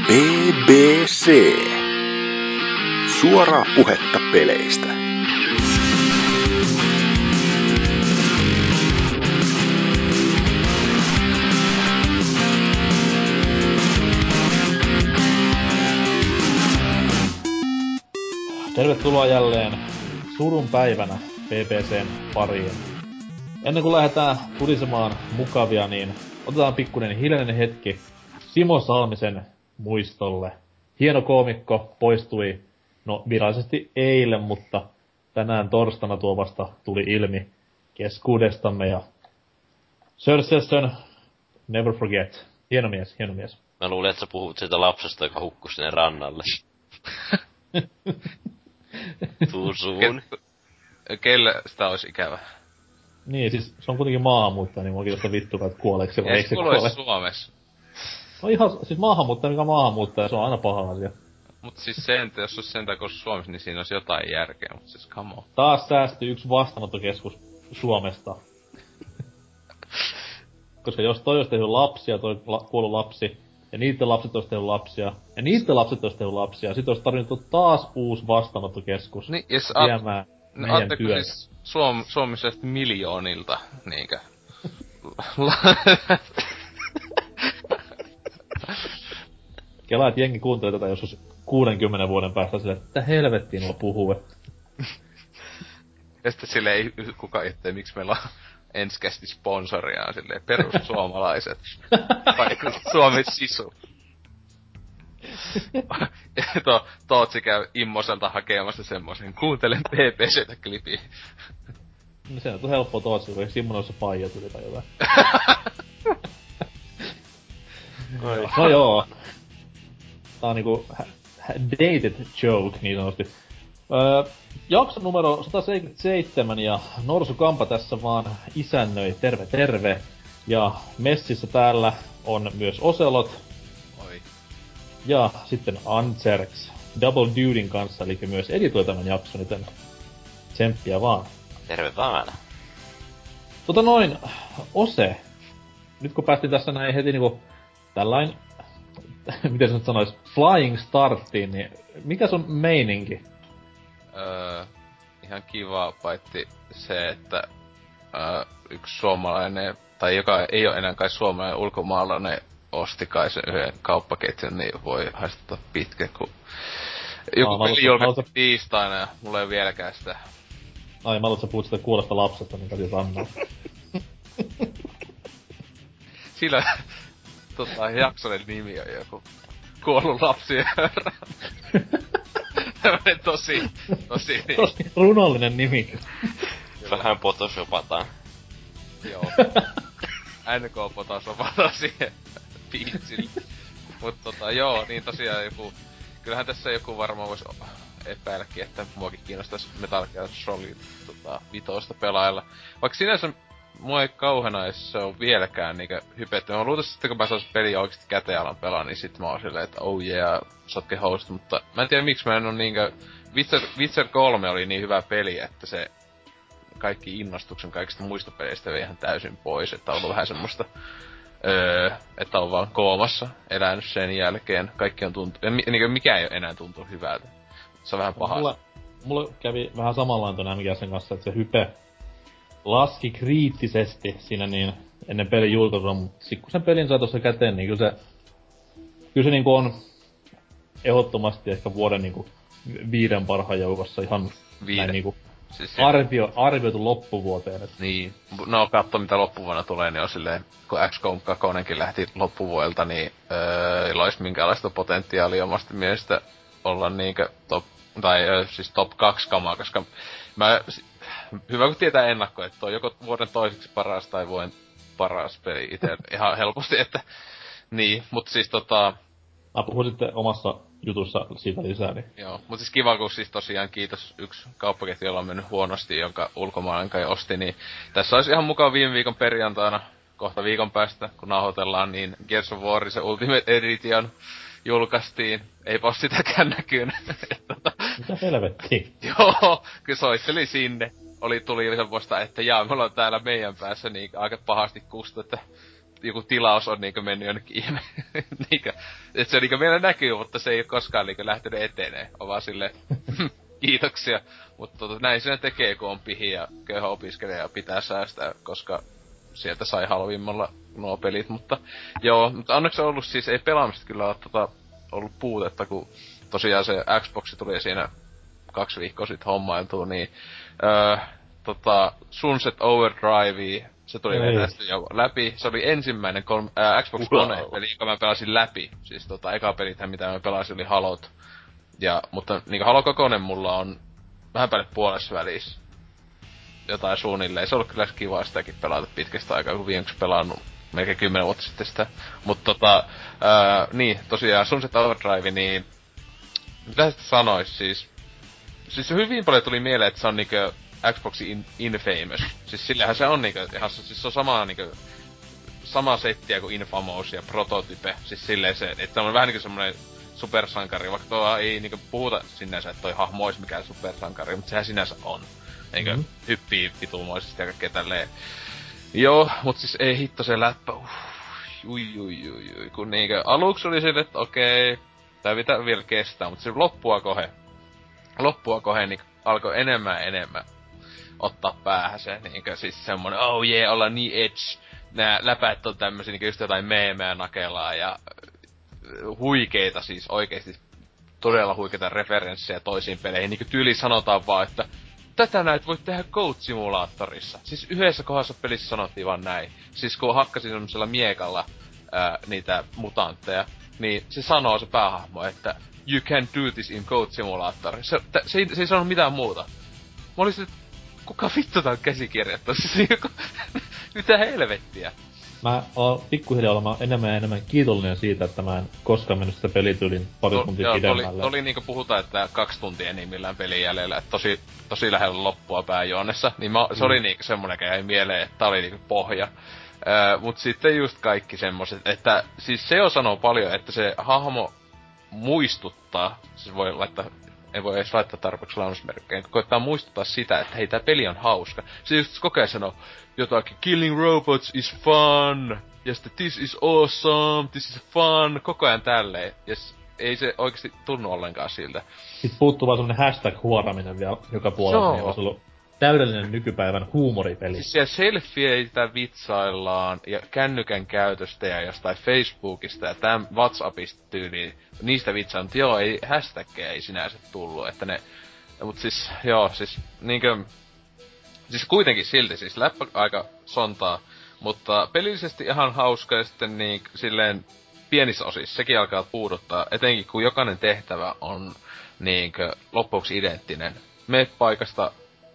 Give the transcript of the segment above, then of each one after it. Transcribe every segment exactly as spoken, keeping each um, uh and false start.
B B C. Suoraa puhetta peleistä. Tervetuloa jälleen surun päivänä B B C:n pariin. Ennen kuin lähdetään tulisemaan mukavia, niin otetaan pikkuinen hiljainen hetki Simo Salmisen muistolle. Hieno koomikko poistui, no virallisesti eilen, mutta tänään torstaina tuo vasta tuli ilmi keskuudestamme ja Sir Sesson, never forget. Hieno mies, hieno mies. Mä luulen, että sä puhut siitä lapsesta, joka hukkui sinne rannalle. Tuusuun. Ke- kelle sitä olisi ikävä? Niin, siis se on kuitenkin maahanmuuttaja, niin muakin tosta vittukaa, että kuoleeko se vai Ei eikö se se kuole. kuuluisi Suomessa. No ihan, siis maahanmuuttaja, mikä maahanmuuttaja, se on aina paha asia. Mut siis se, että jos olisi sentään kuin Suomessa, niin siinä olisi jotain järkeä, mut siis come on. Taas säästyy yksi vastaanottokeskus Suomesta. Koska jos toi olisi tehnyt lapsia, toi la, kuollut lapsi, ja niitten lapset olisi tehnyt lapsia, ja niitten lapset olisi tehnyt lapsia, ja sit olisi tarvinnut taas uusi vastaanottokeskus Niin, jos viemään at, meidän aatteko työtä. siis Suom, suomalaiset miljoonilta, niinkö? Kelaa, että jengi kuuntelee tätä joskus kuudenkymmenen vuoden päästä silleen, että mitä helvettiin nuo puhuu, että Ja sitten silleen ei kukaan itse, miksi meillä on ensikästi sponsoriaan silleen perussuomalaiset. Vai Suomen sisu. Ja to, Tootsi käy Immoselta hakemassa semmosen kuuntelen B B C:tä klipiä. no se on helppoa Tootsi, kun Simmonossa paijat yli tai jotain. No joo. Tää on niinku hä- hä- dated joke, niin sanotusti. Öö, jakso numero sata seitsemänkymmentäseitsemän ja Norsu Kampa tässä vaan isännöi, terve terve. Ja messissä täällä on myös Oselot Oi. ja sitten Anserks Double Dudin kanssa, eli myös editoi tämän jakson, joten tsemppiä vaan. Terve vaan. Tota noin, Ose, nyt kun päästiin tässä näin heti niinku tällain, miten se nyt sanois, flying starttiin, niin mikä sun meininki? Öö, ihan kiva, paitsi se, että öö, yksi suomalainen, tai joka ei ole enää kai suomalainen ulkomaalainen, osti kai sen yhden kauppaketjun, niin voi haistuttaa pitkä, kun joku Aa, mä peli luulen- julkaistiin mä luulen- tiistaina ja mulla ei vieläkään sitä. Ai, mä luulen, että sä puhut sitä kuulosta lapsesta, mikä siitä rannalla. Sillä tota, jaksonen nimi on joku kuollut lapsi. Tämmönen tosi, tosi niin. Tosi runollinen nimi. Vähän photoshopataan. Joo. N K potosopata siihen biitsille. Mut tota, joo, niin tosiaan joku... Kyllähän tässä joku varmaan vois epäilläkin, että muakin kiinnostais Metal Gear Solid tota, vitosta pelailla. Vaikka sinänsä mua ei kauhena, jos se on vieläkään niinkö hypetty. Mä luultavasti sitten kun mä saisin peliä oikeesti käteen alan pelaa, niin sit mä oon silleen, että oh yeah, sotke host. Mutta mä en tiedä miksi mä en oo niinkö... Witcher, Witcher kolme oli niin hyvä peli, että se kaikki innostuksen kaikista muista peleistä vei ihan täysin pois, että on ollut vähän semmoista, öö, että on vaan koomassa elänyt sen jälkeen. Kaikki on tuntu, ja mi, niin mikä ei enää tuntuu hyvältä. Se on vähän paha. Mulla, mulla kävi vähän samanlainen ton M G S:n kanssa, että se hype laski kriittisesti siinä niin ennen pelin julkaisua, mutta sit kun sen pelin sai tossa käteen, niin kyllä se, kyllä se niinku on ehdottomasti ehkä vuoden niinku viiden parhaan joukossa ihan Viiden. näin niinku Siis se- arvio, arvioitu loppuvuoteen. Et Niin. No katso mitä loppuvuonna tulee, niin on silleen, kun X COM kaksi lähti loppuvuodelta, niin öö, ei olis minkäänlaista potentiaalia omasta mielestä olla niinkö top, tai öö, siis top kaksi kamaa, koska mä, s- hyvä kun tietää ennakko, että on joko vuoden toiseksi paras tai vuoden paras peli ite ihan helposti, että niin, mut siis tota, mä puhun sitten omassa jutussa siitä lisää, niin joo, mut siis kiva, kun siis tosiaan kiitos yksi kauppaketju, jolla on mennyt huonosti, jonka ulkomaalainen kai osti, niin tässä olisi ihan mukava viime viikon perjantaina, kohta viikon päästä, kun nauhoitellaan, niin Gears of War, se Ultimate Edition julkaistiin. Eipä oo sitäkään näkynyt. tota, mitä helvettiä. joo, kun soitteli sinne. Oli tuli semmoista, että jaa, me ollaan täällä meidän päässä niin aika pahasti kustu, että joku tilaus on niinku mennyt jonnekin ihme. niinkö, et se niinku meillä näkyy, mutta se ei oo koskaan niinku lähtenyt etenee. On vaan silleen, kiitoksia. Mutta tota, näin se tekee, kun on pihi ja köyhä opiskelija ja pitää säästää, koska sieltä sai halvimmalla nuo pelit, mutta joo, mutta onneksi on ollut siis, ei pelaamista kyllä ole tota, ollut puutetta, kun tosiaan se Xbox tuli siinä kaksi viikkoa sitten hommailtua, niin öö, tota, Sunset Overdrive, se tuli vetästy jo läpi. Se oli ensimmäinen kolme, ää, Xbox One-peli, jonka mä pelasin läpi. Siis tota, eka pelithän, mitä mä pelasin, oli Halot. Ja, mutta niinku Halo kokonen mulla on vähän päälle puolessa välissä. Jotain suunnilleen. Se on ollut kyllä kiva sitäkin pelata pitkästä aikaa, kun viimeksi pelannut melkein kymmenen vuotta sitten sitä. Mutta tota, ää, niin, tosiaan Sunset Overdrive, niin mitä sitä sanois siis? Siis hyvin paljon tuli mieleen, että se on niinku Xboxin in, Infamous. Siis sillähän se on niinku, ihan siis se on sama niinku, sama settiä kuin Infamous ja Prototype. Siis silleen se, että se on vähän niinku semmonen supersankari, vaikka tuo ei niinku puhuta sinänsä, että toi hahmo ois mikään supersankari, mutta sehän sinänsä on. Eikö mm-hmm. hyppii vitumoisesti ja kaikkea tälleen. Joo, mut siis ei hitto se läppä. Uff, ui, ui, ui, ui. Kun niinkö aluksi oli sille, että okei, tää pitää vielä kestää, mutta se loppua kohe. Loppua kohe niin alkoi enemmän ja enemmän ottaa päähän se, niinkö siis semmonen, oh jee, yeah, ollaan niin edge. Nää läpäät on tämmösiä niinkö just jotain meemejä nakelaa ja huikeita siis oikeesti todella huikeita referenssejä toisiin peleihin. Niinkö tyyli sanotaan vaan, että tätä näet voit tehdä Goat-simulaattorissa. Siis yhdessä kohdassa pelissä sanottiin vaan näin. Siis kun hakkasin semmosella miekalla ää, niitä mutantteja, niin se sanoo se päähahmo, että you can do this in Goat-simulaattor. Se, t- se, ei, se ei sano mitään muuta. Mä olisin, että kuka vittu tää on käsikirjoittanut? Siis mitä helvettiä? Mä oon pikkuhiljaa olemaan enemmän ja enemmän kiitollinen siitä, että mä en koskaan mennyt sitä pelityylin pari to, tuntia joo, pidemmälle. Oli, oli niinku puhutaan, että kaksi tuntia enimmillään pelin jäljellä, että tosi, tosi lähellä loppua pääjuonnessa. Niin mä, se mm. oli niinku semmonen, joka jäi mieleen, että tää oli niinku pohja. Öö, mut sitten just kaikki semmoset, että siis se jo sanoo paljon, että se hahmo muistuttaa, siis voi laittaa, ei voi edes laittaa tarpeeksi launusmerkkejä, koittaa muistuttaa sitä, että hei, tää peli on hauska. Se just kokee sanoo jotakin, killing robots is fun, ja sitten this is awesome, this is fun, koko ajan tälleen. Ja ei se oikeesti tunnu ollenkaan siltä. Sitten puuttuu vaan semmonen hashtag-huoraminen vielä joka puolella, niin olisi ollut täydellinen nykypäivän huumoripeli. Siis siellä selfieitä vitsaillaan, ja kännykän käytöstä ja jostain Facebookista ja täm WhatsAppista tyyliin, niistä vitsaillaan, mutta joo, ei hashtaggeja ei sinänsä tullu, että ne... Mut siis, joo, siis niinkö... Siis kuitenkin silti, siis läppä aika sontaa, mutta pelillisesti ihan hauska ja sitten niin silleen pienissä osissa sekin alkaa puuduttaa, etenkin kun jokainen tehtävä on niinkö loppuksi identtinen. Meet paikasta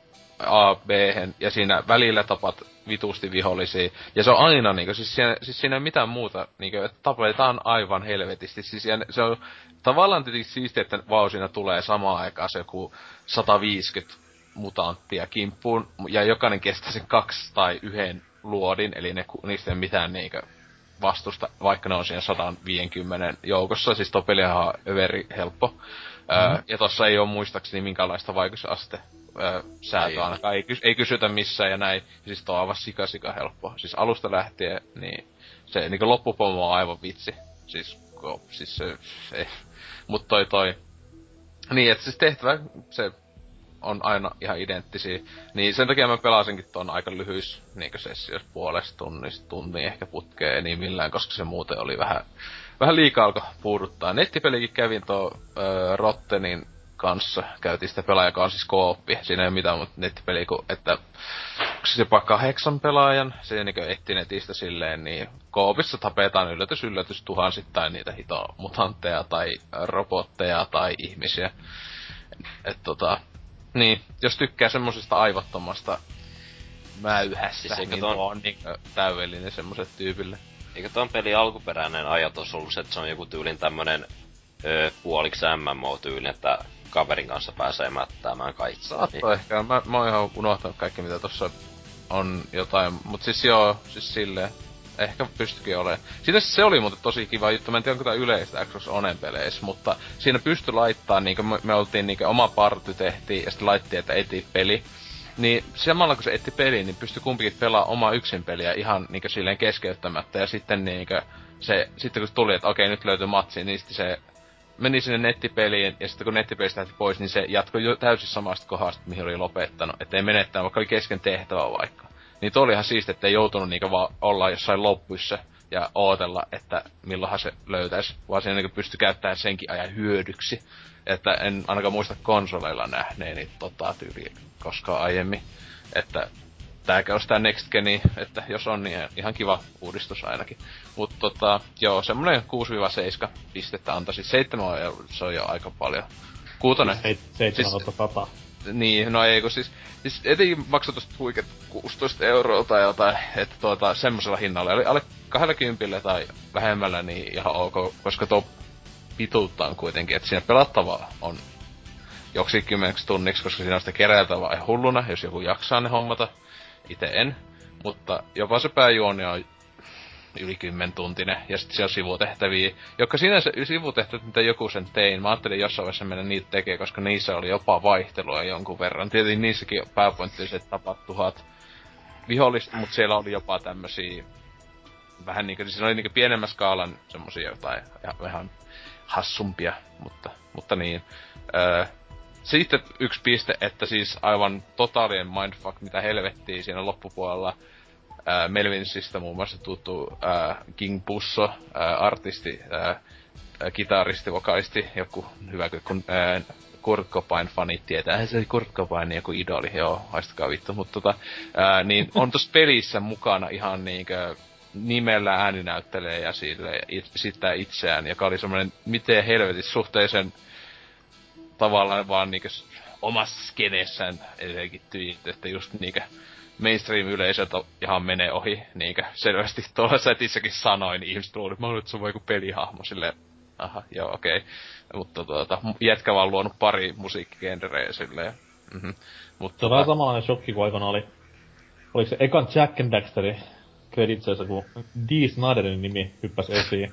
A B:hen ja siinä välillä tapat vitusti vihollisia. Ja se on aina niinkö, siis siinä, siis siinä ei mitään muuta niinkö, että tapetaan aivan helvetisti. Siis se on tavallaan tietysti siistiä, että vau siinä tulee samaan aikaan se joku sata viisikymmentä mutanttia kimppuun, ja jokainen kestää sen kaksi tai yhden luodin, eli ne, niistä ei ole mitään niinkö vastusta, vaikka ne on siinä sata viisikymmentä joukossa, siis tuo peli on överi helppo. Mm-hmm. Öö, ja tossa ei oo muistaakseni minkäänlaista vaikutusaste öö, säätöä ainakaan, ei, kys- ei kysytä missään ja näin, ja siis tuo on aivan sika sika helppo. Siis alusta lähtien, niin se niinkö loppupomo on aivan vitsi. Siis, ko, siis se, se mut toi toi. Niin, et siis tehtävä, se on aina ihan identtisiä. Niin sen takia mä pelasinkin ton aika lyhyis niinkö sessios puolesta tunnista, tunnin ehkä putkeen niin millään, koska se muuten oli vähän, vähän liikaa alkoi puuduttaa. Nettipelikin kävin tuo öö, Rottenin kanssa, käytiin sitä pelaa, joka on siis kooppi. Siinä ei ole mitään mutta nettipeli, kun, että onko se jopa kahdeksan pelaajan, se niinkö etti netistä silleen, niin koopissa tapetaan yllätys yllätys tuhansittain niitä hito mutantteja tai robotteja tai ihmisiä. Et tota... Niin, jos tykkää semmosesta aivottomasta mäyhästä, siis niin ton... on niin täydellinen semmoset tyypille. Eikö ton pelin alkuperäinen ajatus ollut se, että se on joku tyylin tämmönen ö, puoliksi M M O-tyyli, että kaverin kanssa pääsee mättäämään kaikki. Saattaa niin. Ehkä, mä, mä oon ihan unohtanut kaikki mitä tossa on jotain, mut siis joo, siis silleen. Ehkä pystyikin olemaan. Siinä se oli muuten tosi kiva juttu, mä en tiedä onko tää yleistä Xbox Onen peleissä, mutta siinä pystyi laittaa, niinkö me, me oltiin niinkö oma party tehtiin, ja sitten laittiin, että eti peli. Niin samalla kun se etti peliin, niin pystyi kumpikin pelaamaan omaa yksin peliä ihan niinkö silleen keskeyttämättä. Ja sitten niinkö se, sitten kun tuli, että okei nyt löytyi matsi, niin sitten se meni sinne nettipeliin, ja sitten kun nettipelistä lähti pois, niin se jatkoi jo täysin samasta kohdasta, mihin oli lopettanut. Että ei menettänyt, vaikka oli kesken tehtävä vaikka. Niin toi oli ihan siistiä, että ei joutunut niinkö vaan olla jossain loppuissa ja ootella, että milloinhan se löytäisi, vaan siinä niin pystyi käyttämään senkin ajan hyödyksi. Että en ainakaan muista konsoleilla nähneeni tota tyyliä koskaan aiemmin. Että tääkö olisi tää Next Geni, että jos on, niin ihan kiva uudistus ainakin. Mut tota, joo, semmonen kuusi seitsemän pistettä antaisin. seitsemän se on jo aika paljon. Kuutonen. seitsemän sata. Niin, no ei kun siis, siis etenkin maksoi tosta huikeet kuusitoista euroa tai jotain, että tuota semmosella hinnalla, eli alle kaksikymmentä tai vähemmällä niin ihan ok, koska tuo pituutta on kuitenkin, että siinä pelattavaa on joksikin kymmeneksi tunniksi, koska siinä on sitä keräiltävää ihan hulluna, jos joku jaksaa ne hommata, ite en, mutta jopa se pääjuoni on yli kymmentuntinen, ja sitten siellä on sivutehtäviä, jotka sinänsä sivutehtävät, mitä joku sen tein, mä ajattelin jossain vaiheessa mennä niitä tekemään, koska niissä oli jopa vaihtelua jonkun verran. Tietenkin niissäkin pääpointti oli se, että tapat tuhat vihollista, mutta siellä oli jopa tämmösiä, vähän niinkö, siis oli niinkö pienemmän skaalan semmosia jotain, ihan hassumpia, mutta, mutta niin. Öö, sitten yksi piste, että siis aivan totaalien mindfuck, mitä helvettiä siinä loppupuolella. Äh, Melvinsistä muun muassa tuttu äh, King Pusso, äh, artisti, äh, kitaristi, vokalisti, joku hyvä kun äh, Kurt Cobain fanit tietää, se oli Kurt Cobain joku idoli, joo, haistakaa vittu, mutta tota, äh, niin on tossa pelissä mukana ihan niinkö nimellä ääninäyttelee ja sille it, sitä itseään, joka oli semmonen miten helvetis suhteellisen tavallaan vaan niinkö omassa skeneessään etenkin tyyt, että just niinkö mainstream-yleisöt ihan menee ohi, niinkö selvästi tuolla setissäkin sanoin, niin ihmiset luulivat, mä luulen, että se on vaan joku pelihahmo, silleen, aha, joo, okei. Okay. Mutta tuota, jätkä vaan luonut pari musiikkigenreä, silleen, mhm. Mutta se on tota... vähän samanlainen shokki kuin aikana oli, oliko se ekan Jack and Daxterin kreditseessä, kun Dee Sniderin nimi hyppäsi esiin.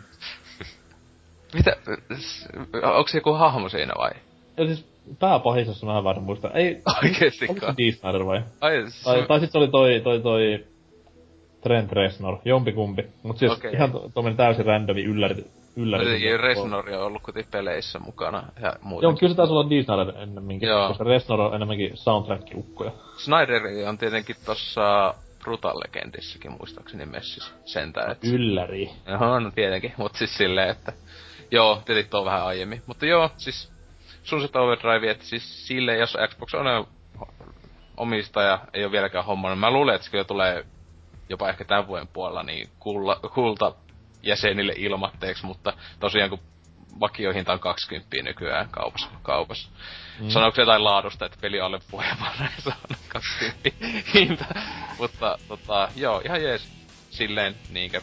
Mitä, onko se joku hahmo siinä vai? Ja siis pääpahisessa mä väärin muista. Ei, oikeestikaan. Onko se Dee Snider vai? Ai, se... Tai, tai sit se oli toi, toi, toi Trent Reznor, jompikumpi. Mut siis okay. Ihan tuommoinen täysin randomi ylläri. ylläri Jotenkin Reznor on ollut kuitenkin peleissä mukana ja muutenkin. Joo, kyllä se taisi olla Dee Snider ennemminkin, joo. Koska Reznor on enemmänkin soundtrack-ukkoja. Snyder on tietenkin tossa Brutal Legendissäkin muistaakseni messissä sentään. Et... Ylläri. Joo, no tietenkin, mut siis silleen, että... Joo, tietenkin tuo vähän aiemmin. Mutta joo, siis... Sunset Overdrive, että siis silleen, jos Xbox on omistaja, ei ole vieläkään hommannut. Mä luulen, että se kyllä tulee jopa ehkä tämän vuoden puolella niin kulla, kulta jäsenille ilmatteeksi, mutta tosiaan kun vakiohinta on kaksikymmentä nykyään kaupassa. kaupassa. Mm. Sanoiko se jotain laadusta, että peli on alle vuoden vanha, se on kaksikymmentä hinta. Mutta tota, joo, ihan jees silleen niinkö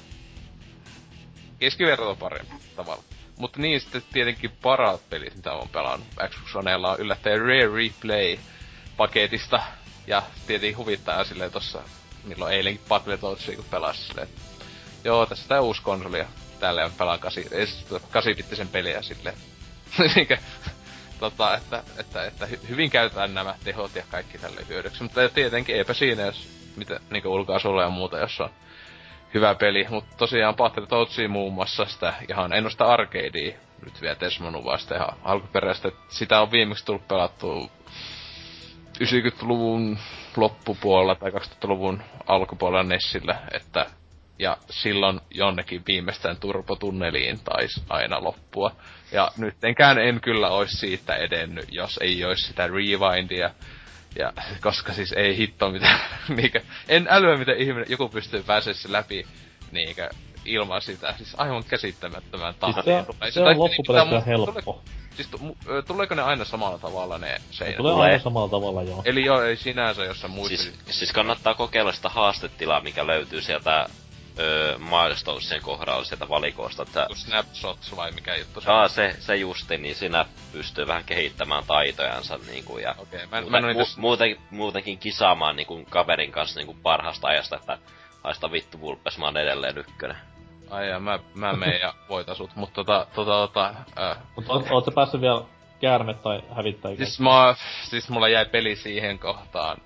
keskiverto parempi tavalla. Mutta niin sitten tietenkin parat pelit, mitä on pelannut. Xbox Oneella on yllättäen Rare Replay-paketista. Ja tietenkin huvittaa silleen tossa, milloin eilenkin Battletoadsia kun pelasi silleen. Joo, tässä tää uusi konsoli ja täällä on pelaa kahdeksan-bittisen peliä silleen. Niinkö, tota, että, että, että hyvin käytetään nämä tehot ja kaikki tälleen hyödyksi. Mutta tietenkin eipä siinä, jos mitä niinkö ulkoasulla ja muuta, jos on hyvä peli, mutta tosiaan Battletoadsia muun muassa sitä ihan en oo sitä arcadea nyt vielä Desmonut vaan sitä ihan alkuperäistä. Sitä on viimeksi tullut pelattua yhdeksänkymmentäluvun loppupuolella tai kaksituhattaluvun alkupuolella Nessillä, että ja silloin jonnekin viimeistään turbotunneliin taisi aina loppua. Ja nyttenkään en kyllä ois siitä edennyt, jos ei ois sitä rewindia. Ja koska siis ei hitto mitään niinkö, en älyä miten ihminen, joku pystyy pääsee läpi niinkö ilman sitä, siis aivan käsittämättömän tahtiin. Siis se, se on loppupeleissä helppo. Tule, siis tuleeko ne aina samalla tavalla ne seinät? Tulee tulee aina samalla tavalla, joo. Eli joo, ei sinänsä, jos sä muistat. Siis, siis kannattaa kokeilla sitä haastetilaa, mikä löytyy sieltä öö, Milestonesen kohdalla sieltä valikoista, että... Snapshots vai mikä juttu se on? Aa, se, se justi, niin siinä pystyy vähän kehittämään taitojansa niinku ja... Okei, okay, mä, muuten, mä en mu- tos... muuten, muutenkin kisaamaan niinku kaverin kanssa niinku parhaasta ajasta, että haista vittu Vulpes, mä oon edelleen ykkönen. Ai ja mä, mä meen ja voitasut, mut tota, tota, tota... Äh. Mut oot, oot sä päässyt vielä käärme tai hävittää? Siis mä, siis mulla jäi peli siihen kohtaan,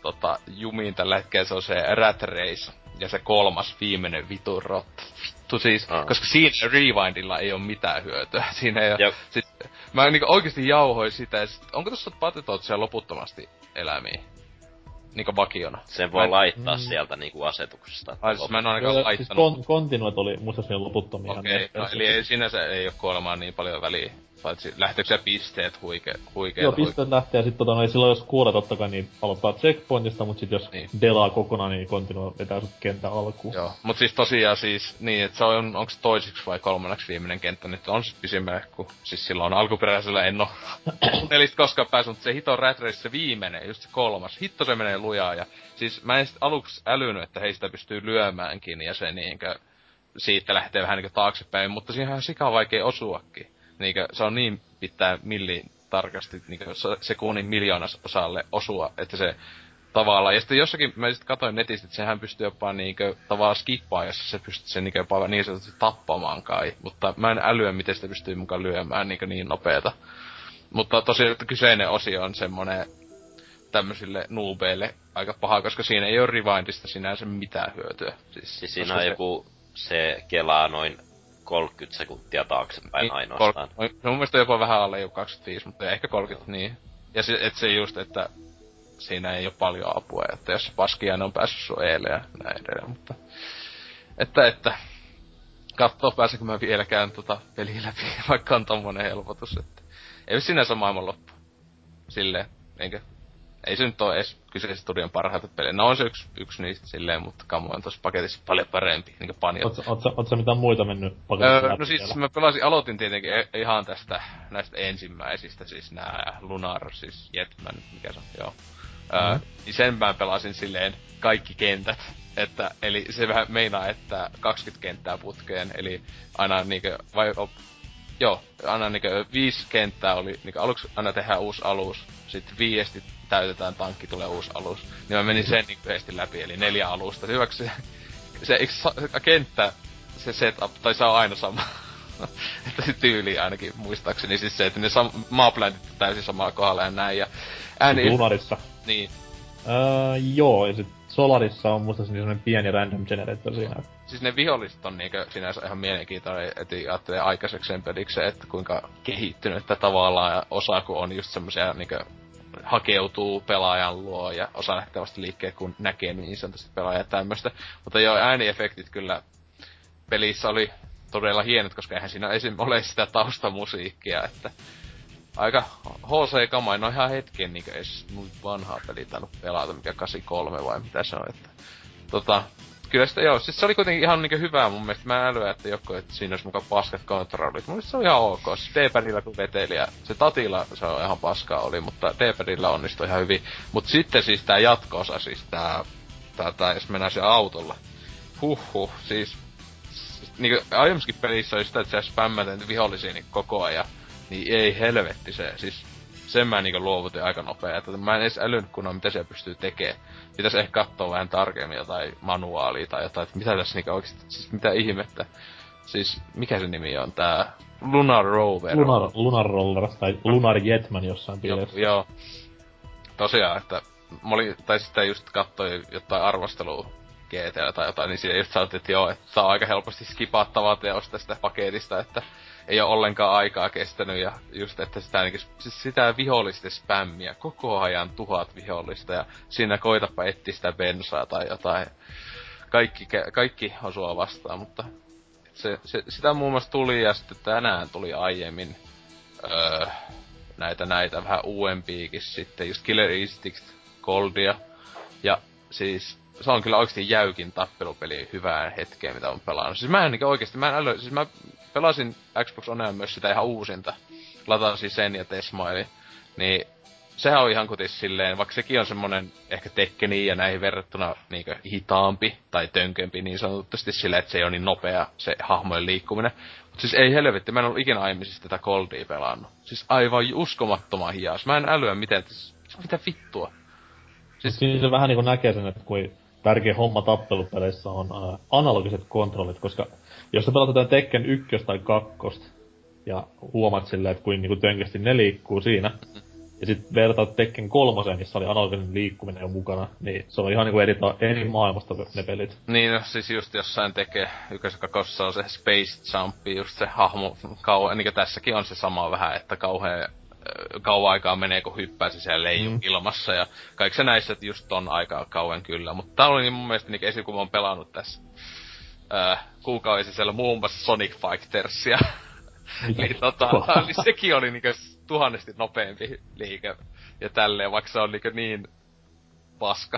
tota, jumiin tällä hetkellä se on se Rat Race. Ja se kolmas viimeinen vitun rotta. Vittu siis, Aa. koska siinä Rewindilla ei oo mitään hyötyä. Siinä ei oo, sit, mä niinku oikeesti jauhoin sitä, ja sit, onko tossa Battletoadsia loputtomasti elämiä? Niinku vakiona. Sen voi mä, laittaa mm. sieltä niinku asetuksesta. Ai siis mä en oo ainakaan laittanut. Siis kon, kontinuet oli muistaakseni loputtomia. Okei, okay, no, eli ei sinänsä ei oo kuolemaan niin paljon väliä. Paitsi lähteekö se pisteet huike, huikeet? Joo, pisteet huike. lähtee, ja sit tota, no, silloin jos kuolee totta kai, niin aloittaa checkpointista, mut sit jos niin. delaa kokonaan, niin kontinua vetää sut kentän alkuun. Joo, mut siis tosiaan siis, niin, että se on, onks toisiksi vai kolmanneksi viimeinen kenttä, nyt on siis pisimmälle, kun siis silloin alkuperäisellä en oo nelistä koskaan päässyt, mutta se hito Rat Race se viimeinen, just se kolmas, hitto se menee lujaa, ja siis mä en sit aluksi älynyt, että heistä pystyy lyömäänkin, ja se niinkö, siitä lähtee vähän niinkö taaksepäin, mutta siihen on sika vaikea osuakin. Niinkö, se on niin pitää millin tarkasti niinkö sekunnin miljoonasosalle osua, että se tavallaan, ja sitten jossakin, mä sit katoin netistä, että sehän pystyy jopa niinkö tavallaan skippaa, jos se pystyy sen niinkö jopa niin sanotusti tappamaan kai, mutta mä en älyä, miten sitä pystyy mukaan lyömään niinkö niin nopeeta. Mutta tosiaan, että kyseinen osio on semmonen tämmösille noobeille aika paha, koska siinä ei oo rewindista sinänsä mitään hyötyä. Siis, siis siinä on se joku, se kelaa noin kolmekymmentä sekuntia taaksepäin niin, ainoastaan. Kol- no, mun mielestä jopa vähän alle joku kaksikymmentäviisi, mutta ehkä kolmekymmentä, niin. Ja se, et se just, että siinä ei oo paljon apua, että jos se paskiainen on päässyt sun eilen ja näin edelleen, mutta... Että, että... Kattoo pääsenkö mä vieläkään tota peliä läpi, vaikka on tommonen helpotus, että... Ei sinänsä maailmanloppu. Silleen, eikö? Ei se nyt oo edes kyseisen studion parhaita pelejä. No on se yksi, yksi niistä silleen, mutta Kamu on tossa paketissa paljon parempi, niinku Panjot. Oot, oot, oot sä mitään muita mennyt paketissa öö, No siis vielä? Mä pelasin, aloitin tietenkin ihan tästä, näistä ensimmäisistä, siis nää Lunar, siis Jetman, mikä se on, joo. Mm-hmm. Öö, niin sen mä pelasin silleen kaikki kentät, että, eli se vähän meinaa, että kaksikymmentä kenttää putkeen, eli aina niinkö, vai, op, joo, aina niinkö viisi kenttää oli, niinkö aluksi aina tehdään uusi alus, sit viiesti täytetään tankki, tulee uusi alus. Niin mä menin sen niin yhdesti läpi, eli neljä alusta. Hyväksi se, se, se, se kenttä, se setup, tai se on aina sama. Että se tyyli ainakin muistaakseni siis se, että ne sam- maaplantit on täysin samaa kohdalla ja näin. Ja ääni... Lunarissa. Niin. Öö, joo, ja sit Solarissa on musta semmonen pieni random generator siinä. Siis ne viholliset on niinkö sinänsä ihan mielenkiintoinen, että ajattelee aikaisekseen peliksi, että kuinka kehittynyttä tavallaan ja osa kun on just semmosia niinkö hakeutuu pelaajan luo ja osa lähtee vasta liikkeelle, kun näkee niin sanotusti pelaajaa tämmöstä. Mutta joo, ääniefektit kyllä pelissä oli todella hienot, koska eihän siinä esim. Ole sitä taustamusiikkia, että aika H C-kama, en oo ihan hetken niinkö edes vanhaa peliä tainnut pelata, mikä kahdeksankymmentäkolme vai mitä se on, että tota, kyllä sitä joo, siis se oli kuitenkin ihan niinkö hyvää mun mielestä, mä älyä, että joku, että siinä olisi mukaan paskat kontrollit, mun mielestä se on ihan ok, siis D-padilla kun veteli ja se tatilla se on ihan paskaa oli, mutta D-padilla onnistui ihan hyvin, mut sitten siis tää jatko-osa, siis tää, tää, tää jos mennään se autolla, huhhuh, siis, siis niinkö aiemmissakin pelissä oli sitä, että sä spämmätään vihollisia niin koko ajan, niin ei helvetti se, siis sen mä niinkö luovutin aika nopea, että mä en edes älynyt kunnon mitä se pystyy tekemään. Pitäis ehkä kattoo vähän tarkemmin jotain manuaalia tai jotain, että mitä tässä niinkö oikeesti, siis mitä ihmettä. Siis, mikä se nimi on tää Lunar Rover? Lunar, Lunar Roller, tai Lunar Jetman jossain pielessä. Joo, joo. Tosiaan, että mä olin, tai sitten just kattoi jotain arvostelua G T:llä tai jotain, niin siinä just sanottiin, että joo, että tää on aika helposti skipattava teos tästä paketista, että ei oo ollenkaan aikaa kestänyt ja just, että sitä ainakin, siis sitä vihollisten spämmiä, koko ajan tuhat vihollista ja siinä koitapa etsiä sitä bensaa tai jotain. Kaikki, kaikki osua vastaan, mutta se, se, sitä muun muassa tuli ja sitten tänään tuli aiemmin öö, näitä näitä vähän uudempiikin sitten, just Killer Instinct Goldia ja siis se on kyllä oikeesti jäykin tappelupeli hyvään hetkeen, mitä on pelannut. Siis mä en niinkö oikeesti, mä en äly, siis mä pelasin Xbox Onean myös sitä ihan uusinta. Latasin sen ja Tesmaili. Niin sehän on ihan kutis silleen, vaikka sekin on semmonen ehkä Tekkeniin ja näihin verrattuna niinkö hitaampi tai tönkömpi niin sanotusti silleen, että se ei oo niin nopea se hahmojen liikkuminen. Mut siis ei helvetti, mä en ollut ikinä aiemmin siis tätä Goldia pelannut. Siis aivan uskomattoman hias. Mä en älyä miten, mitä vittua. Siis siinä se vähän niinku näkee sen, että kui tärkeä homma tappelupeleissä on äh, analogiset kontrollit, koska jos sä pelat jotain Tekken ykköstä tai kakkosta, ja huomaat silleen, että kuin niinku tönkästi ne liikkuu siinä, ja sit vertaat Tekken kolmoseen, missä oli analoginen liikkuminen jo mukana, niin se on ihan niinku eri, ta- eri maailmasta ne pelit. Niin, no, siis just jossain tekee ykkös kakossa on se Space Jump, just se hahmo kauan, niin tässäkin on se sama vähän, että kauhean kauan aikaa menee, kun hyppää se siellä leijuu mm. ilmassa, ja kaikissa näissä, että just ton aikaa kauan kyllä. Mutta tää oli niin mun mielestä niin esim. Kun mä oon pelannut tässä ää, kuukausi sisällä muun muassa Sonic Fightersia. Niin tota, oli, sekin oli niinku tuhannesti nopeampi liike ja tälleen, vaikka se on niinku niin paska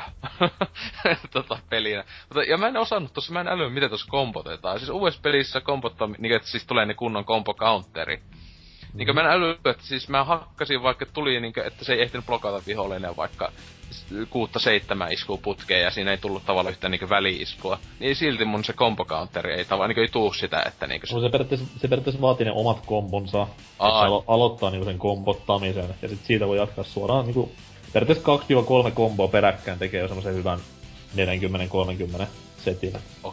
tota pelinä. Mutta, ja mä en osannut tossa, mä en älyä miten tossa kompotetaan. Siis uudessa pelissä kompottaa, niinku että siis tulee ne kunnon kompo-counteri. Mm-hmm. Niinkö mä en älyä, että siis mä hakkasin vaikka tuli niinkö, että se ei ehtinyt blokata vihollinen vaikka kuutta seitsemän iskua putkeen ja siinä ei tullut tavallaan yhtään niinkö väli-iskua. Niin silti mun se kompo-counteri ei tavallaan niinkö ei tuu sitä, että niinkö se... se periaatteessa, se periaatteessa vaatii ne omat komponsa, että se alo- aloittaa niinku sen kombottamisen ja sit siitä voi jatkaa suoraan niinku... Periaatteessa kaksi kolme komboa peräkkäin tekee jo semmosen hyvän neljäkymmentä kolmekymmentä setin.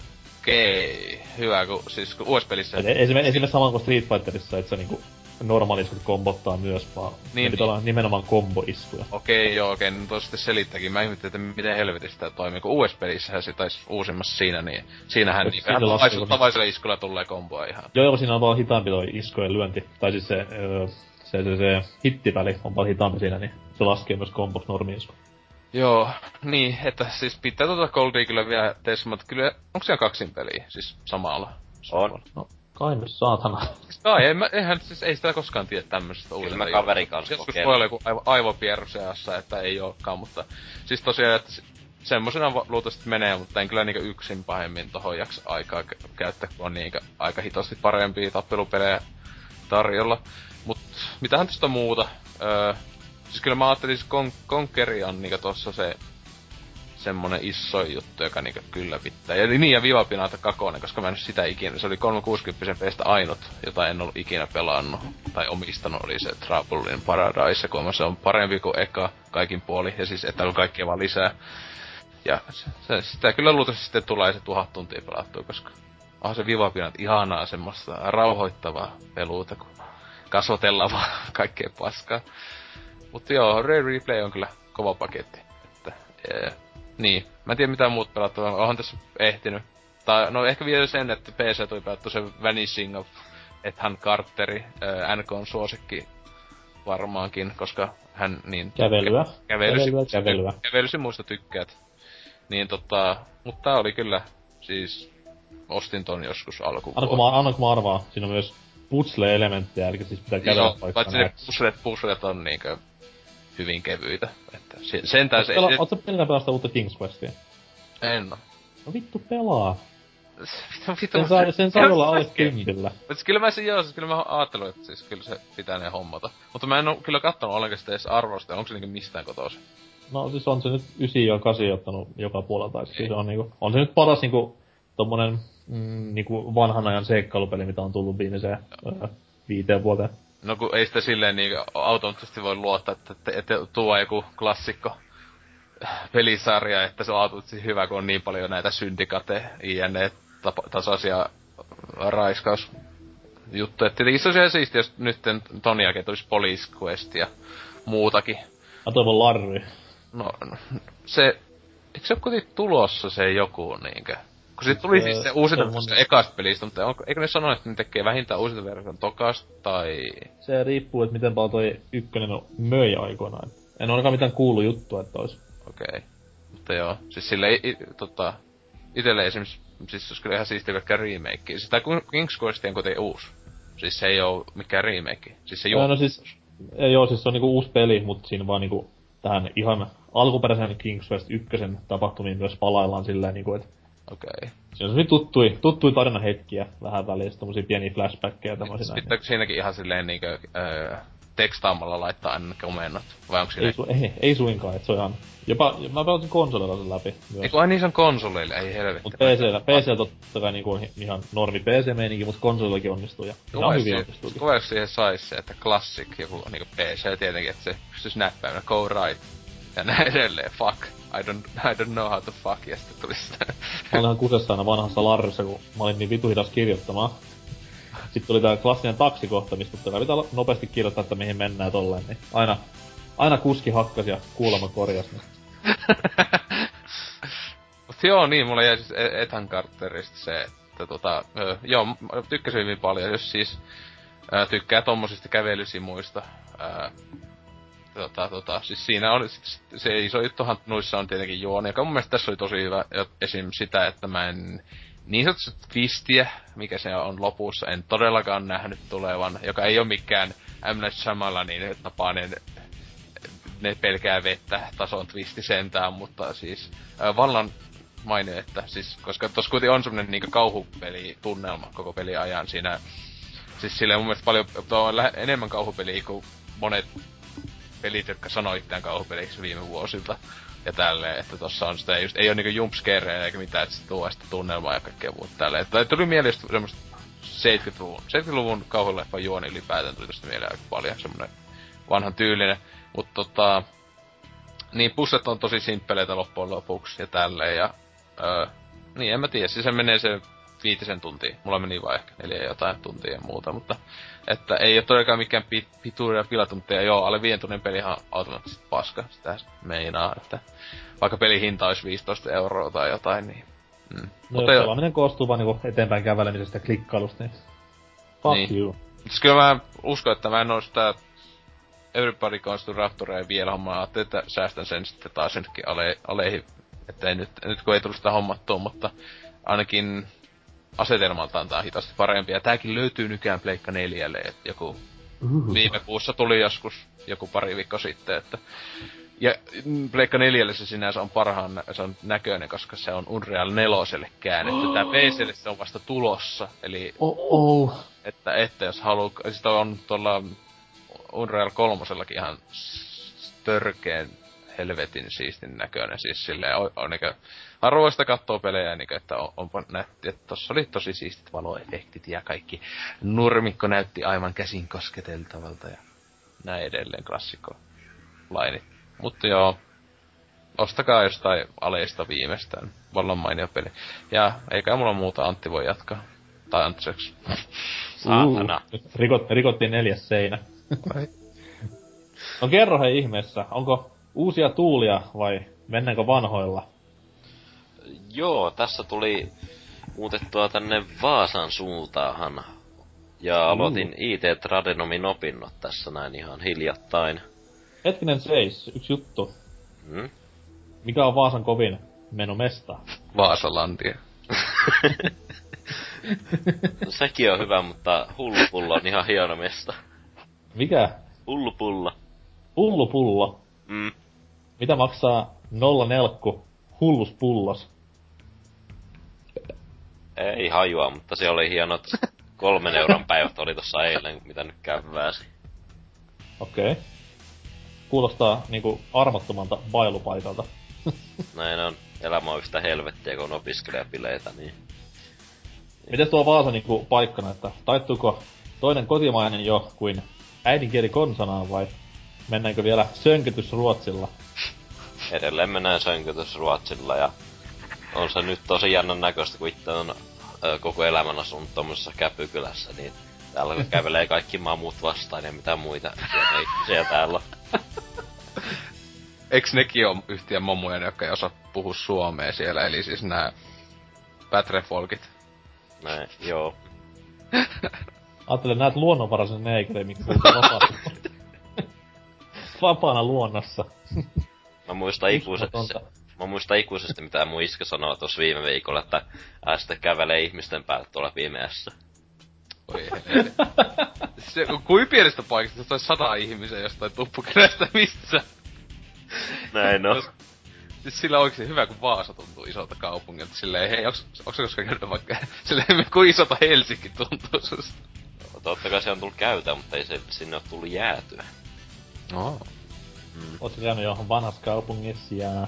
Okei, hyvä kun siis kun uudessa pelissä... Et esimerkiksi, esimerkiksi saman kuin Street Fighterissa, että se niinku normaaliskut kombottaa myös, vaan niin, ne pitää niin. olla nimenomaan komboiskuja. Okei, joo, okei, no tuossa sitten selittäkin. Mä ihmettelin, että miten helvetistä tää toimii, kun uudessa pelissä se taisi uusimmassa siinä, niin siinähän niin vähän tavallisella, tavallisella iskulla tulee komboa ihan. Joo, joo, siinä on vaan hitaampi toi iskujen lyönti. Tai siis se, öö, se, se, se hittiväli on paljon hitaampi siinä, niin se laskee myös komboksi normi-isku. Joo, niin, että siis pitää tota Goldia kyllä vielä teessä, mutta kyllä, onko siellä kaksin peliä, siis samalla? On. No, kai nyt saatana. Kai, ei, eihän siis ei sitä koskaan tiedä tämmöisestä uudesta. Kyllä mä kaverin kanssa joskus voi olla joku aivo, aivopierru seassa, että ei ookaan, mutta siis tosiaan, että semmosena luultavasti menee, mutta en kyllä niinkö yksin pahemmin tohon jaksa aikaa kä- käyttää, kun on niinkö aika hitosti parempia tappelupelejä tarjolla. Mut mitähän tästä muuta? Öö, siis kyllä mä ajattelin, että Con- Conqueri on niinkö tossa se semmonen isoin juttu, joka niinkö kyllä pitää. Ja niin, ja Viva Pinata kakonen, koska mä en sitä ikinä. Se oli kolmesataakuusikymmentä peistä ainut, jota en ollut ikinä pelannut. Tai omistanut, oli se Trouble in Paradise, kun se on parempi kuin eka kaikin puoli. Ja siis, että on kaikkea vaan lisää. Ja se, se, sitä kyllä luultavasti sitten tulee se tuhat tuntia pelattua, koska onhan se Viva Pinata ihanaa semmoista rauhoittavaa peluuta, kun kasvatellaan vaan kaikkea paskaa. Mutta joo, Rare Replay on kyllä kova paketti. Että, yeah. Niin, mä en tiedä mitä muut pelattavaa, onhan tässä ehtinyt. Tai no ehkä vielä sen, että P C tuli pelattu se Vanishing of Ethan Carteri, ää, N K:n suosikki varmaankin, koska hän niin... Kävelyä. Kävelysi, kävelyä, kävelyä. Kävelysi muista tykkäät. Niin tota, mutta tää oli kyllä, siis ostin ton joskus alkuvuonna. Annako mä, annako mä arvaa, siinä on myös puzzle-elementtejä, eli siis pitää kävellä joo, paikkaan. Paitsi ne puzzlet, puzzlet on niinkö hyvin kevyitä, että sentään se... Pela, ootko pelkään pelasta uutta King's Questia? En oo. No vittu pelaa. Vittu, vittu. Sen saa, sen saa olla alle kympillä. Mutta kyllä mä sen joo, siis kyllä mä ajattelin, että siis kyllä se pitää ne hommata. Mutta mä en oo kyllä kattonut ollenkaan sitä edes arvosta, onko se niinku mistään kotoisin? No siis on se nyt ysi ja kasi ottanut joka puolelta, tai siis on niinku, on se nyt paras niinku tommonen mm, niinku vanhan ajan seikkailupeli, mitä on tullut viimeiseen öö, viiteen vuoteen. No kun ei sitä silleen niinku automaattisesti voi luottaa, että, että, että tuo joku klassikko pelisarja, että se on automaattisesti hyvä, kun on niin paljon näitä syndikate, jne, tasaisia raiskausjuttuja. Tietenkin se on siellä siistiä, jos nyt ton jälkeen tulisi Police Quest ja muutakin. Mä toivon Larry. No, se... Eikö se oo kuitenkin tulossa se joku niinkö? Kun sit tuli siis se uusinta semmoinen... ekasta pelistä, mutta onko, eikö ne sano, että ne tekee vähintään uusinta version tokasta, tai... Se riippuu, että miten paljon toi ykkönen on möi aikoinaan. En ole ainakaan mitään kuullut juttua, että ois. Okei. Okay. Mutta joo, siis sille i, tota... Itelle esimerkiksi, siis olisi kyllä ihan siistiä kaikkea remake. Siis tää King's Quest on kuitenkin uusi. Siis se ei oo mikään remake. Siis se joo. No siis... Ei joo, siis se on niinku uusi peli, mut siinä vaan niinku... Tähän ihan alkuperäisen King's Quest ykkösen tapahtumiin myös palaillaan silleen niinku, et... Okei. Okay. Siinä on tuttui, tuttui tarinahetkiä vähän väliin, tommosia pieniä flashbackkejä tämmösiä. Pitääkö siinäkin ihan silleen niinkö öö, tekstaamalla laittaa aina komennot? Vai onko siinä... Ei, su- ei, ei suinkaan, et se on ihan... Jopa, mä pelasin konsolilla sen läpi myös. Eiku, ai niin se on konsoleille, ei helvetti. Mut P C:llä, P C:llä totta kai niinku ihan normi P C-meininki, mut konsolillakin onnistuu ja ihan hyvin onnistuukin. Kuvaako siihen sais se, että classic joku niinku P C tietenkin, että se pystyis näppäimään go right. Ja näin edelleen, fuck. I don't, I don't know how to fuck, ja sitten tuli sitä. Mä olin ihan kusessa aina vanhassa Larryssa, kun mä olin niin vitu hidas kirjoittamaan. Sitten tuli tää klassinen taksikohta, mistä pitää nopeasti kirjoittaa, että mihin mennään tolleen, niin aina aina kuski hakkas ja kuulemma korjas. Niin. Mut joo, niin, mulla jäi siis Ethan Carterista se, että tota, ö, joo, tykkäsin hyvin paljon, jos siis ö, tykkää tommosista kävelysimuista. Ö, tota, tota, siis siinä on, se iso juttuhan noissa on tietenkin juoni, joka mun mielestä tässä oli tosi hyvä, esim. Sitä, että mä en niin sanotusti twistiä, mikä se on lopussa, en todellakaan nähnyt tulevan, joka ei oo mikään M. Night Shyamalanin tapainen ne pelkää vettä tason twisti sentään, mutta siis ää, vallan mainio, että siis, koska tossa kuitenkin on semmonen niinku kauhupeli-tunnelma koko peli ajan siinä. Siis silleen mun mielestä paljon, tuo on lähe, enemmän kauhupeliä kuin monet pelit, jotka sanoo itseään kauhupeliksi viime vuosilta. Ja tälleen, että tossa on sitä, just, ei oo niinku jumpscareja eikä mitään, että se tuo sitä tunnelmaa ja kaikkea muuta tälleen. Että tuli mieleen just semmoista seitsemänkymmentäluvun, seitsemänkymmentäluvun kauhuleffan juoni ylipäätään tuli tosta mieleen aika paljon, semmonen vanhan tyylinen. Mut tota... Niin, pusset on tosi simppeleitä loppujen lopuksi ja tälleen ja... Öö, niin, en mä tiedä, siis se menee se viitisen tuntia. Mulla meni vaan ehkä neljä jotain tuntia ja muuta, mutta... Että ei oo todellakaan mikään pi- pituuri ja pilatuntia. Joo, alle viiden tunnin pelihan on automaattisesti paska. Sitä meinaa, että... Vaikka pelihinta olisi viisitoista euroa tai jotain, niin... Mm. No mutta jos jo... pelaaminen koostuu vaan niinku eteenpäin kävelemisestä ja klikkailusta, niin... Fuck niin. you. Mutta kyllä mä uskon, että mä en oo sitä... Everybody Goes to Raptorea vielä hommaa. Ajattelin, että säästän sen sitten taas jonnekin ale, aleihin. Että ei nyt, nyt kun ei tullut sitä hommattua, mutta ainakin asetelmaltaan tää on hitaasti parempi. Ja tääkin löytyy nykyään Pleikka neljälle, että joku uh. viime kuussa tuli joskus joku pari viikko sitten, että... Ja Pleikka neljälle se sinänsä on parhaan se on näköinen, koska se on Unreal neloselle käännetty. Tää P C:lle se on vasta tulossa, eli... Oh, oh. Että, että jos haluu... Siis on tuolla... Unreal kolmosellakin ihan törkeen helvetin siistin näköinen, siis silleen on, on niinkö harvoista kattoo pelejä niinkö, että on, onpa nätti, että tossa oli tosi siistit valoefektit ja kaikki nurmikko näytti aivan käsin kosketeltavalta ja näin edelleen klassikko lainit. Mutta joo, ostakaa jostain aleista viimeistään, vallan mainio peli. Ja eikä mulla muuta, Antti voi jatkaa. Tai Antseks. Saatana. Uh, rikot, rikottiin neljäs seinä. No kerro hei ihmeessä, onko uusia tuulia vai mennäänkö vanhoilla? Joo, tässä tuli muutettua tänne Vaasan suuntaahan. Ja aloitin uh. I T-tradenomin opinnot tässä näin ihan hiljattain. Hetkinen seis, yksi juttu. Hmm? Mikä on Vaasan kovin menumesta? Vaasalandia. No, sekin on hyvä, mutta Hullupullo on ihan hieno mesta. Mikä? Hullupullo. Hullupullo? Mm. Mitä maksaa nolla nelkku hulluspullos? Ei hajua, mutta se oli hienot kolmen euron päivät oli tossa eilen, mitä nyt käväsi. Okei. Okay. Kuulostaa niinku armottomalta bailupaikalta. Näin on. Elämä on yhtä helvettiä, kun on opiskelijapileitä, niin... Mites tuo Vaasa niinku paikkana, että taittuuko toinen kotimainen jo kuin äidinkieli konsanaan vai mennäänkö vielä sönkytysruotsilla? Edelleen mennään sönkytysruotsilla ja on se nyt tosi jännän näköistä, kun itse on ö, koko elämän asunut tommosessa käpykylässä, niin täällä kävelee kaikki mamut vastaan ja mitä muita siellä täällä on. Eiks nekin oo yhtiön mamuja, jotka ei osaa puhua suomea siellä, eli siis nää pätrefolkit? Näin, joo. Ajattelen, näet luonnonvaraisen neekerin, mikä kulkee vapaana. vapaana luonnossa. Mä muistan ikuisesti, mä muistan ikuisesti, mitä mun iskä sanoi tuossa viime viikolla, että ää sitten kävelee ihmisten päälle tuolla pimeässä. Oi hei. Se on kuin pienestä paikasta, jos olisi sata ihmisiä jostain tuppukerästä missä. Näin on. Siis sillä on oikeesti hyvä, kun Vaasa tuntuu isolta kaupungilta. Silleen, hei, onks, onks se koskaan käynyt vaikka... Silleen, kuin isolta Helsinki tuntuu susta. No, totta kai se on tullut käytä, mutta ei se sinne oo tullut jäätyä. Oh. Mm. Ootko käynyt johon vanhassa kaupungissa ja...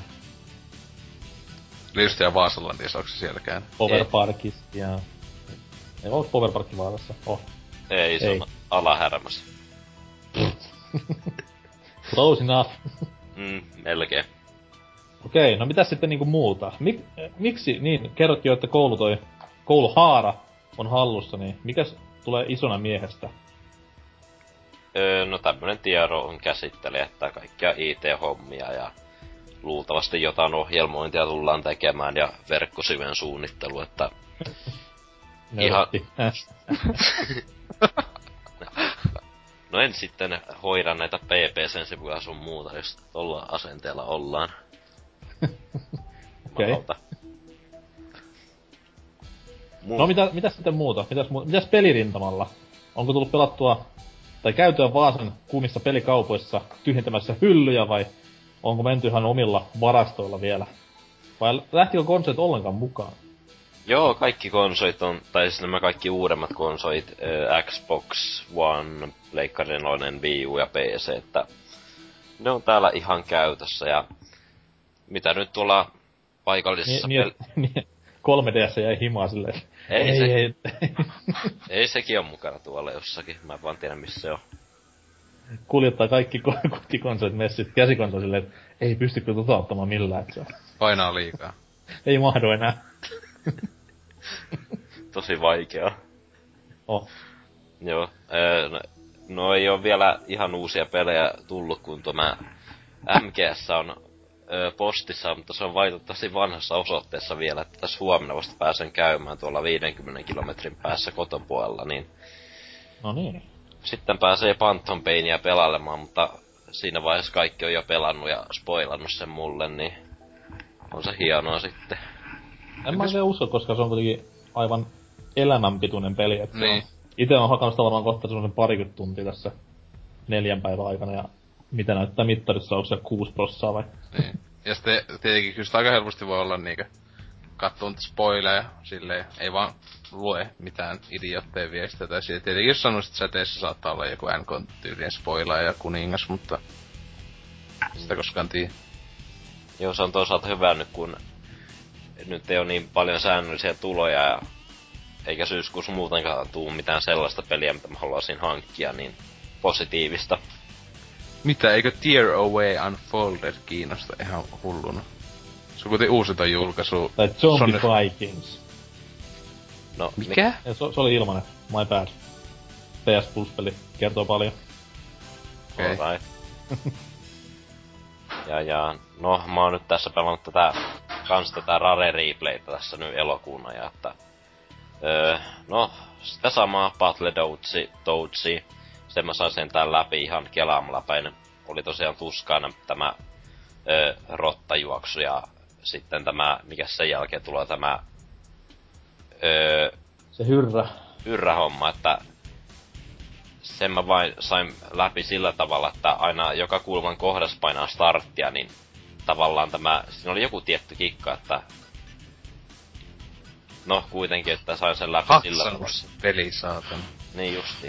Just ja Vaasalandissa, onks se siellä käynyt? Powerparkissa ja... Ei oo Powerparkki Vaasassa, oh. Ei, se ei. on alahärmässä. Close enough. Mm, melkein. Okei, no mitäs sitten niinku muuta? Mik, miksi, niin, kerrotkin jo, että koulu toi, kouluhaara on hallussa, niin mikäs tulee isona miehestä? Öö, no tämmönen tiedon käsitteli, että kaikkia I T-hommia ja luultavasti jotain ohjelmointia tullaan tekemään ja verkkosiven suunnittelu, että ihan... No en sitten hoida näitä P P C-sivuja sun muuta, jos tolla asenteella ollaan. Okei. Okay. Muu... No mitä, mitäs sitten muuta? Mitäs, mu- mitäs pelirintamalla? Onko tullut pelattua tai käytyä Vaasan kuumissa pelikaupoissa tyhjentämässä hyllyjä vai onko menty ihan omilla varastoilla vielä? Vai lähtikö konsolit ollenkaan mukaan? Joo, kaikki konsolit on, tai siis nämä kaikki uudemmat konsolit, äh, Xbox One, Pleikkari nelonen, Wii U ja P C, että ne on täällä ihan käytössä ja mitä nyt tuolla paikallisissa... Niin, pel- niin, kolme D S jäi himaa silleen. Ei, ei, se, ei. ei sekin on mukana tuolla jossakin, mä en vaan tiedä missä se on. Kuljettaa kaikki kotikonsolit messit käsikonsolille, että ei pystykö tota ottamaan millään, että se on. Painaa liikaa. Ei mahdu enää. Tosi vaikeaa. Oh. Joo, no, no ei oo vielä ihan uusia pelejä tullut, kun tämä M G S on ö, postissa, mutta se on valitettavasti vanhassa osoitteessa vielä, että tässä huomenna vasta pääsen käymään tuolla viidenkymmenen kilometrin päässä kotopuolella, niin... No niin. Sitten pääsee Phantom Painia pelailemaan, mutta siinä vaiheessa kaikki on jo pelannut ja spoilannut sen mulle, niin on se hienoa sitten. En mä oikein usko, koska se on kuitenkin aivan elämänpituinen peli, että niin. Ite on hakannut sitä varmaan kohta semmonen parikymmentä tuntia tässä neljän päivän aikana ja mitä näyttää mittarissa, onko se kuusi prossaa vai? Niin. Ja sitten tietenkin kyllä sitä aika helposti voi olla niinkö kattuun spoileja silleen, ei vaan lue mitään idiotteja viestejä tai siitä. Tietenkin jos sanoisit säteessä saattaa olla joku N K-tyylien spoilaaja ja kuningas, mutta sitä koskaan tiedä. Joo, se on toisaalta hyvä nyt, kun nyt ei oo niin paljon säännöllisiä tuloja ja eikä syyskuussa muutenkaan tuu mitään sellaista peliä, mitä mä haluaisin hankkia, niin positiivista. Mitä, eikö Tear Away Unfolded kiinnosta ihan hulluna? Se on kuitenkin uusinta julkaisu. Tai Zombie Sonne... Vikings. No, mikä? Mi- se, se oli ilmanen, my bad. P S Plus-peli kertoo paljon. Okei. Okay. Alright. ja ja, no mä oon nyt tässä pelannut tätä, kans tätä Rare Replaytä tässä nyt elokuun ajan, että... Öö, no, sitä samaa Battletoadsi, Toadsi, sen mä sain sentään läpi ihan kelaamalla päin. Oli tosiaan tuskainen tämä öö, rottajuoksu ja sitten tämä, mikä sen jälkeen tulee tämä... Öö, se hyrrä. Hyrrä-homma, että sen mä vain sain läpi sillä tavalla, että aina joka kulman kohdassa painaa starttia, niin tavallaan tämä, siinä oli joku tietty kikka, että no kuitenkin, että sain sen läpi sillä tavalla. Peli, saatan. Niin justi.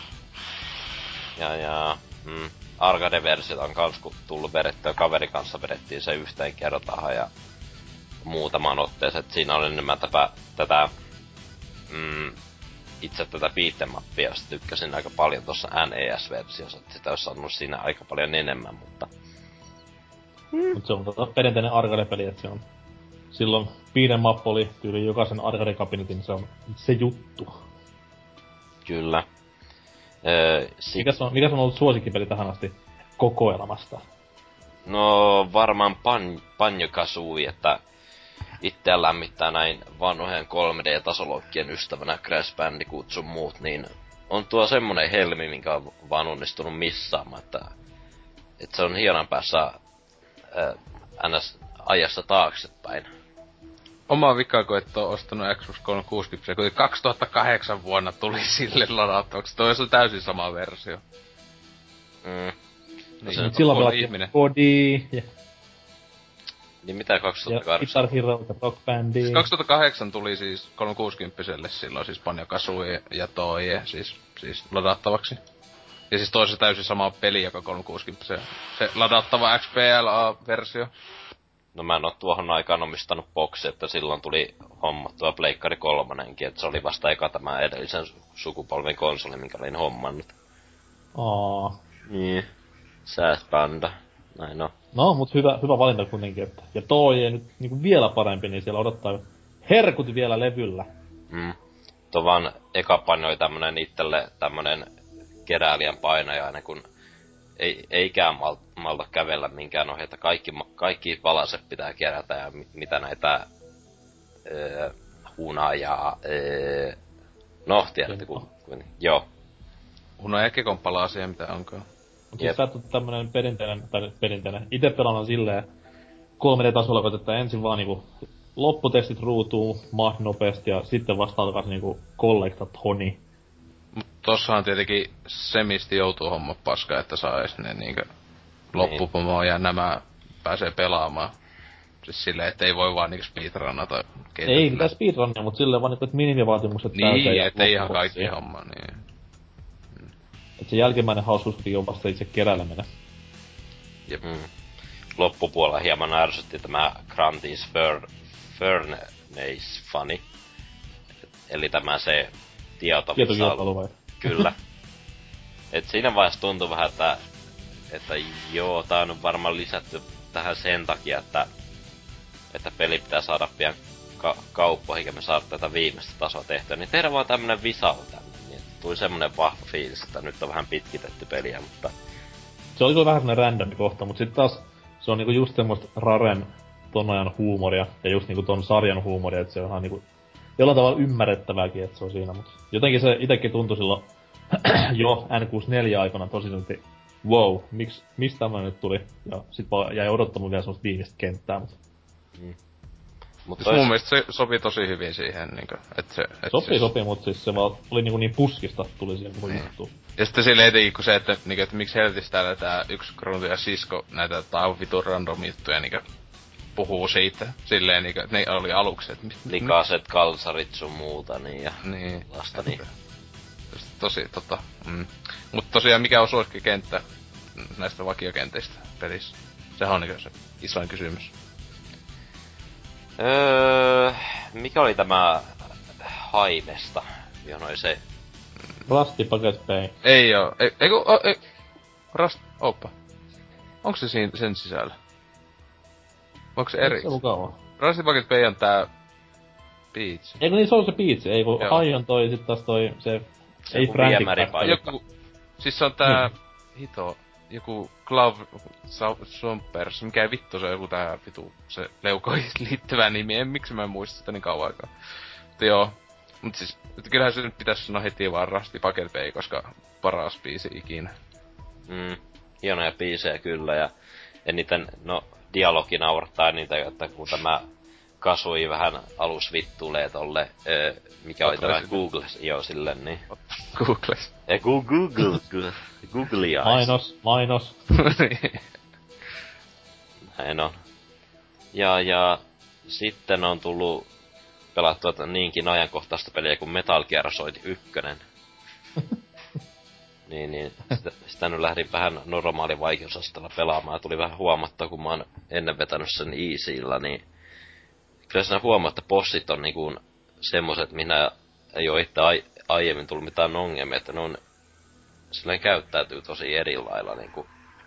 Ja ja, mm, arcade-versiot on kans kun tullut vedettyä, kaverin kanssa vedettiin se yhteen kertaan ja muutamaan otteeseen, että siinä oli enemmän tätä, tätä mm, itse tätä beat'em-mappia, josta tykkäsin aika paljon tossa N E S-versiossa, että sitä olisi saanut siinä aika paljon enemmän, mutta... Mm. Mut se on tota perinteinen arcade-peli, että se on... Silloin beat'em up oli tyyli jokaisen arcade-kabinetin, se on se juttu. Kyllä. Öö, sit... mikäs, on, mikäs on ollut suosikkipeli tähän asti kokoelmasta? No varmaan pan, Banjo-Kazooie, että itseään lämmittää näin vanhojen kolme D-tasoloikkien ystävänä Crash Bandicoot sun muut, niin on tuo semmonen helmi, minkä on vaan onnistunut missaamaan, että, että se on hienon päässä äh, ns. Ajassa taaksepäin. Oma vika, kun et oo ostanut Xbox kolmesataakuusikymmentä, kun kaksituhattakahdeksan vuonna tuli sille ladattavaksi. Toi on täysin sama versio. Mm. No niin, nyt silloin pelattiin Body ja... Niin mitä kaksituhattakahdeksan? Ja Guitar Hero ja Rock Bandi. Siis kaksituhattakahdeksan tuli siis kolmesataakuusikymmentä silloin siis Banjo-Kazooie ja Toie siis, siis ladattavaksi. Ja siis toisessa täysin sama peli, joka kolmesataakuusikymmentä. Se, se ladattava X P L A-versio. No mä en oo tuohon aikaan omistanut boksi, että silloin tuli hommattua Pleikkari kolmonenkin, että se oli vasta eka tämä edellisen sukupolven konsoli, minkä olin hommannut. Aa. Niin. Sääspanda. Näin on. No, mut hyvä, hyvä valinta kuitenkin, että... Ja toi nyt niinku vielä parempi, niin siellä odottaa herkut vielä levyllä. Mm. Tuo vaan eka pani oli tämmönen itselle tämmönen keräilijän painajainen, kun ei, eikään mal, malta kävellä minkään ohi, että kaikki, kaikki palaset pitää kerätä ja mit, mitä näitä öö, hunajaa, öö, no tiedätte kun, kun joo. Hunaja kekon palasia, mitä onkaan. Mut siis sä et tämmönen perinteinen, tai perinteinen, ite pelannut silleen kolme D-tasolla koitetaan ensin vaan niinku lopputestit ruutuun maht nopeasti ja sitten vasta alkaa niinku kollektat honi. Mut tossahan tietenkin semisti joutuu homma paska, että saa edes ne niinkö loppupomoa ja nämä pääsee pelaamaan. Siis silleen, että ei voi vaan niinku speedrunnata keitä. Ei mitään speedrunnia, mut silleen vaan niinku, et minimivaatimukset niin, täyteen. Niin, ettei ihan kaikki homma, niin. Et se jälkimmäinen hauskuuskin on vasta itse keräileminen. Jep. Mm. Loppupuolella hieman ärsytti tämä Grantis Fur- Furnace Funny. Eli tämä se tieto, Tietokilpailu vai? Kyllä. Et siinä vaiheessa tuntui vähän, että, että joo, tää on varmaan lisätty tähän sen takia, että, että peli pitää saada pian ka- kauppoihin, eikä me saada tätä viimeistä tasoa tehtyä. Niin tehdään vaan tämmönen visau tänne. Niin tuli semmonen vahva fiilis, että nyt on vähän pitkitetty peliä, mutta... Se oli kyllä vähän semmonen randomi kohta, mut sit taas se on niinku just semmoista Raren ton ajan huumoria ja just niinku ton sarjan huumoria, että se on ihan niinku jollain tavalla ymmärrettävääkin, että se on siinä, mut jotenkin se itekin tuntui silloin jo N kuusikymmentäneljä aikana tosi silti, wow, miksi, mistä tämmönen nyt tuli? Ja sit vaan jäi odottamaan vielä semmoista viimeistä kenttää, mut... Mm. Mut siis mun mielestä se sopi tosi hyvin siihen, niinkö, että se... Et sopii, siis... sopii, mut siis se vaan oli niinku niin puskista tuli siihen koko niin. juttuun. Ja sitten silleen etenkin kun se, että, niinkö, että miksi helvetis täällä tää yksi Gruntu ja Sisko näitä tai vitun random juttuja niinkö puhuu siitä. Silleen niinkö, että ne oli aluksi, että... Likaset kalsarit sun muuta, niin ja... Niin. Lasta niin. Tosi tota... Mm. Mut tosiaan mikä on suosikkikenttä näistä vakiokenteistä pelissä? Sehän on niinkö se isoin kysymys. Öö, mikä oli tämä Haimesta? Johon oli se... Rusty Bucket Bay. Ei oo. Ei, ei, ku, ei. Rust... Oppa. Onks se siinä, sen sisällä? Onko se eri? Se mukavaa. Rusty Bucket Bay on tää... Beach. Eikö niin se on se Beach, ei kun Hai on toi, sit taas toi se... se ei Frantic joku... Siis se on tää... Hmm. Hito... Joku Glove... Swampers, mikä vittu se on joku tää vitu... Se leukoihin liittyvä nimi, en miksi mä en muista sitä niin kauan aikaa. Mutta joo. Mut siis... Kyllähän se nyt pitäis sanoa heti vaan Rusty Bucket Bay, koska paras biisi ikinä. Mm. Hienoja biisejä kyllä ja... Ja niiden... No... Dialogi naurattaa niitä, että kun tämä... Kasui vähän alus vittuulee tolle, öö, mikä oli tämä Google, joo silleen niin. Google. Ei Google, Google, Google Eyes. Mainos, mainos. Näin on. Ja, ja sitten on tullut pelattua niinkin ajankohtaista peliä kuin Metal Gear Solid yksi. niin, niin, sitä, sitä nyt lähdin vähän normaali vaikeusasteella pelaamaan ja tuli vähän huomattua, kun mä oon ennen vetänyt sen easyllä, niin kyllä siinä huomaa, että bossit on niinku semmoset, minä ei oo itse ai- aiemmin tullut mitään ongelmia, että ne on... Silleen käyttäytyy tosi eri lailla niinku...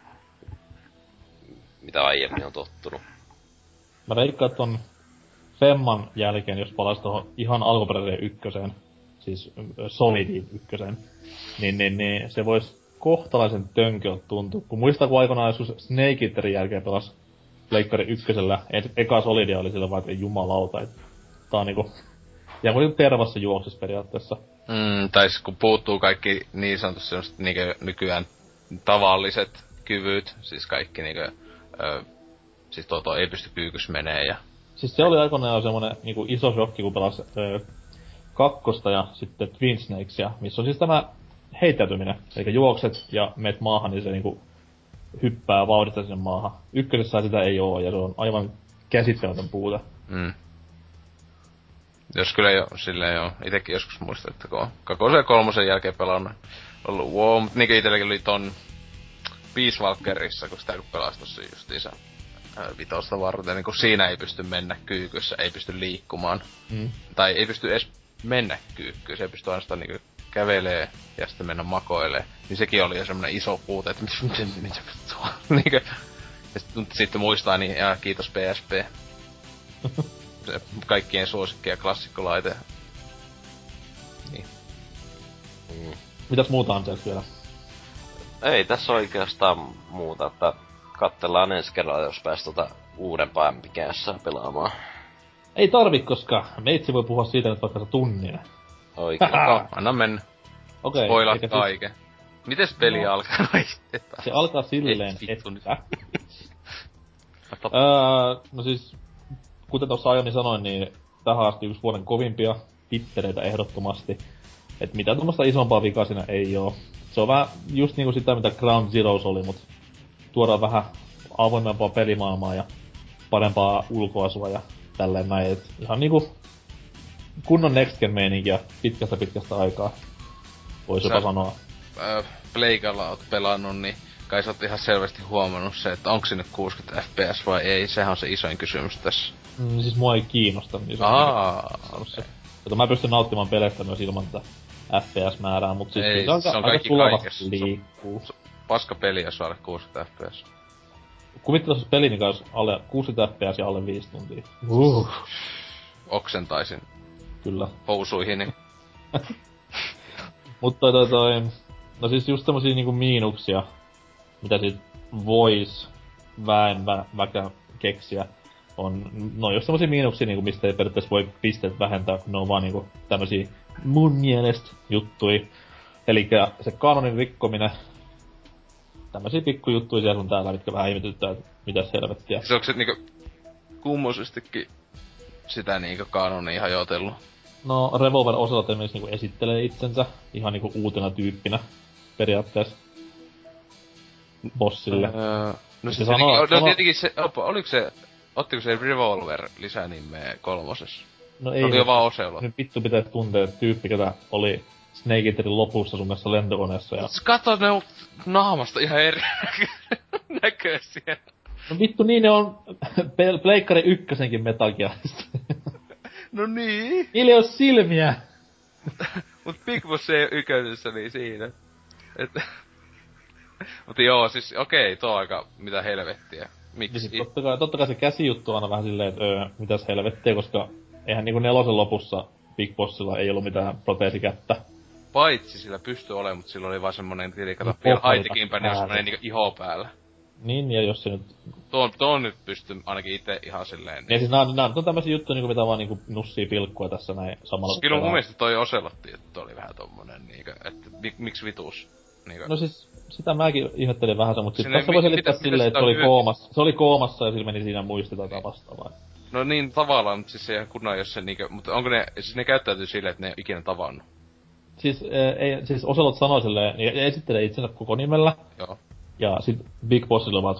Mitä aiemmin on tottunut. Mä veikkaan ton Femman jälkeen, jos palais tohon ihan alkuperäiseen ykköseen, siis Solidiin ykköseen, niin, niin, niin se vois kohtalaisen tönköltä tuntua. Kun muistaa, kun aikanaan joskus Snake Eaterin jälkeen pelas Pleikkari ykkösellä, et, eka Solidia oli sillä vaan, että jumalauta, et tää on niinku... Ja kun tervassa juoksis periaatteessa. Mm, tai siis kun puuttuu kaikki niin sanotusti semmoset niinku nykyään tavalliset kyvyt, siis kaikki niinku... Ö, siis tuo, tuo ei pysty kyykys menee ja... Siis se oli aikoinaan semmonen niinku iso shokki, kun pelas ö, kakkosta ja sitten Twin Snakesia, missä on siis tämä heittäytyminen. Eli juokset ja meet maahan, niin se niinku hyppää vauhdista sinne maahan. Ykkösessä sitä ei oo, ja se on aivan käsittämätön puute. Mm. Jos kyllä jo, silleen joo, itekin joskus muistan, että kun kakosen ja kolmosen jälkeen pelannut ollut wow, mut niinkö itelläkin oli ton Peace Walkerissa, kun sitä kun pelasi tossa justiinsa vitosta varten, niin kun siinä ei pysty mennä kyykyssä, ei pysty liikkumaan. Mm. Tai ei pysty edes mennä kyykkyyn, se ei pysty ainoastaan niinku kävelee ja sitten mennä makoilee. Niin sekin oli jo semmonen iso puute, että mitä mitä vittua. Niinkö. Ja sit, sitten muistaa niin, ja kiitos P S P. Se kaikkien suosikki ja klassikkolaite. Niin. Mm. Mitäs muuta on siellä vielä? ei tässä oikeastaan muuta, että katsellaan ensi kerralla, jos pääs tota uudempaa M P G S:ää pelaamaan. Ei tarvi, koska meitsi voi puhua siitä nyt vaikka se tunnin. Oikein. Anna mennä. Okei. Okay, spoilat kaiken. Siis... Mites peli no. alkaa? Se alkaa silleen, Et että... öö, no siis, kuten tuossa aiemmin sanoin, niin tähän asti yksi vuoden kovimpia tittereitä ehdottomasti. Et mitään tuommoista isompaa vikaa siinä ei oo. Se on vähän just niinku sitä, mitä Ground Zeroes oli, mut tuodaan vähän avoimempaa pelimaailmaa ja parempaa ulkoasua ja tälleen näin. Et ihan niinku kunnon Next Gen meininkiä pitkästä pitkästä aikaa. Vois jopa sanoa. Äh, Pleikalla oot pelannut, niin kai sä oot ihan selvästi huomannut se, että onko se nyt kuusikymmentä F P S vai ei. Sehän on se isoin kysymys tässä. Mm, siis mua ei kiinnosta. Niin Aa, se. Että mä pystyn nauttimaan peleistä myös ilman tätä F P S-määrää, mut siis ei, se on, se on aika kaikki sulavasti liikkuu. Se paska peli, jos alle kuusikymmentä F P S. Kuvittelu siis peli, mikä olisi alle kuusikymmentä F P S ja alle viisi tuntia. Uh. Oksentaisin. Kyllä. Housuihini. Mutta toi, toi toi... No siis just semmosia niinku miinuksia, mitä sit vois väen vä, väkä keksiä, on... No just semmosia miinuksia, niinku, mistä ei periaatteessa voi pisteet vähentää, kun ne on vaan niinku tämmösiä mun mielestä juttui. Elikkä se kanonin rikkominen, tämmösiä pikkujuttuja siellä on täällä, mitkä vähän ihmetyttää, että mitäs helvettiä. Se onko se niinku kummosestikin sitä niinku kanonia hajotellut? No, Revolver Ocelot esimerkiksi niinku esittelee itsensä ihan niinku uutena tyyppinä periaatteessa bossille. Öö, no se, se sanoo, sanoo, no sanoo, tietenkin se, opa, oliko se, ottiko se Revolver lisänimeä kolmosessa? No ei. Se oli jo vaan Ocelot. Nyt vittu pitäis tuntea, että tyyppi, ketä oli Snake Eaterin lopussa sun kanssa lentokoneessa ja... Kato, ne on naamasta ihan eri näköisiä. No vittu, niin ne on Pleikkari ykkösenkin Metal Gearista. No niin. Niillä ei oo silmiä. Mut Big Boss ei yköisessä, niin siinä. Et... Mut joo, siis okei, okay, tuo on aika mitä helvettiä. Miksi? Niin totta kai, totta kai se käsijuttu on aina vähän silleen, että öö, mitäs helvettiä, koska eihän niinku nelosen lopussa Big Bossilla ei ollut mitään proteesikättä. Paitsi sillä pystyi olemaan, mut sillä oli vaan semmonen, tietenkin kato, niin, vielä haitikinpä, niin on semmonen niinku iho päällä. Niin, ja jos se nyt... Tuon, tuon nyt pystyy ainakin ite ihan silleen... Niin. Ja siis nää, nää on tämmösiä juttuja, niinku, mitä vaan niinku nussii pilkkua tässä näin samalla... Kyllä mun mielestä toi Ocelotti, että oli vähän tommonen niinkö, että mik, miksi vitus? Niinkö. No siis, sitä mäkin ihmettelin vähän, mutta sit Sinne, tässä voi selittää mitä, silleen, että se oli hyöty? koomassa. Se oli koomassa ja sillä meni siinä muistita vastaavaa. No niin, tavallaan, mutta siis se ihan kunnan, jos se niinkö... Mutta onko ne... Siis ne käyttäytyy silleen, että ne ei oo ikinä tavannut. Siis, ei, siis Ocelot sanoi silleen, ja esittelee itsensä koko nimellä. Joo. Ja sit Big Bossilla vaan,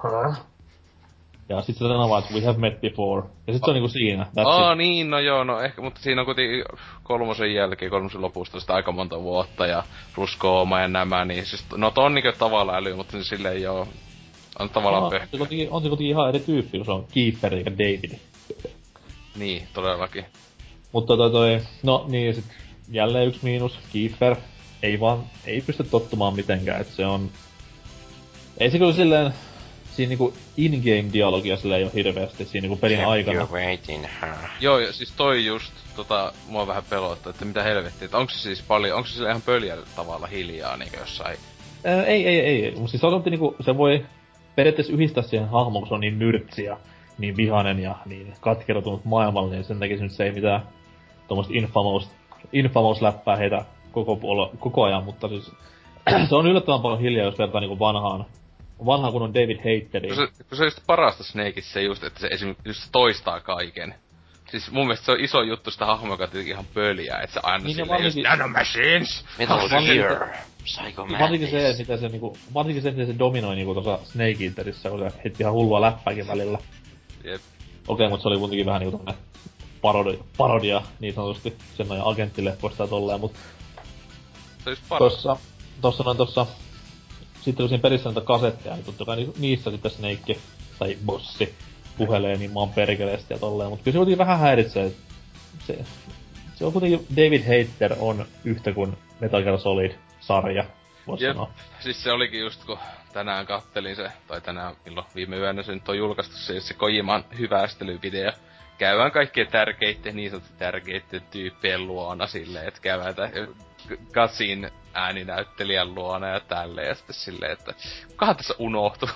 ja sit se sanoo vaan, että we have met before. Ja sit se on niinku siinä. Aa niin, no joo, no ehkä, mutta siinä on kuitenkin kolmosen jälkeen, kolmosen lopusta sitä aika monta vuotta ja plus kooma ja nämä, niin siis, no to on niinkö tavallaan äly, mutta niin silleen joo, on tavallaan no, pöhkö. Se on se kuitenkin ihan eri tyyppi, kun se on Kiefer eikä David. Niin, todellakin. Mutta toi toi, no niin, sit jälleen yksi miinus, Kiefer ei vaan, ei pysty tottumaan mitenkään, et se on... Ei se kyllä silleen, siinä niinku in-game dialogia silleen ei oo hirveästi siinä niinku pelin aikana. Joo, ja siis toi just, tota, mua vähän pelottaa, että mitä helvettiä, että onko se siis paljon, onko se sillä ihan pöljällä tavalla hiljaa niinkö jossain? Ää, ei, ei, ei, mutta siis sanotti niinku, se voi periaatteessa yhdistää siihen hahmoon, kun se on niin nyrtsi ja niin vihanen ja niin katkerotunut maailmalle, niin sen takia se ei mitään tommoista infamous, infamous läppää heitä koko, puolo, koko ajan, mutta siis se on yllättävän paljon hiljaa, jos vertaa niinku vanhaan, vanhaan kun on David Hayteriin. Kun se, kun se on just parasta Snakeissa se just, että se esimerkiksi just toistaa kaiken. Siis mun mielestä se on iso juttu sitä hahmoa, joka on ihan pöljää, että se aina niin silleen just nanomachines! Metal Gear! Psycho Mantis! Varsinkin se, mitä se niinku, varsinkin se, miten se dominoi niinku tossa Snake Eaterissä, kun se heitti ihan hullua läppääkin välillä. Jep. Okei, okay, mut se oli kuitenkin vähän niinku tommonen parodi, parodia, niin sanotusti, sen noin agenttileffoista ja tolleen, mut... Se on just paras. Tossa, tossa noin tossa... Sitten kun siinä pelissä näitä kasetteja, niin totta kai niissä sitten Snake, tai bossi, puhelee niin maan perkeleesti ja tolleen, mut kyllä se kuitenkin vähän häiritsee, että se... Se on kuitenkin, David Hayter on yhtä kuin Metal Gear Solid-sarja, vois Jep. sanoa. Siis se olikin just kun tänään kattelin se, tai tänään milloin viime yönä se nyt on julkaistu se, se Kojiman hyvästelyvideo. käydään kaikkien tärkeitten, niin sanottu tärkeitten tyyppien luona silleen, että käydään Katsin ääninäyttelijän luona ja tälleen, ja sitten silleen, että kukahan tässä unohtui?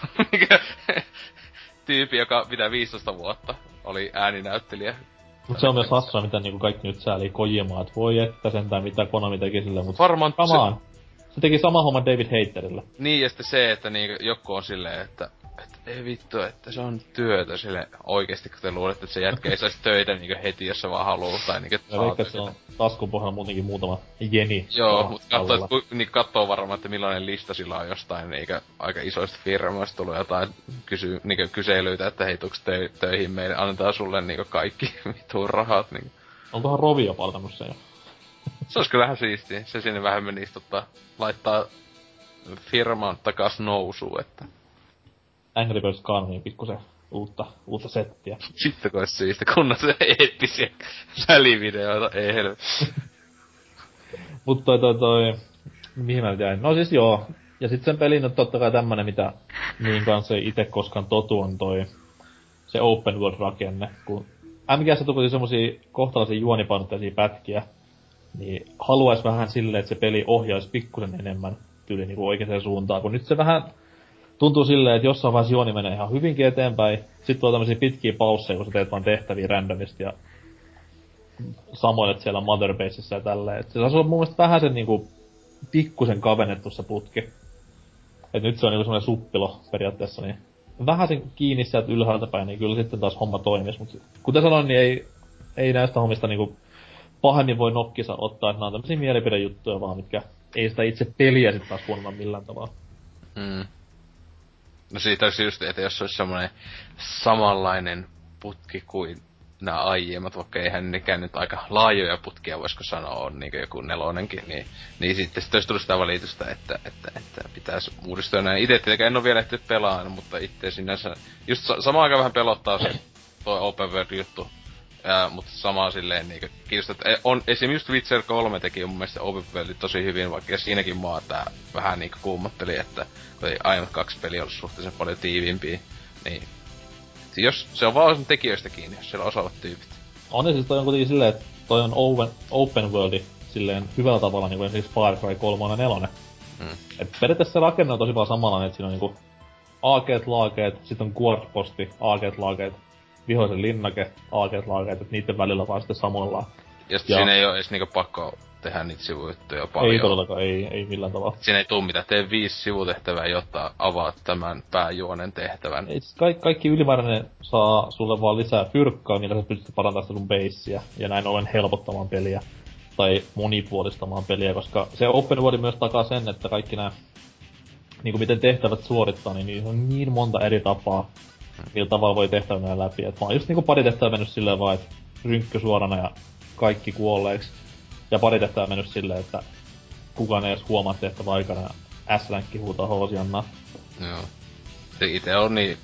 Tyyppi, joka mitä viisitoista vuotta oli ääninäyttelijä. Mut se on myös hassua, mitä niinku kaikki nyt säälii Kojimaa, et voi että sentään mitä Konami teki sille, mut varmaan samaan. Se... se teki sama homma David Hayterille. Niin, ja sitten se, että niinku joku on silleen, että että ei vittu, että se on työtä sille oikeesti, kun te luulette, että se jätkä ei saisi töitä niinku heti, jos se vaan haluu, tai niinku saa töitä. Se on taskun pohjalla muutenkin muutama jeni. Joo, mut kattoo, että niin kattoo varmaan, että millainen lista sillä on jostain niinku aika isoista firmoista tullut jotain kysy, niinku kyselyitä, että hei tuuks tö, töihin meille, annetaan sulle niinku kaikki vittuun rahat niinku. Onkohan Rovio palkannut sen jo? Se ois kyllähän siistiä, se sinne vähän menisi tota, laittaa firman takas nousuun, että Angry Birds Carniin pikkusen uutta, uutta settiä. Sitten kun ois siistä, kunnon se eeppisiä välivideoita, ei helvetti. Mut toi toi toi, mihin mä nyt jäin? No siis joo, ja sit sen pelin on totta kai tämmönen, mitä niin kanssa ei ite koskaan totu on toi, se open world rakenne. Kun M G S tuli semmosia kohtalaisia juonipainotteisia pätkiä, niin haluais vähän silleen, että se peli ohjaisi pikkusen enemmän tyyli niinku oikeeseen suuntaan, kun nyt se vähän tuntuu silleen, että jossain vaiheessa juoni menee ihan hyvinkin eteenpäin, sit tulee tämmösiä pitkiä pausseja, kun sä teet vaan tehtäviä randomisti ja samoilet siellä Mother Basessa ja tälleen. Et se saisi olla mun mielestä vähän sen niinku pikkusen kavennettu se putki. Et nyt se on niinku semmonen suppilo periaatteessa, niin vähän sen kiinni sieltä ylhäältä päin, niin kyllä sitten taas homma toimis. Mut kuten sanoin, niin ei, ei näistä hommista niinku pahemmin voi nokkisa ottaa, että nää on tämmösiä mielipidejuttuja vaan, mitkä ei sitä itse peliä sit taas huonoa millään tavalla. Mm. No siitä olisi just, että jos olisi semmoinen samanlainen putki kuin nämä aiemmat, vaikka eihän nekään nyt aika laajoja putkia, voisiko sanoa, on niin joku nelonenkin, niin, niin sitten sit olisi tullut sitä valitusta, että, että, että pitäisi uudistua näin. Itse tietenkään en ole vielä ehtinyt pelaan, mutta itse sinänsä, just samaan aikaan vähän pelottaa se toi open world juttu. Ja, mutta samaa silleen niinku kiinnostaa, että on esim. Just Witcher kolme teki mun mielestä open worldit tosi hyvin, vaikka siinäkin maa tää vähän niinku kuumotteli, että kun ei aiemmat kaksi peliä ollut suhteellisen paljon tiiviimpia, niin jos se on vaan sen tekijöistä kiinni, jos siellä osaavat tyypit. On ja siis toi on kuitenkin silleen, että toi on open, open worldi silleen hyvällä tavalla niinku esimerkiksi Far Cry kolme ja neljä. Mm. Et periaatteessa se rakenne on tosi paljon samanlainen, että siinä on niinku aakeet, laakeet, sit on guard-posti, aakeet, laakeet, vihoisen linnake, aakeet, laakeet, et niitten välillä vaan sitten samoillaan. Ja sit ja siinä ei oo edes niinku pakko tehdä niitä sivujuttuja paljon. Ei todellakaan, ei, ei millään tavalla. Siinä ei tuu mitään, tee viisi sivutehtävää, jotta avaat tämän pääjuonen tehtävän. Ei, siis kaikki, kaikki ylimääräinen saa sulle vaan lisää fyrkkaa, millä sä pystyt parantamaan sitä sun beissiä, ja näin ollen helpottamaan peliä. Tai monipuolistamaan peliä, koska se open world myös takaa sen, että kaikki nää, niinku miten tehtävät suorittaa, niin niissä on niin monta eri tapaa, millä tavalla voi tehtävä mennä läpi. Et mä oon just niinku pari tehtävää mennyt silleen vaan, että rynkky suorana ja kaikki kuolleeksi. Ja pari tehtävää mennyt silleen, että kukaan ei edes huomaa tehtävä aikana ja S-länkki huutaa hoosiannaa. Joo. Se ite on niin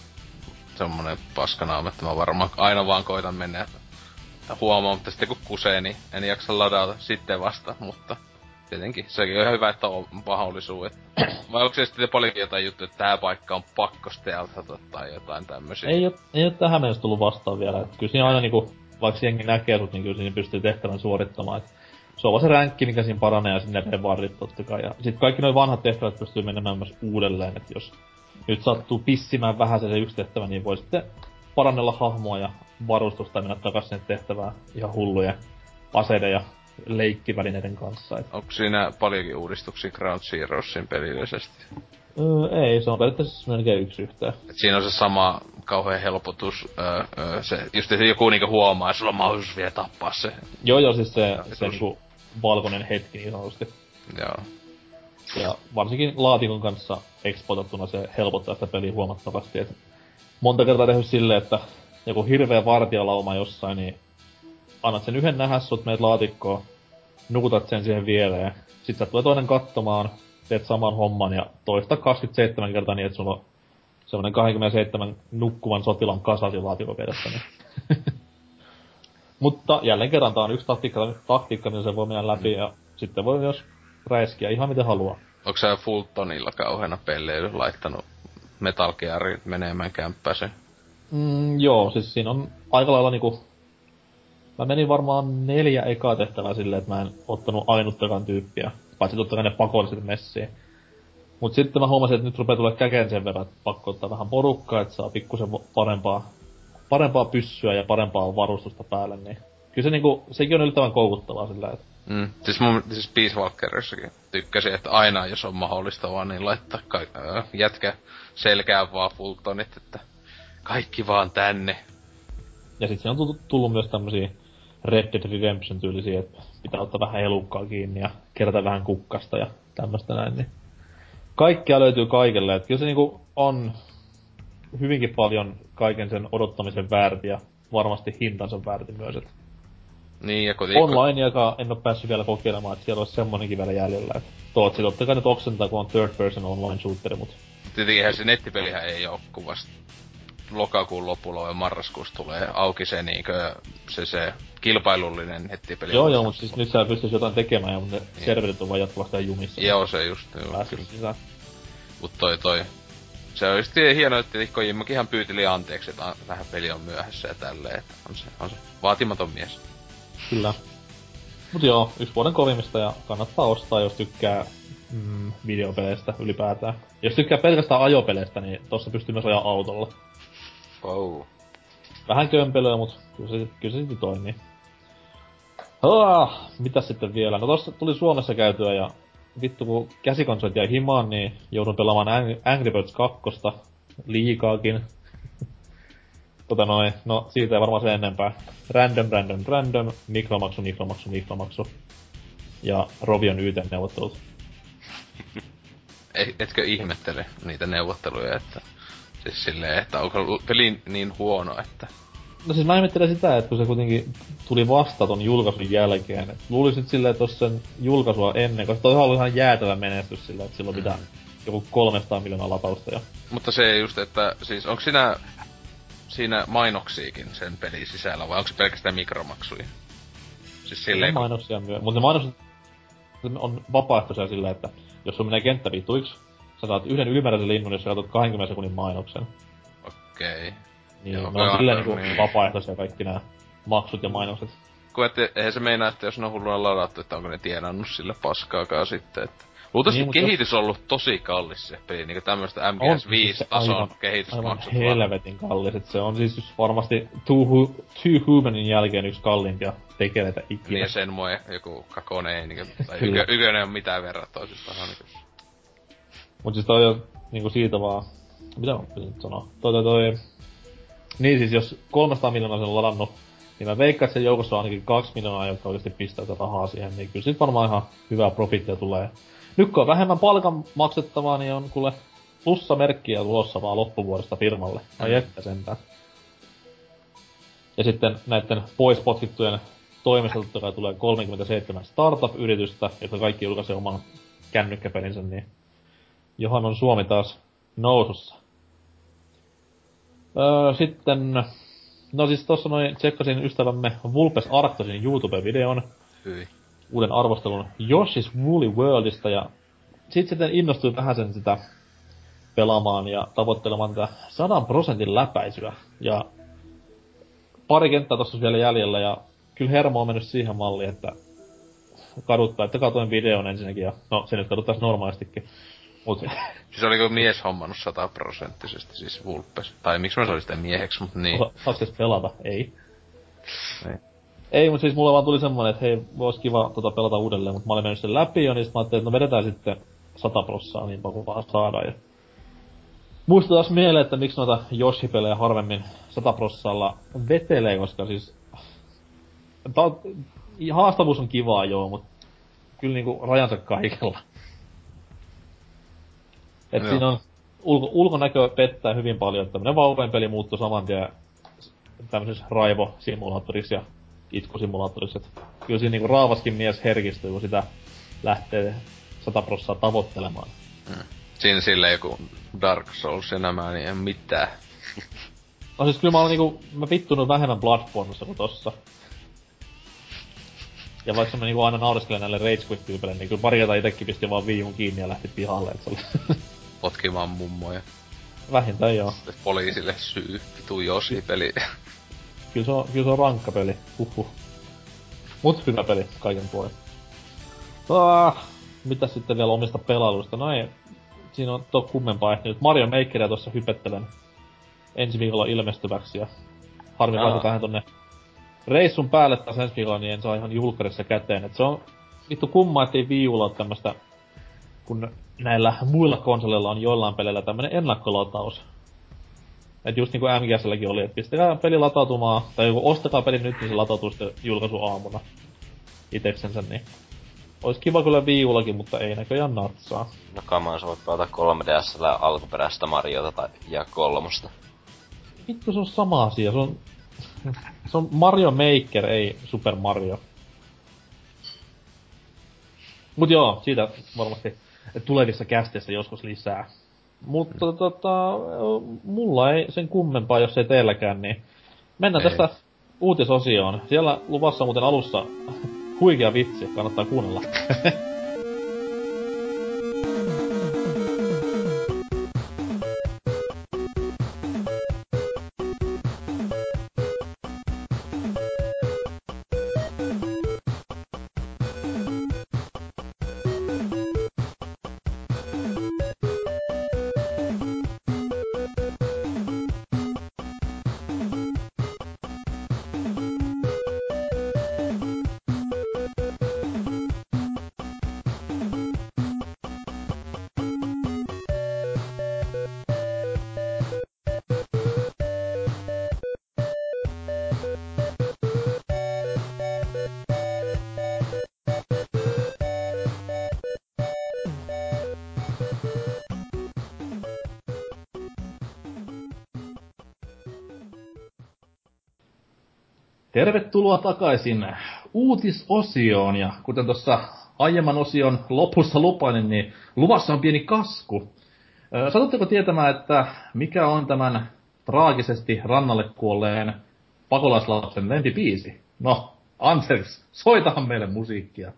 semmonen paskanaama, että mä varmaan aina vaan koitan mennä huomaa, mutta sitten kun kusee, niin en jaksa ladata sitten vasta, mutta tietenkin sekin on ihan hyvä, että on mahdollisuus. Vai onko se sitten paljonkin jotain juttuja, että tää paikka on pakko stealthata tai jotain tämmösiä? Ei oo, ei oo tähän mennessä tullut vastaan vielä. Et kyllä siinä aina niinku, vaikka jengi näkee sut, niin kyllä siinä pystyy tehtävän suorittamaan. Et se on vaan se ränkki, mikä siinä paranee ja sinne revarit tottakai. Ja sit kaikki noi vanhat tehtävät pystyy menemään myös uudelleen, et jos nyt sattuu pissimään vähän se, se yksi tehtävä, niin voi sitten parannella hahmoa ja varustusta ja mennä takas sinne tehtävään ihan hulluja aseiden ja leikkivälineiden kanssa. Et. Onko siinä paljonkin uudistuksia Ground Zeroesin pelillisesti? Öö, ei, se on periaatteessa melkein yksi yhteen. Et siinä on se sama kauhean helpotus, öö, öö, se, just että joku niinku huomaa, että sulla on mahdollisuus vielä tappaa se. Joo joo, siis se, se niinku valkoinen hetki niin sanotusti. Joo. Ja varsinkin laatikon kanssa expotattuna se helpottaa sitä peliä huomattavasti, et monta kertaa tehnyt silleen, että joku hirveä vartijalauma jossain, niin annat sen yhden nähässut, meet laatikkoon, nukutat sen siihen viereen, sit sä tulee toinen katsomaan, teet saman homman ja toista kaksikymmentäseitsemän kertaa niin, että sulla on semmonen kaksikymmentäseitsemän nukkuvan sotilan kasa siinä laatikon vieressä. Niin. Mutta jälleen kerran tää on yksi taktiikka, taktiikka, millä se voi mennä läpi ja sitten voi myös räiskiä ihan miten haluaa. Onko sä Fultonilla kauheena pelleily laittanut Metal Gearin menemään kämppäseen? Mm, joo, siis siinä on aika lailla niinku... Mä menin varmaan neljä ekaa tehtävää silleen, että mä en ottanut ainuttakaan tyyppiä. Paitsi totta kai ne pakolliset messiin. Mut sitten mä huomasin, että nyt rupee tulee käkeen sen verran, että pakko ottaa vähän porukkaa, että saa pikkusen parempaa, parempaa pyssyä ja parempaa varustusta päälle, niin... Kyllä se niinku, sekin on yllättävän koukuttavaa sillä, että... Mm. Siis mun, siis Peace Walkerissakin tykkäsin, että aina jos on mahdollista vaan, niin laittaa ka- äh, jätkä selkään vaan Fultonit, että kaikki vaan tänne. Ja sit siinä on tullut, tullut myös tämmösiä Red Dead Redemption tyylisiä, että pitää ottaa vähän elukkaa kiinni ja kerätä vähän kukkasta ja tämmöstä näin, niin... Kaikkea löytyy kaikille, että kyllä se niinku on hyvinkin paljon kaiken sen odottamisen väärti ja varmasti hintansa väärti myös, että... Niin, ja kotiin... Online, joka en oo päässyt vielä kokeilemaan, että siellä olisi semmonenkin vielä jäljellä, että... Tootsi totta kai nyt oksentaa, kun on third person online shooteri, mut... Tietenkin eihän se nettipelihän ei oo, kun vasta lokakuun lopulla ja marraskuussa tulee auki se niinkö se, se kilpailullinen nettipeli. Joo joo, mut siis nyt sä pystyis jotain tekemään, ja mut ne niin. Serverit on vaan jatkuvasti ihan jumissa. Joo, se just, joo. Pääsis sisään. Mut toi toi... Se on just hienoa, että Kojimakin ihan pyyteli anteeksi, että vähän peli on myöhässä ja tälleen, että on se, on se vaatimaton mies. Kyllä. Mut joo, yksi vuoden kovimmista ja kannattaa ostaa, jos tykkää mm, videopeleistä ylipäätään. Jos tykkää pelkästään ajopeleistä, niin tossa pystyy myös ajaa autolla. Oh. Vähän kömpelöä, mut kyllä se, kyllä se sitten toimii. Ah, mitäs sitten vielä? No tossa tuli Suomessa käytyä ja vittu kun käsikonsolit jäi himaan, niin joudun pelaamaan Angry Birds kaksi liikaakin. Tota noin, no siitä ei varmaan se enempää. Random, random, random, mikromaksu, mikromaksu, mikromaksu. Ja Rovion Y T-neuvottelut. Etkö ihmettele niitä neuvotteluja, että... Siis silleen, että onko peli niin huono, että... No siis mä ihmettelen sitä, että kun se kuitenkin tuli vasta ton julkaisun jälkeen. Et luulisin nyt silleen, että jos sen julkaisua ennen, koska toi on ollut ihan jäätävä menestys silleen, että silloin mm. pitää joku kolmesataa miljoonaa latausta jo. Mutta se just, että siis onko siinä, siinä mainoksiikin sen pelin sisällä vai onko se pelkästään mikromaksuja? Siis silleen... Kun... mainoksia myös, mutta ne mainokset on vapaaehtoisia silleen, että jos sun menee kenttä vituiksi, sä saat yhden ylimääräisen linnun, jos sä katsot kaksikymmentä sekunnin mainoksen. Okei. Niin, joo, ne on silleen niinku niin. vapaaehtoisia kaikki nää maksut ja mainokset. Kun et, eihän se meinaa, että jos ne on hulluna ladattu, että onko ne tienannut sille paskaakaan sitten, että... Luultavasti niin, kehitys on ollut tosi kallis se peli, niinku tämmöstä M G S viisi tason kehitysmaksut. Aivan helvetin kallis, et se on siis varmasti Two, two Humanin jälkeen yksi kalliimpia tekeleitä ikinä. Niin ja sen mua joku kakone ei niinku, tai ykö, ykönen on mitään verran toisistaan niinku. Mut siis toi on niinku siitä vaan... Mitä mä pitänyt sanoa? Toi toi toi... Niin siis jos kolmesataa miljoonaa sen on ladannut, niin mä veikkaan, että sen joukossa on ainakin kaksi miljoonaa, jotka oikeesti pistää tätä rahaa siihen, niin kyllä sit varmaan ihan hyvää profittia tulee. Nyt kun on vähemmän palkan maksettavaa, niin on kuule plussamerkkiä tulossa vaan loppuvuodesta firmalle. Ai että sentään. Ja sitten näitten pois potkittujen toimesta totta kai tulee kolmekymmentäseitsemän startup-yritystä, jotka kaikki julkaisee oman kännykkäpelinsä, niin johan on Suomi taas nousussa. Öö, sitten... No siis tossa noin tsekkasin ystävämme Vulpes Arctosin YouTube-videon. Hyi. Uuden arvostelun Yoshi's Woolly Worldista ja sit sitten innostuin vähän sen sitä pelaamaan ja tavoittelemaan tätä sadan prosentin läpäisyä. Ja pari kenttää tossa vielä jäljellä ja kyllä hermo on mennyt siihen malliin, että kaduttaa, että katoin videon ensinnäkin ja no se nyt kaduttais normaalistikin. Mut... Siis oliko mies hommannut sataprosenttisesti siis Vulpes? Tai miksi mä sanoin sitä mieheksi, mut niin. Saaks edes pelata? Ei. Ei. Ei, mut siis mulla vaan tuli semmonen, että hei, vois kiva tota pelata uudelleen, mut mä olin mennyt sen läpi jo, niin sit mä ajattelin, että no vedetään sitten sata prossaa niin paljon kuin vaan saadaan. Ja... Muista taas mieleen, että miksi noita Yoshi-pelejä harvemmin sata prossalla vetelee, koska siis... Tää on... Haastavuus on kivaa joo, mut kyllä niinku rajansa kaikella. Et no. Siinä on ulko, ulkonäkö pettää hyvin paljon, että tämmönen vauvojen peli muuttui saman tien tämmöisessä raivo-simulaattorissa ja itkusimulaattorissa. Et kyllä siinä niinku raavaskin mies herkistyy, kun sitä lähtee sata prossaa tavoittelemaan. Hmm. Siinä silleen joku Dark Souls ja nämä, niin en mitään. No siis kyllä mä oon niinku, mä vittunut vähemmän Bloodborneissa kuin tossa. Ja vaikka mä niinku aina naureskelen näille Rage Quit-tyypeille, niin kyllä pari jotain itekin pisti vaan viijun kiinni ja lähti pihalle, et se oli... Potkimaan mummoja. Vähintään joo. Poliisille syy, vitu Yoshi-peli. Kyllä se on, kyllä se on rankka peli. Huhhuh. Mut hyvä peli kaiken puolesta. Ah, mitäs sitten vielä omista pelailuista? No ei, siinä on to kummempaa ehtinyt. Mario Makeria tossa hypettelen ensi viikolla ilmestyväksi ja harmi laita tähän tonne reissun päälle taas ensi viikolla, niin en saa ihan julkkarissa käteen. Et se on vittu kumma, ettei Wii Ulla oo tämmöstä, kun näillä muilla konsoleilla on joillain peleillä tämmönen ennakkolataus. Et just niinku M G S:lläkin oli, et pistäkää peli latautumaan, tai joku ostakaa peli nyt, niin se latautuu sitten julkaisuaamuna iteksensä, niin ois kiva kyllä Wii Ullakin, mutta ei näköjään natsaa. No kamaan, sä voit pelata kolme D S:llä alkuperäistä Mariota tai ja kolmosta. Vittu, se on sama asia, se on... se on Mario Maker, ei Super Mario. Mut joo, siitä varmasti tulevissa kästeissä joskus lisää. Mutta mm. tota, mulla ei sen kummempaa, jos ei teilläkään, niin mennään ei. tästä uutisosioon. Siellä luvassa muuten alussa huikea vitsi, kannattaa kuunnella. Tervetuloa takaisin uutisosioon, ja kuten tuossa aiemman osion lopussa lupailin, niin luvassa on pieni kasku. Satutteko tietämään, että mikä on tämän traagisesti rannalle kuolleen pakolaislapsen lempibiisi? No, anteeksi, soitahan meille musiikkia.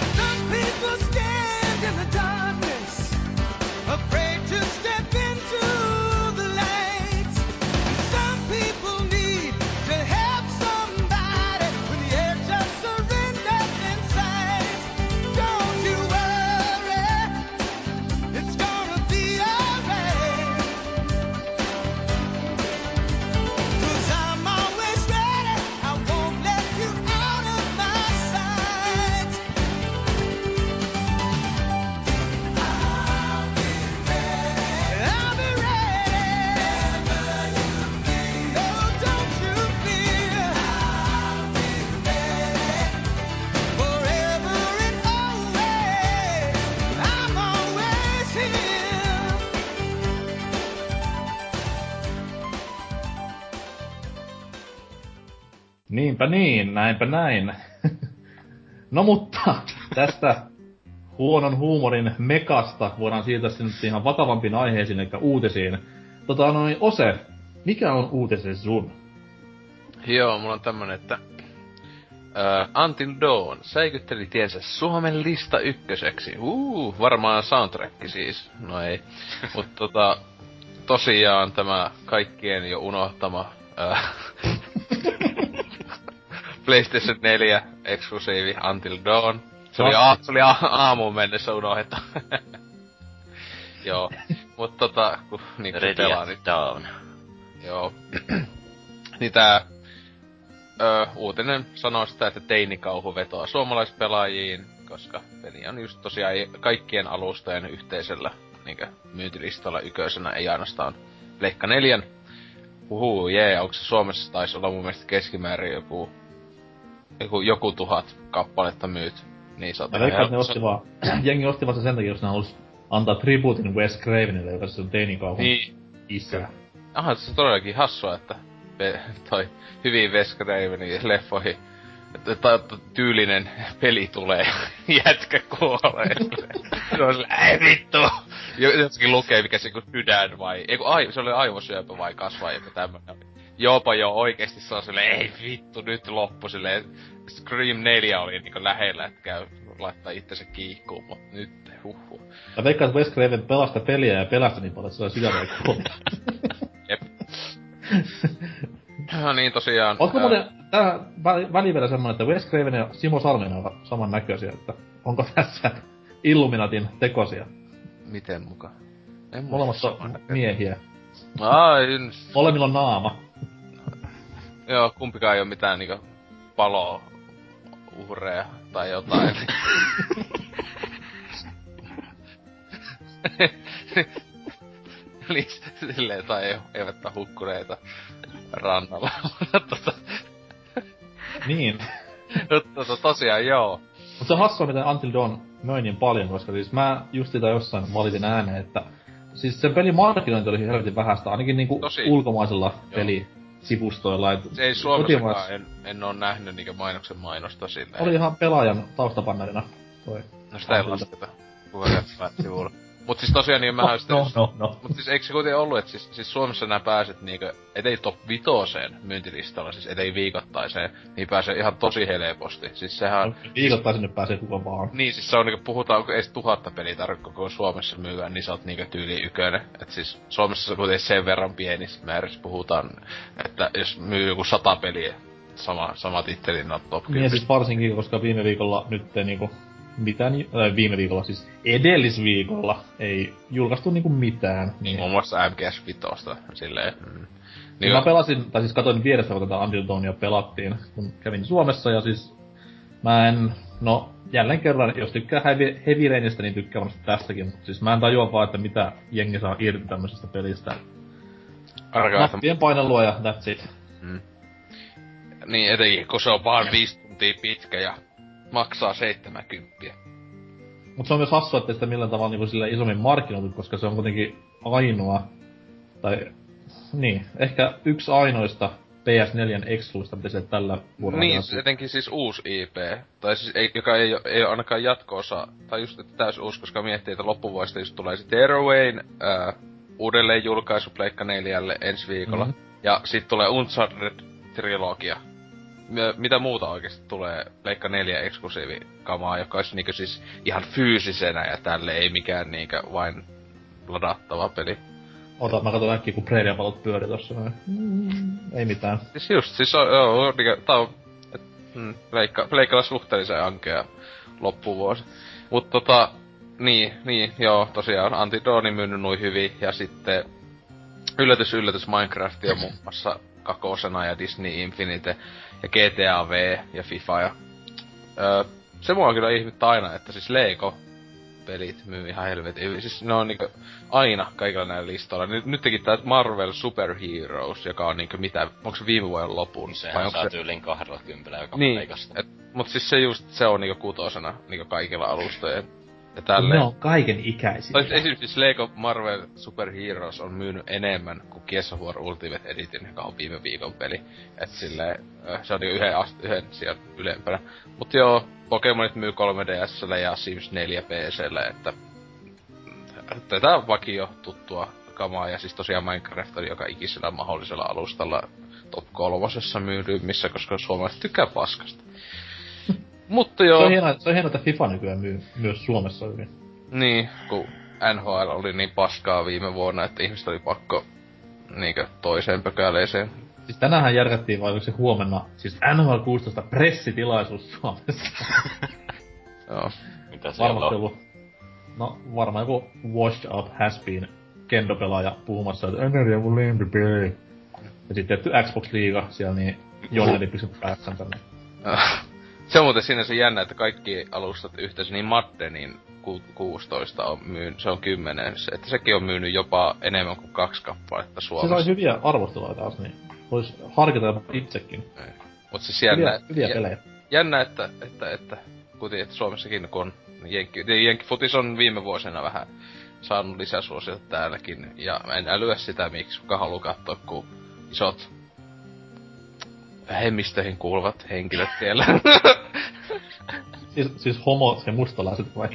Niinpä niin, näinpä näin. No mutta, tästä huonon huumorin mekasta voidaan siirtää sinne ihan vakavampiin aiheisiin, eli uutisiin. Tota noin, Ose, mikä on uutisesi sun? Joo, mulla on tämmönen, että... Uh, Until Dawn säikytteli tiensä Suomen lista ykköseksi. Uu, varmaan soundtrack siis. No ei. Mut tota... Tosiaan tämä kaikkien jo unohtama... Uh, PlayStation neljä eksklusiivi Until Dawn. Se oli, a- se oli a- aamuun mennessä unohdettu. Joo. Mut tota, kun niinku pelaa nyt. Dawn. Joo. niin tää... Öö, uutinen sanoo sitä, että teinikauhu vetoaa suomalaispelaajiin, koska peli on just tosiaan kaikkien alustojen yhteisellä niinkö myyntilistalla yköisenä, ei ainoastaan Pleikka neljän. Huhuu, jee, yeah, onko se Suomessa taisi olla mun mielestä keskimäärin joku joku, joku tuhat kappaletta myyt. Niin sata. Mä veikkaan, että ne osti vaan, jengi osti vaan sen takia, jos ne halus antaa tribuutin Wes Cravenille, joka se on teinikauhun niin. isä. Aha, se on todellakin hassua, että pe- toi hyvin Wes Cravenin leffoihin että tyylinen peli tulee jätkä kuolee. Se on silleen, ei vittu! Jossakin lukee, mikä se kun sydän vai... Eiku, ai, se oli aivosyöpä vai kasvaa joku tämmönen. Jopa jo oikeesti se on silleen, ei vittu, nyt loppu silleen. Scream neljä oli niinku lähellä, että käy laittaa itsensä kiihkuun, mut nyt huhhuh. Mä veikkaan, että Wes Craven pelasta peliä ja pelästä niin paljon, että se on sydän ei kuole. Jep. No niin, tosiaan. Ootko ää... muuten tää väli, väli vielä semmonen, että Wes Craven ja Simo Salminen ovat saman näköisiä, että onko tässä Illuminatin tekosia? Miten muka? En Molemmat on miehiä. Ai, Molemmilla on naama. Joo, kumpikaan ei oo mitään niinku palo uhreja tai jotain. Eli silleen, tai ei, eivät oo hukkuneita rannalla. tota... Niin. tota, tosiaan joo. Mut se on hassua, miten Until Dawn möi niin paljon, koska siis mä just sitä jossain valitin ääneen, että siis sen pelin markkinointi oli helvetin vähäistä, ainakin niinku Tosi. ulkomaisilla pelisivustoilla. Et se ei Suomessakaan, kotimaas... en, en oo nähnyt niinkö mainoksen mainosta silleen. Oli ihan pelaajan taustapannerina toi. No sitä ei lasketa. Kukaan sivulla. Mut siis tosiaan niin mä no, no, no, no. Mut siis eikö se kuitenkin ollut, että siis, siis Suomessa nää pääset niinkö, etei top vitoseen myyntilistalla, siis etei viikoittaiseen, niin pääsee ihan tosi helposti. Siis sehän... No, viikoittaisen nyt pääsee kuka vaan. Niin, siis se on niinku, puhutaan, onko edes tuhatta peliä tarvitse koko Suomessa myyä, niin sä oot niinkö tyyli ykönen. Et siis Suomessa se on kuitenkin sen verran pienissä määrissä puhutaan, että jos myy joku sata peliä, sama, sama titteli, niin on top kymmenen. Niin siis varsinkin, koska viime viikolla nyt niinku... Mitään, äh, viime viikolla siis edellisviikolla ei julkaistu niinku mitään. Niin. Muun muassa M G S viisi silleen. Mm. Niin mä pelasin, tai siis katoin vierestä, kun tätä Until Dawnia pelattiin, kun kävin Suomessa ja siis mä en, no jälleen kerran, jos tykkää Heavy, Heavy Rainista, niin tykkää varmasti tästäkin, mutta siis mä en tajua vaan, että mitä jengi saa irti tämmöisestä pelistä. Nappien painelua ja that's it. Mm. Niin etenkin, kun se on vaan viisi tuntia pitkä ja maksaa seitsemänkymmentä. Mut se on myös hassua, ettei sitä millään tavalla niinku sille isommin markkinoitu, koska se on kuitenkin ainoa, tai niin, ehkä yksi ainoista P S neljän excluista, mitä se tällä vuodella niin, siis etenkin siis uusi I P, tai siis ei, joka ei, ei ole ainakaan jatko-osa, tai just että täys uusi, koska miettii, että loppuvuodesta just tulee sitten Tearaway äh, uudelleen julkaisu Pleikka neljälle ensi viikolla, mm-hmm. ja sit tulee Uncharted-trilogia. Mitä muuta oikeesti tulee Pleikka neljä eksklusiivikamaa, joka olisi niinkö siis ihan fyysisenä ja tälle ei mikään niinkö vain ladattava peli. Ota, mä katon äkkiä kun preeriapalot pyöri tossa noin. Mm, ei mitään. Siis just, siis on, joo, niinkö, tää on, et, mm, Pleikka, Pleikkalla suhteellisen ankea loppuvuosi. Mut tota, niin, niin, joo, tosiaan Until Dawn myynyt noin hyvin ja sitten yllätys, yllätys Minecraft on muun muassa kakosena ja Disney Infinite ja G T A V ja FIFA ja... Öö, se mua on kyllä ihmettä aina, että siis Lego-pelit myy ihan helvetin. Siis ne on niinku aina kaikilla näillä listoilla. Nyt, nytkin tää Marvel Super Heroes, joka on niinku mitä... Onko se viime vuoden lopun? Sehän saa se... tyylin kahdellakymmenellä joka niin, paikasta. Et, mut siis se just, se on niinku kutosena niinku kaikilla alustojen. Ja tälleen. Ne on kaiken ikäisiä. Tai esimerkiksi siis Lego Marvel Super Heroes on myynyt enemmän kuin Gears of War Ultimate Edition, joka on viime viikon peli. Et silleen, se on niinku yhden, ast- yhden sijan ylempänä. Mut joo, Pokemonit myy kolme D S:lle ja Sims neljä P C:lle, että... Tätä vakio tuttua kamaa, ja siis tosiaan Minecraft on joka ikisellä mahdollisella alustalla top kolmosessa myydymmissä, koska suomalaiset tykkää paskasta. Mutta joo. Se on hienoa, se on hienoa, että FIFA nykyään myy myös Suomessa hyvin. Niin, kun N H L oli niin paskaa viime vuonna, että ihmiset oli pakko niinkö toiseen pökäleeseen. Siis tänäänhän järkättiin vai se huomenna, siis N H L kuusitoista pressitilaisuus Suomessa. Joo. Mitä siellä on? No varmaan joku washed up has been kendo-pelaaja puhumassa, että Energy on mun lempipeli. Ja sitten tietty Xbox-liiga siellä, niin Jonneli pysyy päässään tänne. Se on muuten sinänsä jännä, että kaikki alustat yhteensä, niin Madde, niin ku- kuusitoista on myynyt, se on kymmenen, että sekin on myynyt jopa enemmän kuin kaksi kappaletta Suomessa. Se sai hyviä arvosteluja taas, niin vois harkita jopa itsekin. Ei. Mut siis jännä, hyviä, hyviä pelejä. Jännä, että, että, että, kuten, että Suomessakin kun on Jenkki, Jenkkifutis on viime vuosina vähän saanut lisäsuosiota täälläkin, ja en älyä sitä, miksi kuka haluu katsoa, kun isot vähemmistöihin kuuluvat henkilöt siellä. siis, siis homo ja mustalaiset vai?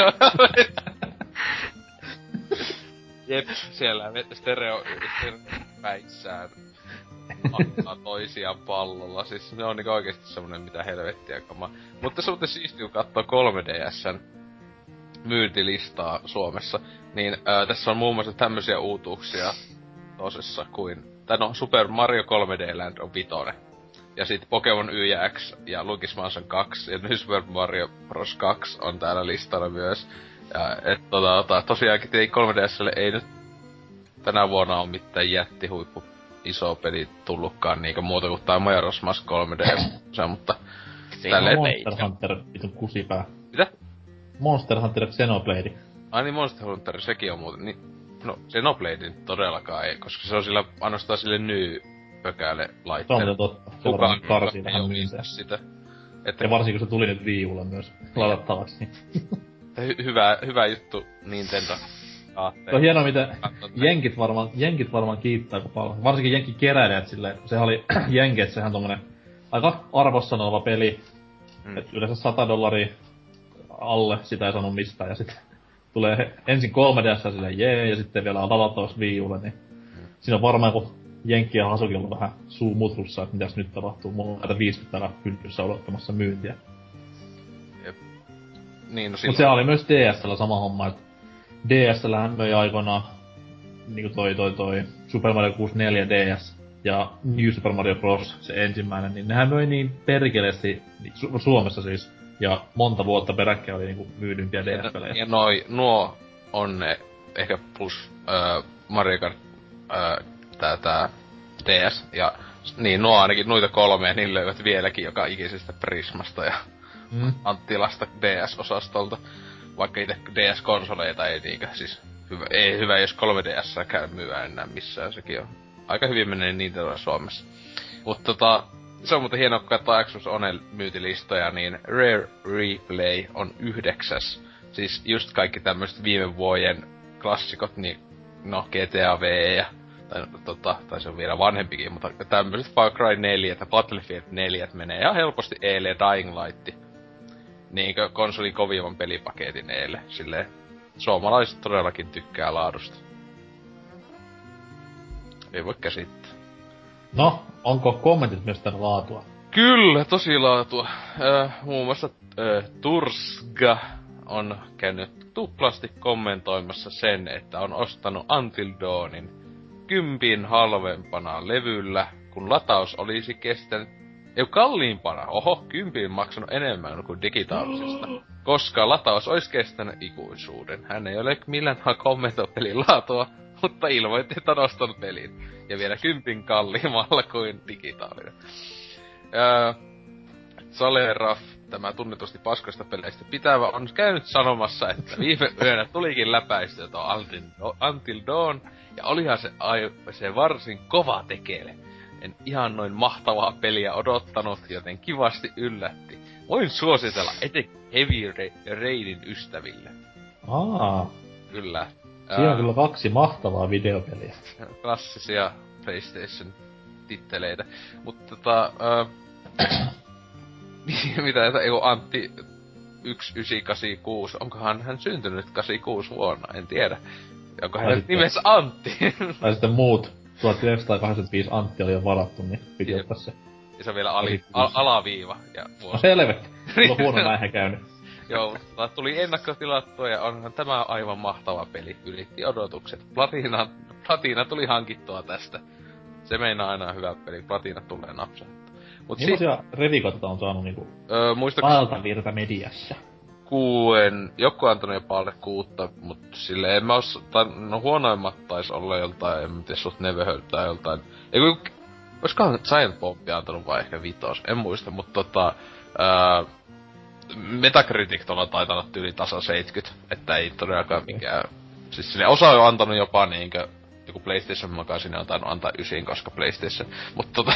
Jep, siellä stereo, päissään ottaa toisiaan pallolla. Siis ne on niinku oikeesti semmonen mitä helvettiä kamaa. Mutta se on siistiä, kun katsoo kolme D S:n myyntilistaa Suomessa, niin ää, tässä on muun muassa tämmösiä uutuuksia tosessa kuin tai no Super Mario kolme D Land on vitonen. Ja sit Pokemon Y ja X ja Luigi's Mansion kaksi ja nyt Super Mario Bros. kaksi on täällä listalla myös. Ja et tota, tota tosiaankin ei kolme D S:lle ei nyt tänä vuonna oo mitään jättihuippu iso peli tullutkaan niinkö muuta kuin tää Majora's Mask kolme D se, mutta tälleen Monster Hunter vitun kusipää. Mitä? Monster Hunter Xenoblade. Ai niin Monster Hunter, sekin on muuten. Niin, no Xenoblade todellakaan ei, koska se on sillä ainoastaan sille ny pökäälle laitteelle. Se on totta. Se varmaan karsi vähän myyntiä. Sitä. Että ja varsinkin kun se tuli nyt Wii Ulle myös ladattavaksi. Hy- hyvä, hyvä juttu Nintendo. Se on hienoa, miten jenkit varmaan, jenkit varmaan kiittää aika paljon. Varsinkin jenkkikeräilijät silleen, kun sehän oli jenkit, sehän tommonen aika arvossana oleva peli. Mm. Et yleensä sata dollaria alle, sitä ei saanut mistään. Ja sit tulee ensin kolme D S silleen jee, ja sitten vielä on ladattavassa Wii Ulle, niin mm. siinä on varmaan kun Jenkki ja Hasuki on vähän suu mutrussa, että mitäs nyt tapahtuu. Mulla on näitä viisikymmentä täällä hyllyssä odottamassa myyntiä. Jep. Niin, no silloin... Mut se oli myös D S:llä sama homma, että D S:llähän möi aikoinaan niinku toi toi toi Super Mario kuusikymmentäneljä D S ja New Super Mario Bros. Se ensimmäinen, niin nehän möi niin perkeleesti, Su- Suomessa siis, ja monta vuotta peräkkäin oli niinku myydympiä D S-pelejä. Ja noi, nuo on ne, ehkä plus äh, Mario Kart äh, tää, tää D S, ja niin nuo ainakin noita kolmea, niin löyvät vieläkin joka ikisestä Prismasta ja mm. Anttilasta D S-osastolta. Vaikka itse D S-konsoleita ei niinkö, siis hyvä, ei hyvä jos kolme D S käy myyä enää missään, sekin on aika hyvin menee Nintendo Suomessa. Mut tota, se on muuten hienoa, kun katsoo Xbox One myyntilistoja, niin Rare Replay on yhdeksäs. Siis just kaikki tämmöiset viime vuoden klassikot, niin no G T A V ja tai, tota, tai se on vielä vanhempikin, mutta tämmöiset Far Cry neljä ja Battlefield neljä menee ihan helposti eelle Dying Light. Niinkö konsolin kovimman pelipaketin eelle. Silleen suomalaiset todellakin tykkää laadusta. Ei voi käsittää. No, onko kommentit myös tänne laatua? Kyllä, tosi laatua. Äh, muun muassa äh, Tursga on käynyt tuplasti kommentoimassa sen, että on ostanut Until Dawnin kympin halvempana levyllä, kun lataus olisi kestänyt ei kalliimpana, oho, kympin maksanut enemmän kuin digitaalisesta, koska lataus olisi kestänyt ikuisuuden. Hän ei ole millään kommentoinut pelin laatua, mutta ilmoitti, että on ostanut pelin. Ja vielä kympin kalliimmalla kuin digitaalinen. Öö, Saleraf, tämä tunnetusti paskasta peleistä pitävä, on käynyt sanomassa, että viime yönä tulikin läpäisty tuo Until Dawn, ja olihan se, ai, se varsin kova tekele. En ihan noin mahtavaa peliä odottanut, joten kivasti yllätti. Voin suositella etenkin Heavy Raidin ystäville. Aa. Kyllä. Siinä on kyllä kaksi mahtavaa videopeliä. Klassisia PlayStation-titteleitä. Mutta tota... Äh, mitä, että ei Antti yhdeksäntoistasataakahdeksankymmentäkuusi, onkohan hän syntynyt kahdeksankymmentäkuusi vuonna, en tiedä. Onko hän nimessä Antti? Tai sitten muut. tuhatyhdeksänsataakahdeksankymmentäviisi Antti oli jo varattu, niin piti ottaa se. Ja se on vielä ali, al, alaviiva. Ja vuosi. No helvetti. Mulla on huono näinhän käynyt. Joo, mutta tuli ennakkotilattua ja onhan tämä aivan mahtava peli. Ylitti odotukset. Platina, Platina tuli hankittua tästä. Se meinaa aina hyvä peli. Platina tulee napsahtaa. Millaisia si- revikoita on saanut niinku öö, muista... valtavirta mediassa? Kuuen, joku on antanut jopa alle kuutta, mut silleen en mä os, tai no huonoimmat tais olla joltain, en mä tiedä suht Neverhöld tai joltain. Eiku, oiskohan Giant Bomb antanut vai ehkä vitos, en muista, mut tota, ää, Metacritic tuolla taitaa olla tyyli tasa seitsemänkymmentä, että ei todellakaan mikään, siis silleen osa on antanut jopa niinkö, joku PlayStation Magazine on tainnut antaa ysin, koska PlayStation, mut tota,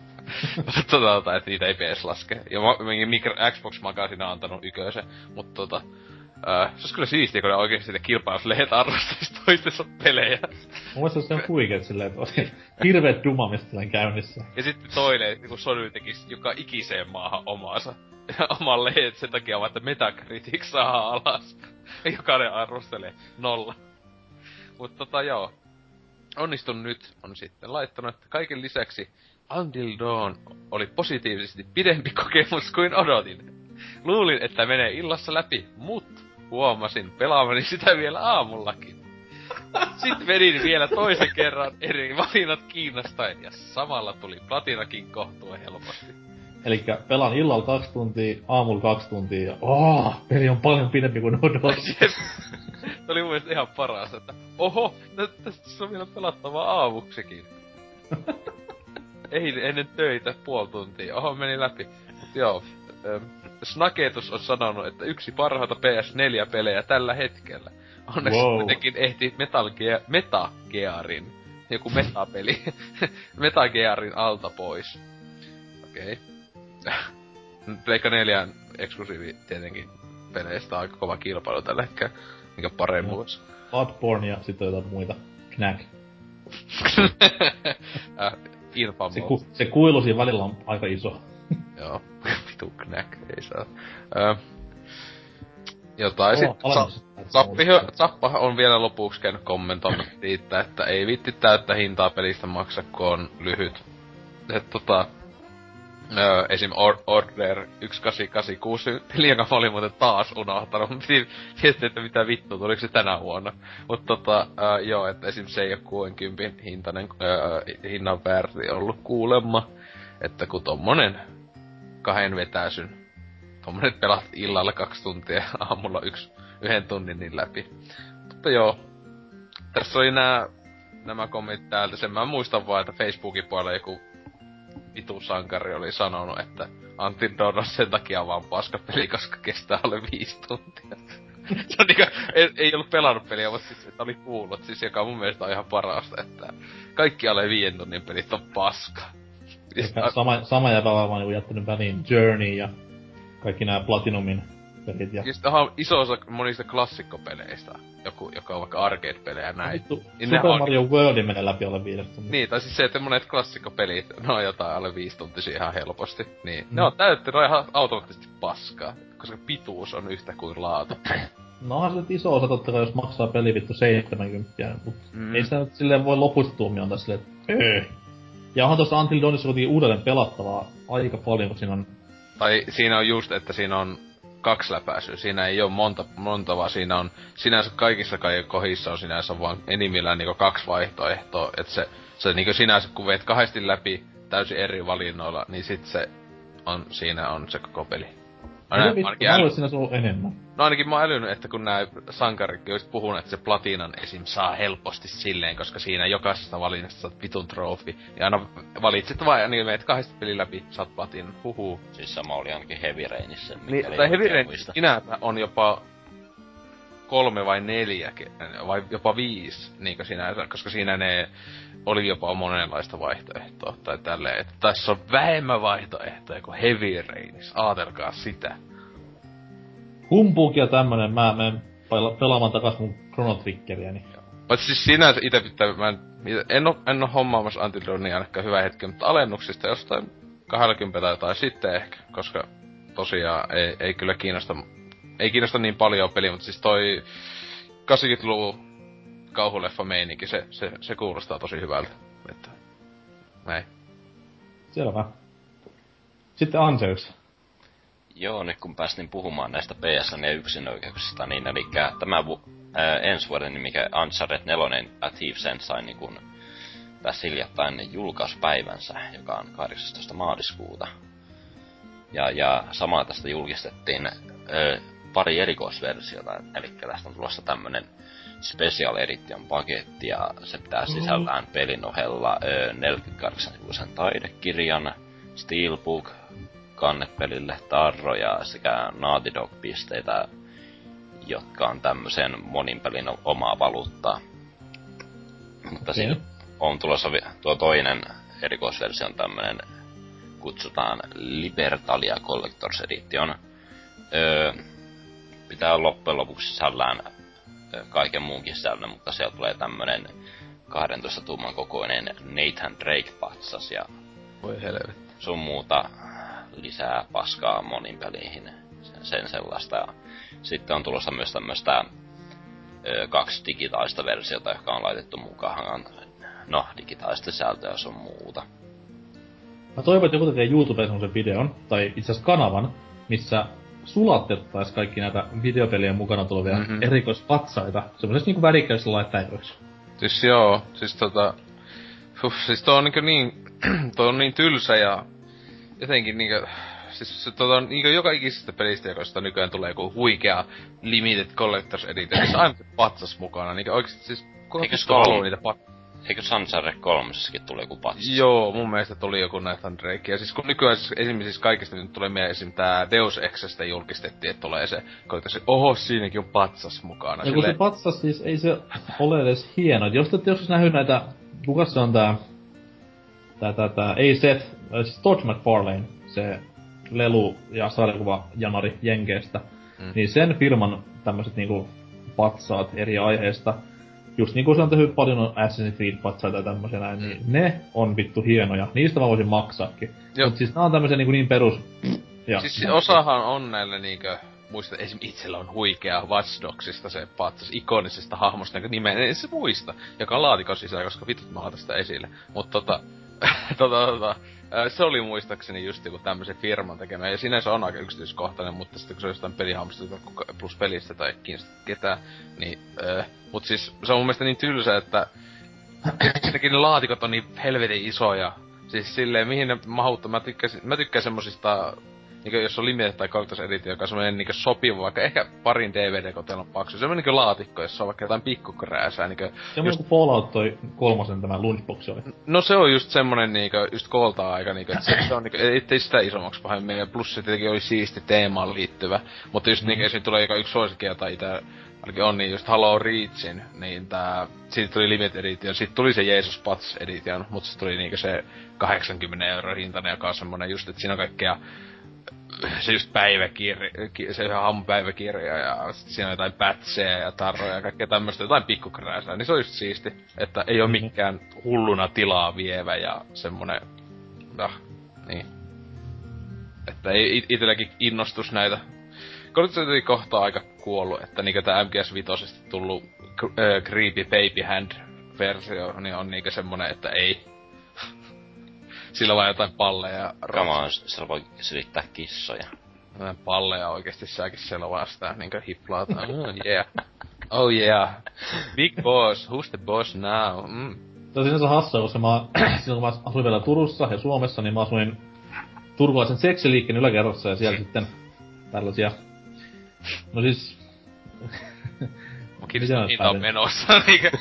tota, että niitä ei P S laske. Ja mikro, Xbox Magazine on antanut ykösen, mutta tota... Ää, se olisi kyllä siistiä, kun ne oikeesti sitten kilpailuslehdet arvostaisi toistensa pelejä. Mun mielestä se on huikeet silleen, että oli hirveet dumamistilan käynnissä. Ja sitten toinen, että kun Sony tekisi joka ikiseen maahan omaansa. Oman lehdet sen takia vaan, että Metacritic saa alas. Jokainen arvostelee nolla. Mut tota joo. Onnistun nyt on sitten laittanut, että kaiken lisäksi Until Dawn oli positiivisesti pidempi kokemus kuin odotin. Luulin, että menee illassa läpi, mut huomasin pelaamani sitä vielä aamullakin. Sitten vedin vielä toisen kerran eri valinnat kiinnostain, ja samalla tuli platinakin kohtua helposti. Elikkä pelaan illalla kaksi tuntia, aamulla kaksi tuntia ja oh, peli on paljon pidempi kuin odotin. Se oli mun mielestä ihan paras, että oho, tästä on vielä pelattavaa aamuksikin. Ei ennen töitä puoli tuntia, oho meni läpi. Mut joo, ähm, Snaketus on sanonut, että yksi parhaita P S neljä -pelejä tällä hetkellä. Onneksi wow. Kuitenkin ehti Metal Gear, Meta Gearin, joku metapeli, Meta Gearin alta pois. Okei. Okay. Pleikka neljän eksklusiivi tietenkin peleistä on aika kova kilpailu tällä hetkellä, mikä paremmuus. Bloodborne ja sitten jotain muita. Knack. äh, se, ku, se kuilu siinä välillä on aika iso. Joo, vitu Knack, ei saa. Äh, jotain oh, sit, Zappi, Zappa on vielä lopuksi käynyt kommentoinut siitä, että ei vitti täyttä hintaa pelistä maksa, kun on lyhyt. Et tota... Öö, esim. Or- Order yksi kahdeksan kahdeksan kuusi peli, joka mä olin muuten taas unohtanut. Piti miettiä, että mitä vittua, tuliko se tänä vuonna. Mut tota, öö, joo, että esim. Se ei oo kuudenkymmenen hintainen öö, hinnan väärti ollut kuulemma. Että kun tommonen kahden vetäisyn, tommonen pelaat illalla kaksi tuntia ja aamulla yksi, yhden tunnin niin läpi. Mutta joo, tässä oli nää, nämä kommentit täältä. Sen mä muistan vaan, että Facebookin puolella joku vitu sankari oli sanonut, että Until Dawn on sen takia vaan paskapeli, koska kestää alle viisi tuntia. Se on niinku, ei, ei ollut pelannut peliä, mutta siis että oli kuullut, siis joka mun mielestä on ihan parasta, että kaikki alle viiden tunnin pelit on paska. Sama, sama jäbä vaan niinku jättänyt väliin Journey ja kaikki nää Platinumin pelit ja... Siis tähän on iso osa monista klassikkopeleistä, joku, joka on vaikka arcade-pelejä ja näin. Vittu, Super on... Mario World menee läpi alle viidestä tunnista. Niin, tai siis se, että monet klassikkopelit, ne on jotain alle viisi tuntisia ihan helposti. Niin, mm. ne on täyttä, ne on ihan automaattisesti paskaa, koska pituus on yhtä kuin laatu. No onhan se nyt iso osa totta kai, jos maksaa peli vittu seitsemänkymmentä, mut mm. ei sitä nyt silleen voi lopusta tuomioon tässä silleen, että ja onhan tossa Until Dawnissa kuitenkin uudelleen pelattavaa aika paljon, kun siinä on... Tai siinä on just, että siinä on kaksi läpäisyä. Siinä ei oo monta, monta vaan siinä on sinänsä kaikissa kai kohdissa on sinänsä vaan enimmillään niinku kaksi vaihtoehtoa. Et se, se niinku sinänsä kun veet kahdesti läpi täysin eri valinnoilla, niin sit se on, siinä on se koko peli. Aina, vittu, mä äly... siinä sulla enemmän. No ainakin mä oon älynyt, että kun nää sankarikin ois puhunut, että se platinan esim. Saa helposti silleen, koska siinä jokaisesta valinnasta saat vitun trofi. Ja aina valitset vaan, niin meet kahdesta pelin läpi, saat platinan, huhuu. Siis sama oli ainakin Heavy Rainissa. Niin, tai Heavy Rainissa sinänsä on jopa kolme vai neljä, vai jopa viisi, niinkö sinänsä, koska siinä ne oli jopa monenlaista vaihtoehtoa, tai tälleen, että tässä on vähemmän vaihtoehtoja kuin Heavy Rainissa, aatelkaa sitä. Humpuukia tämmönen, mä menen pelaamaan takas mun Chrono Triggeriä, niin... Mutta siis sinänsä ite pitää, mä en, en oo, en oo hommaamassa Until Dawnia ainakaan hyvä hetki, mutta alennuksista jostain kaksikymmentä tai sitten ehkä, koska tosiaan ei, ei kyllä kiinnosta, ei kiinnosta niin paljon peliä, mutta siis toi kahdeksankymmentäluvun kauhuleffa meininki, se, se, se kuulostaa tosi hyvältä, että näin. Selvä. Sitten Ansels. Joo, nyt kun päästin puhumaan näistä P S N ja yksinoikeuksista, niin eli tämä vu- ää, ensi vuoden niin mikä Uncharted neljä A Thief's End sai niin kun tässä hiljattain julkauspäivänsä, joka on kahdeksastoista maaliskuuta. Ja, ja samaa tästä julkistettiin ää, pari erikoisversiota, eli tästä on tulossa tämmönen Special Edition paketti, ja se pitää sisällään pelin ohella ää, neljäkymmentäkahdeksan-sivuisen taidekirjan, Steelbook, kannepelille tarroja sekä Naughty Dog-pisteitä, jotka on tämmösen monin pelin omaa valuuttaa. Mutta siinä on tulossa tuo toinen erikoisversio on tämmönen, kutsutaan Libertalia Collector's Edition. Öö, pitää loppujen lopuksi sisällään kaiken muunkin sisällön, mutta siellä tulee tämmönen kahdentoista tuuman kokoinen Nathan Drake-patsas ja voi helvetti. Sun muuta lisää paskaa monin peliin, sen, sen sellaista. Ja sitten on tulossa myös tämmöstä ö, kaksi digitaalista versiota, jotka on laitettu mukaan. No, digitaalista sisältöä sun muuta. Mä toivon, että joku tekee YouTubeen semmosen videon, tai itse asiassa kanavan, missä sulatettaisiin kaikki näitä videopelien mukana tulevia mm-hmm. erikoispatsaita semmoisessa niinku värikäisessä laittaikoissa. Siis joo, siis tota... Huh, siis toi on niinku niin... toi on niin tylsä ja... Jotenkin niinku... Siis se tota on niinku joka ikisestä pelistä, josta nykyään tulee joku huikea Limited Collectors Edition, missä aina patsas mukana. Niinku oikeesti siis... Kuka pistää haluu niitä pat... Eikö Sunshine kolmosessakin tule joku patsas? Joo, mun mielestä tuli joku Nathan Drake. Ja siis kun nykyään siis esimerkiksi siis kaikista nyt tulee mieleen esim. Tää Deus Exestä julkistettiin, että tulee se... Koitais, oho, siinäkin on patsas mukana. Ja kun se patsas siis ei se ole edes hieno. Jos te ette joskus nähnyt näitä... Kukas se on tää... Tää tää tää... Ei Seth... Siis Todd McFarlane. Se... lelu- ja sarjakuva-janari Jenkeestä, mm. niin sen firman tämmöset niinku patsaat eri aiheista, just niinku se on tehnyt paljon Assassin's Creed-patsaita ja tämmösiä näin, niin ne on vittu hienoja. Niistä mä voisin maksaakin. Joo. Mut siis nää on tämmösiä niinku niin perus... Ja siis osahan on näillä niinkö... Muista, esim. Itsellä on huikea Watch Dogsista se patsas, ikonisesta hahmosta, jonka nimeä ei se muista, joka on laatikon sisällä, koska vitut mä otan sitä esille. Mut tota... tota, tota se oli muistaakseni just joku tämmösen firman tekemä, ja sinänsä on aika yksityiskohtainen, mutta sitten kun se on jostain pelihahmosta plus pelistä tai kiinnostaa ketään, niin... Äh, mut siis se on mun mielestä niin tylsä, että... Siinäkin ne laatikot on niin helvetin isoja. Siis silleen, mihin ne mahuttaa, mä tykkäsin, mä tykkään semmosista... Niinkö jos on Limited tai Collector's Edition, joka on semmonen niinkö sopiva, vaikka ehkä parin D V D-kotelon paksu. Semmonen niinkö laatikko, jossa on vaikka jotain pikkukrääsää, niinkö... Se on just... kuin Fallout toi kolmosen tämä lunchbox oli. No se on just semmonen niinkö, just kooltaa aika niinkö, et se, se on niinkö, ettei sitä isommaksi pahemmin, plus se tietenkin oli siisti teemaan liittyvä. Mutta just mm. niinkö, esiin tulee yksi suosikki, jota itä ainakin on, niin just Halo Reachin, niin tää... Siitä tuli Limited Edition, sit tuli se Jesus Pats Edition, mut sit tuli niinkö se kahdeksankymmentä euro hintainen, joka on semmonen just, et siinä on kaikkea... Se just päiväkirja, se ihan haamupäiväkirja ja sit siinä on jotain pätsejä ja tarroja ja kaikkea tämmöstä, jotain pikkukrääsää, niin se on just siisti, että ei oo mikään hulluna tilaa vievä ja semmonen, nah, niin. Että ei itelläkin innostus näitä. Koulutus kohtaa aika kuollu, että niinkö tää M G S viisi tullu äh, Creepy Baby Hand versio, niin on niinkö semmonen, että ei. Sillä vaan jotain palleja ja... Kamaan, siellä voi silittää kissoja. Jotain palleja oikeesti säkin selvaa sitä, niinkö hiplaata. Oh yeah. Oh yeah. Big boss, who's the boss now? Mm. Se on sinänsä hassua, koska mä, silloin kun mä asuin vielä Turussa ja Suomessa, niin mä asuin turkulaisen seksiliikkeen yläkerrassa ja siellä sitten tällaisia... No siis... Mä kiinnostan, niitä on menossa, niinkö...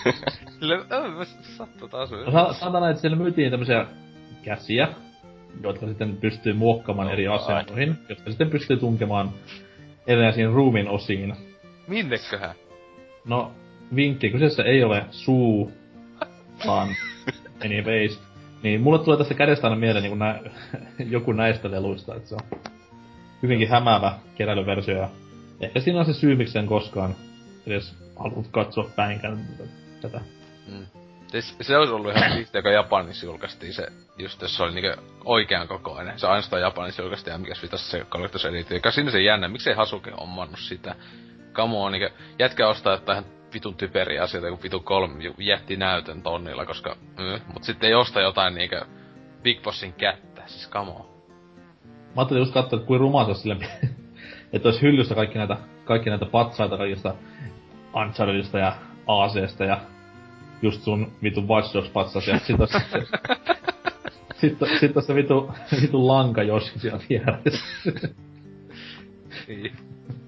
Sattuu taas. No sanotaan näin, että siellä myytiin tämmösiä käsiä, jotka sitten pystyy muokkaamaan eri asentoihin, jotka sitten pystyy tunkemaan erinäisiin ruumiin osiin. Minneköhän? No, vinkki, kyseessä ei ole suu, vaan anyways. Niin mulle tulee tässä kädestä aina mieleen niin nä- joku näistä leluista, että se on hyvinkin hämäävä keräilyversio. Ja ehkä siinä on se syy, miksi en koskaan edes halunnut katsoa päinkään tätä. Mm. Siis se olisi ollut ihan siistiä, joka Japanissa julkaistiin se, just jos se oli niinku oikean kokoinen. Se ainoastaan Japanissa julkaistiin ja mikäs vitas se Collector's Edition, joka sinne se jännä, miksei Hasuke ommannut sitä. Kamo on niinku, jätkä ostaa jotain vitun typeriä asioita, kun vitun kolme jätti näytön tonnilla, koska... Mm, mut sitten ei osta jotain niinku Big Bossin kättä, siis kamo. Mä ajattelin just katsoa, että kuin rumaa se olisi silleen, että olisi hyllystä kaikki näitä, kaikki näitä patsaita kaikista Unchartedista ja A C:stä ja just sun vitun Watch Dogs patsas ja sit ois sit, sit ois se vitu, vitu lanka joskin siellä vieressä. Niin.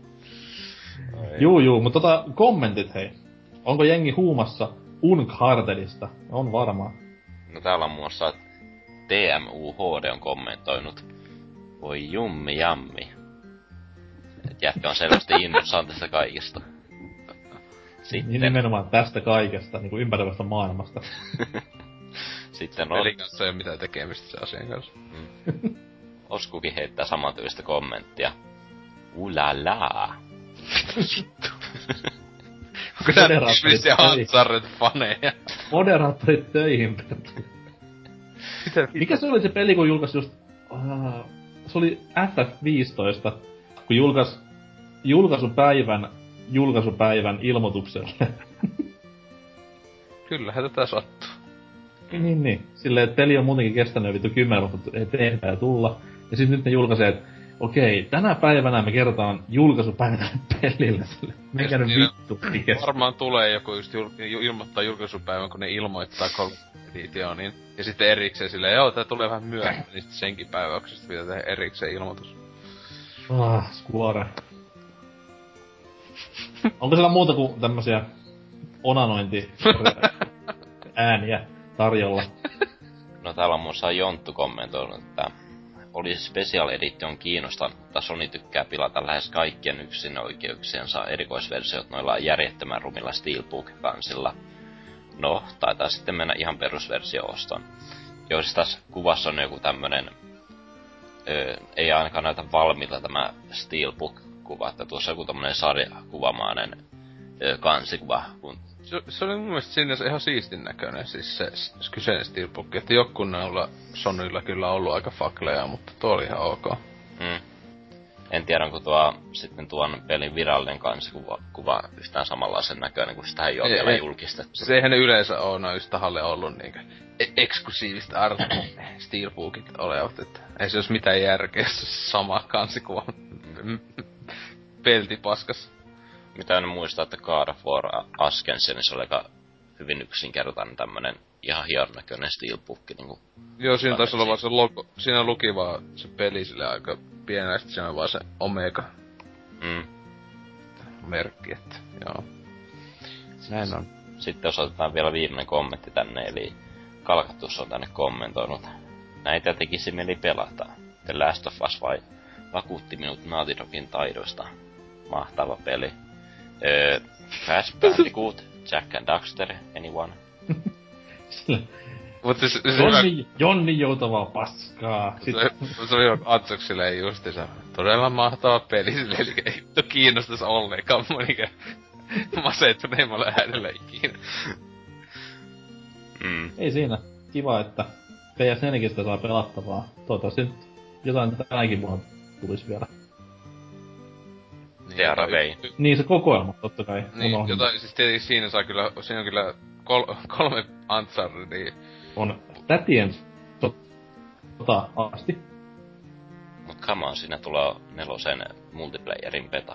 Juu juu, mut tota kommentit hei. Onko jengi huumassa Unchartedista? On varmaan. No täällä on muassa T M U H D on kommentoinut. Voi jummi jammi. Et jätkä on selvästi innossaan tästä kaikesta. Sitten... Niin nimenomaan tästä kaikesta, niinku ympäröivästä maailmasta. Sitten on... Pelin kanssa ei oo mitään tekemistä se asian kanssa. Mm. Oskukin heittää samantyylistä kommenttia. Ulala. Onko nää ihmisiä Uncharted-faneja? Moderaattorit töihin. Mikä se oli se peli, kun julkaisi just... Uh, se oli F F viisitoista, kun julkaisi julkaisupäivän julkaisupäivän ilmoitukselle. Kyllähän tätä sattuu. Niin, niin. Silleen, että peli on muutenkin kestänyt vittu kymmenen vuotta tehdä ja tulla. Ja siis nyt ne julkaisee, että okei, tänä päivänä me kerrotaan julkaisupäivänä pelillä sille. Mikä nyt Niin, vittu pikes. Varmaan tulee joku just jul- ju- ilmoittaa julkaisupäivän, kun ne ilmoittaa kolme edition, niin... Ja sitten erikseen silleen, joo, tää tulee vähän myöhemmin, niin sitten senkin päiväyksestä pitää tehdä erikseen ilmoitus. Ah, Square. Onko siellä muuta kuin tämmösiä onanointi ääniä tarjolla? No täällä on muassa Jonttu kommentoinut, että olisi Special Edition kiinnostanut, mutta Sony tykkää pilata lähes kaikkien yksinoikeuksiensa erikoisversiot noilla järjettömän rumilla Steelbook-kansilla. No, taitaa sitten mennä ihan perusversio-ostoon. Joo, siis tässä kuvassa on joku tämmönen... Öö, ei ainakaan näytä valmiilta tämä Steelbook-kuva, että tuossa joku tämmönen sarjakuvamainen öö, kansikuva, kun Se, se oli mun mielestä sinänsä ihan siistin näköinen, siis se, se kyseinen Steelbook, että jokkunnoilla Sonylla kyllä ollut aika fakleja, mutta tuo oli ihan ok. Mm. En tiedä, onko tuo sitten tuon pelin virallinen kansikuva kuva yhtään samanlaisen näköinen, kun sitä ei ole ei, vielä ei, julkistettu. Se eihän ne yleensä oo noin tahalle ollut niinkö e- eksklusiivista art Steelbookit olevat, että ei se olisi mitään järkeä, se sama kansikuva peltipaskas. Mitä en muista, että God of War Ascensionissa oli aika hyvin yksinkertainen tämmönen ihan hienon näköinen Steelbook. Niinku. Joo, siinä taisi olla vaan se logo, siinä luki vaan se peli sille aika pienellä, sit siinä on vaan se Omega Mm. merkki, että joo. Näin on. Sitten jos otetaan vielä viimeinen kommentti tänne, eli Kalkatus on tänne kommentoinut. Näitä tekisi mieli pelata. The Last of Us vai vakuutti minut Naughty Dogin taidoista. Mahtava peli. Öö, Crash Bandicoot, Jack and Daxter, anyone? Sillä... Mutta se, se, Jonni, Jonni joutavaa paskaa. se, Sitten... se, se oli Atsoksille justiinsa todella mahtava peli, sille, eli ei vittu kiinnostais ollenkaan monikä masentuneemmalla äänellä ikinä. Mm. Ei siinä. Kiva, että P S neljä sitä saa pelattavaa. Toivottavasti nyt jotain tänäkin vuonna tulisi vielä. Niin, T R V. Niin se kokoelma, totta kai. Niin, Unohdin. jotain, siis tietenkin siinä saa kyllä, siinä on kyllä kol, kolme Unchartedia. On tätien sota asti. Mut come on, siinä tulee nelosen multiplayerin beta.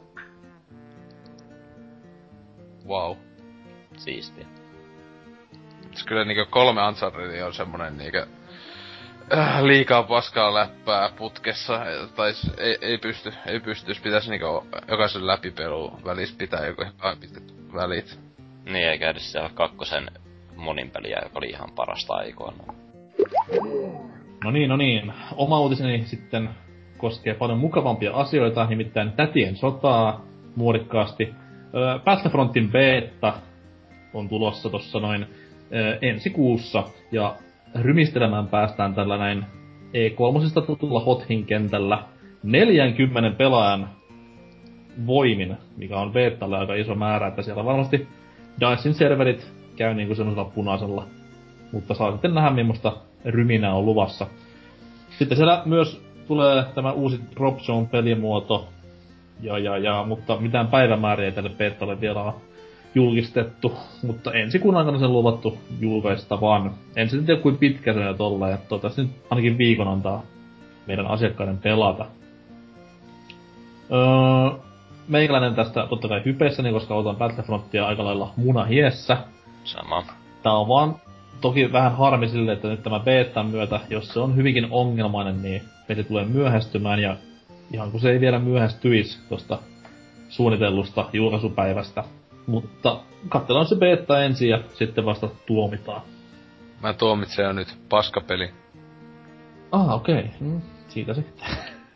Wow. Siistiä. Siis kyllä niinkö kolme Unchartedia on semmonen niinkö äh, liikaa paskaa läppää putkessa, tai s- ei, ei pysty, ei pysty, jos pitäis niinkö jokaisen läpipelu välis pitää joku ihan pitkät välit. Niin, eikä edes siellä kakkosen monin peliä, joka oli ihan parasta aikoinaan. No niin, no niin. Oma uutiseni sitten koskee paljon mukavampia asioita, nimittäin tätien sotaa muodikkaasti. Öö, Battlefrontin beta on tulossa tossa noin öö, ensi kuussa, ja rymistelemään päästään tällä näin E kolme tutulla Hothin kentällä neljänkymmenen pelaajan voimin, mikä on betalle aika iso määrä, että siellä varmasti Dicen serverit käy niinku semmosella punaisella. Mutta saa sitten nähdä, millaista ryminää on luvassa. Sitten siellä myös tulee tämä uusi Drop Zone-pelimuoto. Ja, ja, ja, mutta mitään päivämääriä ei tälle betalle vielä ole julkistettu. Mutta ensi kuun aikana sen luvattu julkaista vaan. En sitten tiedä kuin pitkä se nyt ollaan. Ja toivottavasti nyt ainakin viikon antaa meidän asiakkaiden pelata. Öö, meikäläinen tästä totta kai hypeessäni, koska otan Battlefrontia aika lailla munahiessä. Sama. Tää on vaan toki vähän harmi sille, että nyt tämä betan myötä, jos se on hyvinkin ongelmainen, niin peli tulee myöhästymään, ja ihan kun se ei vielä myöhästyisi tosta suunnitellusta julkaisupäivästä. Mutta katsellaan se beta ensin ja sitten vasta tuomitaan. Mä tuomitsen jo nyt paskapeli. Ah, okei. Okay. Mm, siitä sitten.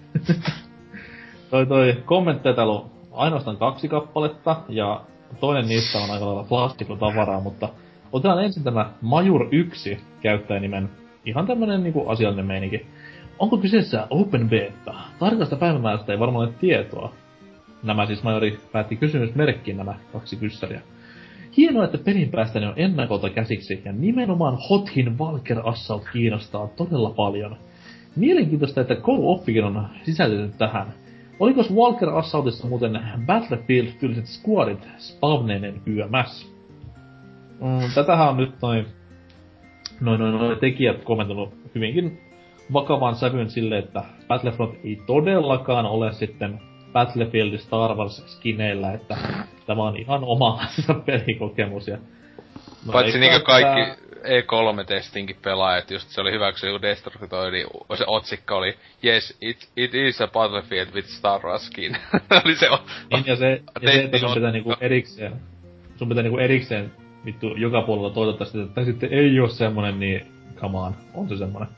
toi toi kommentteja täällä on ainoastaan kaksi kappaletta, ja toinen niistä on aika lailla klassikotavaraa, mutta otetaan ensin tämä Majur yksi käyttäjänimen, ihan tämmönen niinku asiallinen meininki. Onko kyseessä Open Beta? Tarkasta päivämäärästä ei varmaan ole tietoa. Nämä siis Majori päätti kysymysmerkkiin nämä kaksi kyssäriä. Hienoa, että pelin päästäni on ennakolta käsiksi, ja nimenomaan Hothin Valker Assault kiinnostaa todella paljon. Mielenkiintoista, että co-oppikin on sisältynyt tähän. Olikos Walker Assaultissa muuten Battlefield-tyyliset squadit spavneinen yömäs? Mm, tätähän on nyt noin noin noin noi tekijät kommentoinut hyvinkin vakavan sävyn sille, että Battlefront ei todellakaan ole sitten Battlefield Star Wars skineillä, että tämä on ihan oma pelikokemus. Ja no, paitsi niinkö kaikki tää... E kolme -testinkin pelaajat, just se oli hyvä, kun se joku Destructoidi, se otsikko oli Yes, it, it is a Battlefield with Star Wars skin. oli se o... Niin, ja se, ja se että sun pitää niinku erikseen, sun pitää niinku erikseen vittu joka puolella toitottaa sitä, että sitten ei oo semmonen, niin come on, on se semmonen.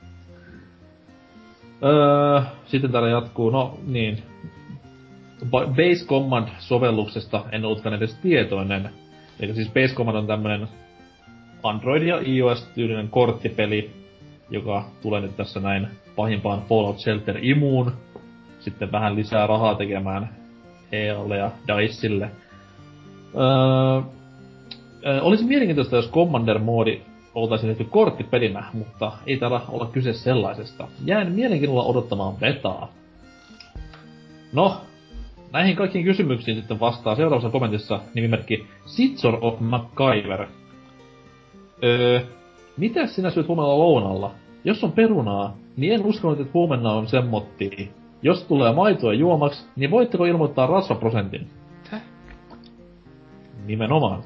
Öö, sitten täällä jatkuu, no niin. Base Command-sovelluksesta en ollutkaan edes tietoinen. Eli siis Base Command on tämmönen Android- ja iOS-tyylinen korttipeli, joka tulee nyt tässä näin pahimpaan Fallout Shelter imuun. Sitten vähän lisää rahaa tekemään E A:lle ja Dicelle. Öö, ö, olisi mielenkiintoista, jos Commander-moodi oltaisiin tehty korttipelinä, mutta ei täällä olla kyse sellaisesta. Jään mielenkiinnolla odottamaan betaa. No, näihin kaikkiin kysymyksiin sitten vastaa seuraavassa kommentissa nimimerkki Sitsor of MacGyver. Öö, mitäs sinä syöt huomenna lounalla? Jos on perunaa, niin en uskonut, että huomenna on semmottia. Jos tulee maitoa juomaks, niin voitteko ilmoittaa rasvaprosentin? Häh? Nimenomaan.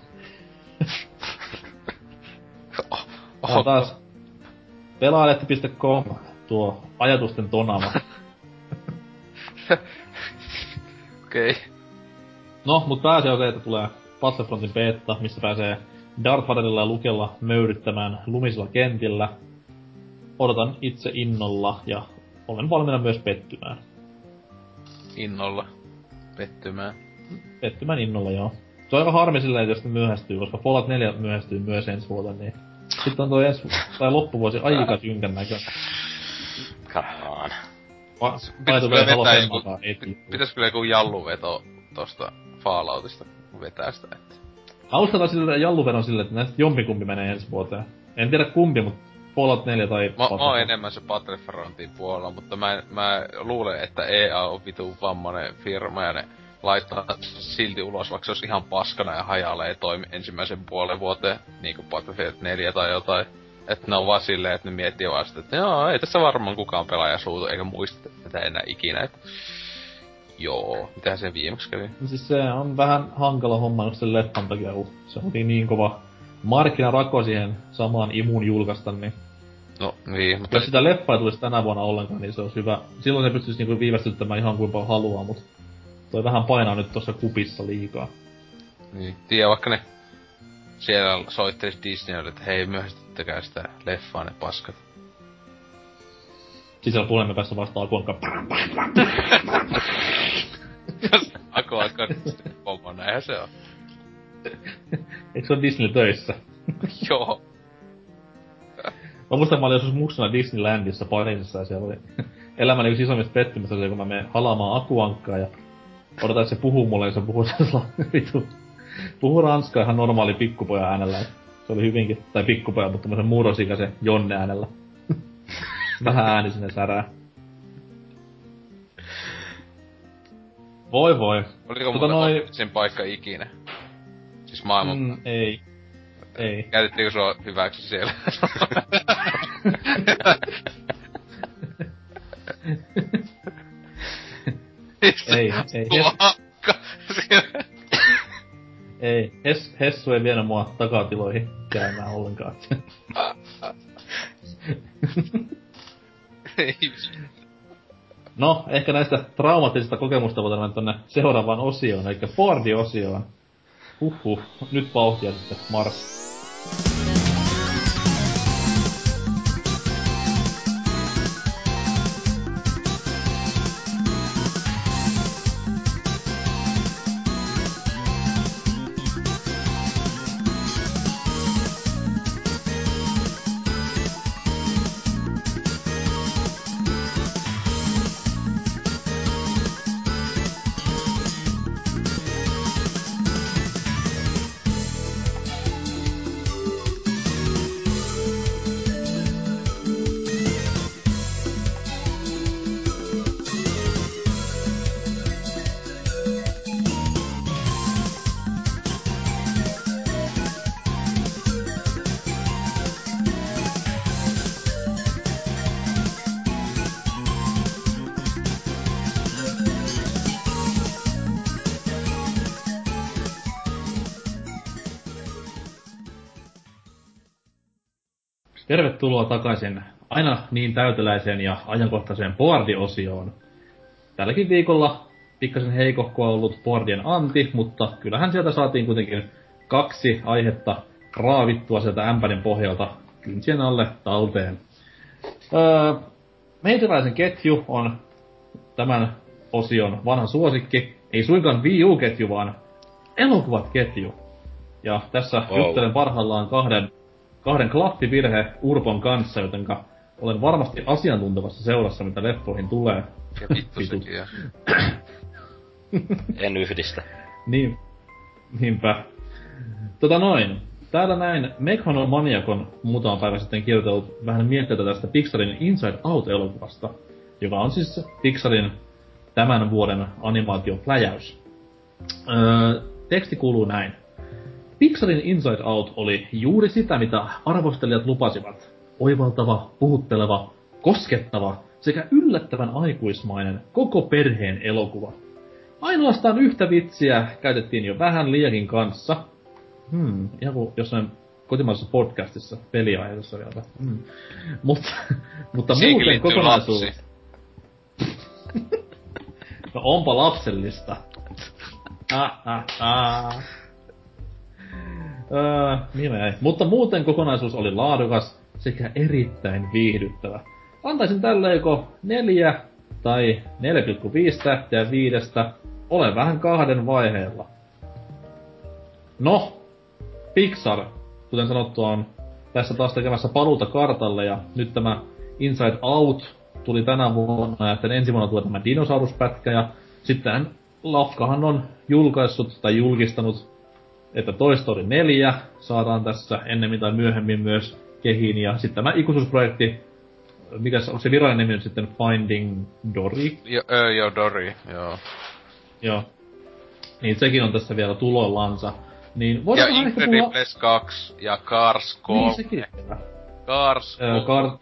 oh, Tämä on taas pelaalehti piste com, tuo ajatusten tonava. Okei. Okay. No, mut pääasia on se, että tulee Battlefrontin beta, missä pääsee Darth Vaderilla ja Lukella möyryttämään lumisilla kentillä. Odotan itse innolla ja olen valmiina myös pettymään. Innolla. Pettymään. Pettymään innolla, joo. Se on aika harmi silleen, että jos ne myöhästyy, koska Fallout neljä myöhästyy myös ensi vuoden, niin sitten on toi ensi tai loppuvuosi aika synkän näköinen. Come on. Pitäis kyllä vetää joku, pitäis kyllä joku jalluveto tosta Falloutista vetää sitä, että... Mä uskallan sille jalluvedon sille, että näistä jompikumpi menee ensi vuoteen. En tiedä kumpi, mut Fallout neljä tai... Mä, mä oon enemmän se Battlefrontin puolella, mutta mä, mä luulen, että E A on vitu vammanen firma ja ne laittaa silti ulos, vaikka se olisi ihan paskana ja hajalle ei toimi ensimmäisen puolen vuoteen, niinku Battlefield neljä tai jotain. Että ne on vaan silleen, että ne miettii vaan sitä, että joo, ei tässä varmaan kukaan pelaaja suutu, eikä muista tätä enää ikinä, että... Joo, mitähän se viimeksi kävi? No siis se on vähän hankala homma just sen leffan takia, kun se on niin kova markkinarako siihen samaan imuun julkaista, niin... No niin, mutta... Jos sitä leffaa ei tulisi tänä vuonna ollenkaan, niin se olisi hyvä. Silloin se pystyisi niinku viivästyttämään ihan kuin paljon haluaa, mut... Toi vähän painaa nyt tossa kupissa liikaa. Niin, tiedä vaikka ne... Siellä soittelis Disneylle, että hei, myöhästyttäkää sitä leffaa, ne paskat. Siis siellä puhelimen päässä vastaa Akuanka. Akuanka pommo, näinhän se on. Eikö se ole Disney töissä? Joo. Mä muistan, mä olin joskus muksuna Disneylandissa Pariisissa ja siellä oli elämäni yksi isommista pettymistä se, kun mä menen halaamaan Akuankkaa ja odotan, että se puhuu mulle ja se puhuu sellainen vitu. Puhuu ranskaa ihan normaali pikkupojan äänellä. Se oli hyvinkin, tai pikkupoja, mutta tämmösen murrosikäisen Jonne äänellä. Vähän ääni sinne särää. Voi voi. Oliko tota noi... sen paikka ikinä? Siis maailman... Mm, ei. Ei. Käytettiinkö sua hyväksi siellä? ei, ei. Ei, Hes, Hessu ei vienyt mua takatiloihin käymään ollenkaan. No, ehkä näistä traumaattisista kokemusta voidaan mennä tonne seuraavaan osioon, eli Fordi-osioon. Huhhuh, nyt vauhtia sitten, Mars. Tervetuloa takaisin aina niin täyteläiseen ja ajankohtaiseen boardi-osioon. Tälläkin viikolla pikkasen heikohkoa ollut boardien anti, mutta kyllähän sieltä saatiin kuitenkin kaksi aihetta raavittua sieltä ämpärin pohjalta kynsien alle talteen. Öö, meikäläisen ketju on tämän osion vanha suosikki. Ei suinkaan Wii U-ketju, vaan elokuvat-ketju. Ja tässä wow. juttelen parhaillaan kahden, kahden klappivirhe Urpon kanssa, jotenka olen varmasti asiantuntevassa seurassa, mitä leffoihin tulee. Ja vittu sekin, ja. En yhdistä. Niin, niinpä. Tota noin. Täällä näin Meghanomaniakon muutama päivä sitten kirjoitellut vähän mietteitä tästä Pixarin Inside Out-elokuvasta, joka on siis Pixarin tämän vuoden animaatiopläjäys. Öö, teksti kuuluu näin. Pixarin Inside Out oli juuri sitä, mitä arvostelijat lupasivat. Oivaltava, puhutteleva, koskettava sekä yllättävän aikuismainen koko perheen elokuva. Ainoastaan yhtä vitsiä käytettiin jo vähän liiakin kanssa. Hmm, ihan kuin jossain kotimaisessa podcastissa peliaiheessa vielä. Hmm. Mut, mutta muuten kokonaisuus... No onpa lapsellista. Ah, ah, ah. Öö, niin ei. Mutta muuten kokonaisuus oli laadukas sekä erittäin viihdyttävä. Antaisin tälle joko neljä tai neljä pilkku viisi tähteä viidestä. Olen vähän kahden vaiheella. No, Pixar, kuten sanottua, on tässä taas tekemässä paluuta kartalle, ja nyt tämä Inside Out tuli tänä vuonna, ja ensi vuonna tulee tämä dinosauruspätkä, ja sitten Lafkahan on julkaissut tai julkistanut, että Toy Story neljä saadaan tässä ennemmin tai myöhemmin myös kehiin, ja sitten tämä ikuisuusprojekti, mikä on se virallinen nimi nyt sitten Finding Dory? Jo, öö, joo, Dory, joo. Joo. Niin sekin on tässä vielä tulollansa. Niin ja Incredibles puhua... kaksi ja Cars kolme. Niin sekin. Cars öö, Car...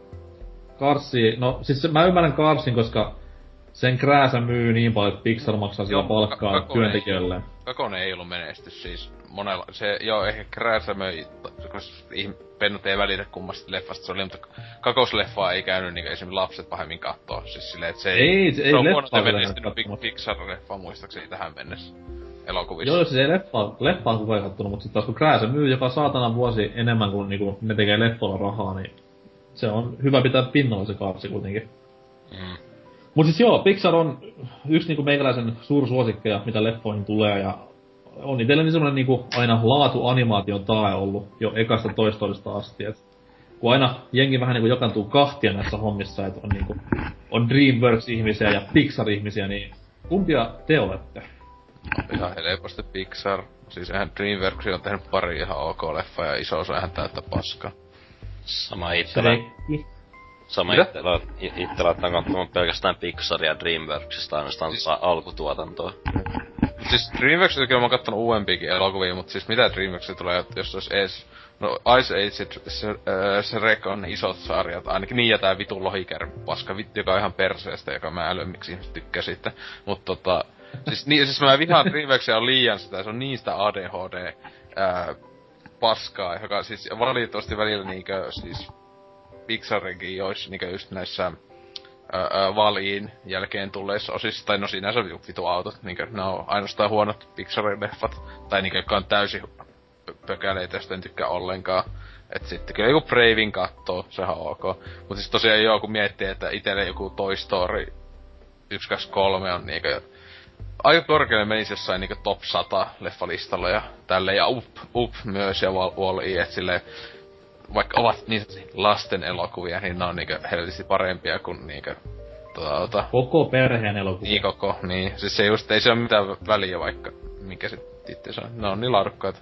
Carsi, no siis mä ymmärrän Carsin, koska sen krääsä myy niin paljon, että Pixar maksaa sillä palkkaa työntekijöille. Kakone ei ollut menestys siis monella, se joo ehkä krääsä möi, koska pennut ei välitä kummasta leffasta se oli, mutta kakosleffaa ei käynyt niinku esimerkiksi lapset pahemmin kattoo, siis silleen et se ei... Ei, se ei leffaa menestynyt Pixar-leffa muistaakseni tähän mennessä elokuvissa. Joo, siis ei leffaa, leffaa kukaan kattonut, mutta sit taas kun krääsä myy joka saatana vuosi enemmän kuin niinku ne tekee leffoilla rahaa, niin se on hyvä pitää pinnalla se Carsi kuitenkin. Mm. Mut siis joo, Pixar on yksi niinku meikäläisen suursuosikkeja, mitä leffoihin tulee, ja on itselleni semmonen niinku aina laatu-animaation tae ollut jo ekasta Toy Storysta asti, et kun aina jengi vähän niinku jokantuu kahtia näissä hommissa, et on niinku, on DreamWorks-ihmisiä ja Pixar-ihmisiä, niin kumpia te olette? Ihan helposti Pixar. Siis eihän DreamWorks on tehnyt pari ihan ok-leffaa ja iso osa ihan täyttä paskaa. Sama itsellä. Sama itsellä, itsellä otan katsomaan pelkästään Pixaria ja DreamWorksista ainoastaan siis... alkutuotantoa. Siis DreamWorksista kyllä mä oon kattonut uudempiakin elokuvia, mut siis mitä DreamWorksista tulee, jos olisi ees... No Ice Age, se, se Rek on isot sarjat, ainakin niin ja tää vitun lohikärme paska vittu, joka on ihan perseestä, joka mä älyön miksi ihmiset tykkää siitä. Mut tota... Siis, niin, siis mä vihaan DreamWorksia on liian sitä, se on niin sitä A D H D ää, paskaa, joka siis valitettavasti välillä niinkö siis Pixarinkin jois niinkö just näissä ää, ää, Valiin jälkeen tulleissa osissa, tai no sinänsä vitu autot, niinkö ne on ainoastaan huonot Pixarin leffat, tai niinkö jotka on täysin pökäleitä, josta en tykkää ollenkaan. Et sitten kyllä joku Bravin kattoo, sehän on ok. Mut siis tosiaan joo, kun miettii, että itelle joku Toy Story yksi, kaksi, kolme on niinkö aika korkealle menisi jossain niinku top sata leffalistalla ja tälleen, ja up, up myös ja Wall-E, et silleen, vaikka ovat niin lasten elokuvia, niin ne on niinku helvetisti parempia kuin niinku, tota, tota, koko perheen elokuvia. Niin koko, niin. Siis se just, ei se oo mitään väliä vaikka, mikä se titti on. Ne on niin laadukkaita.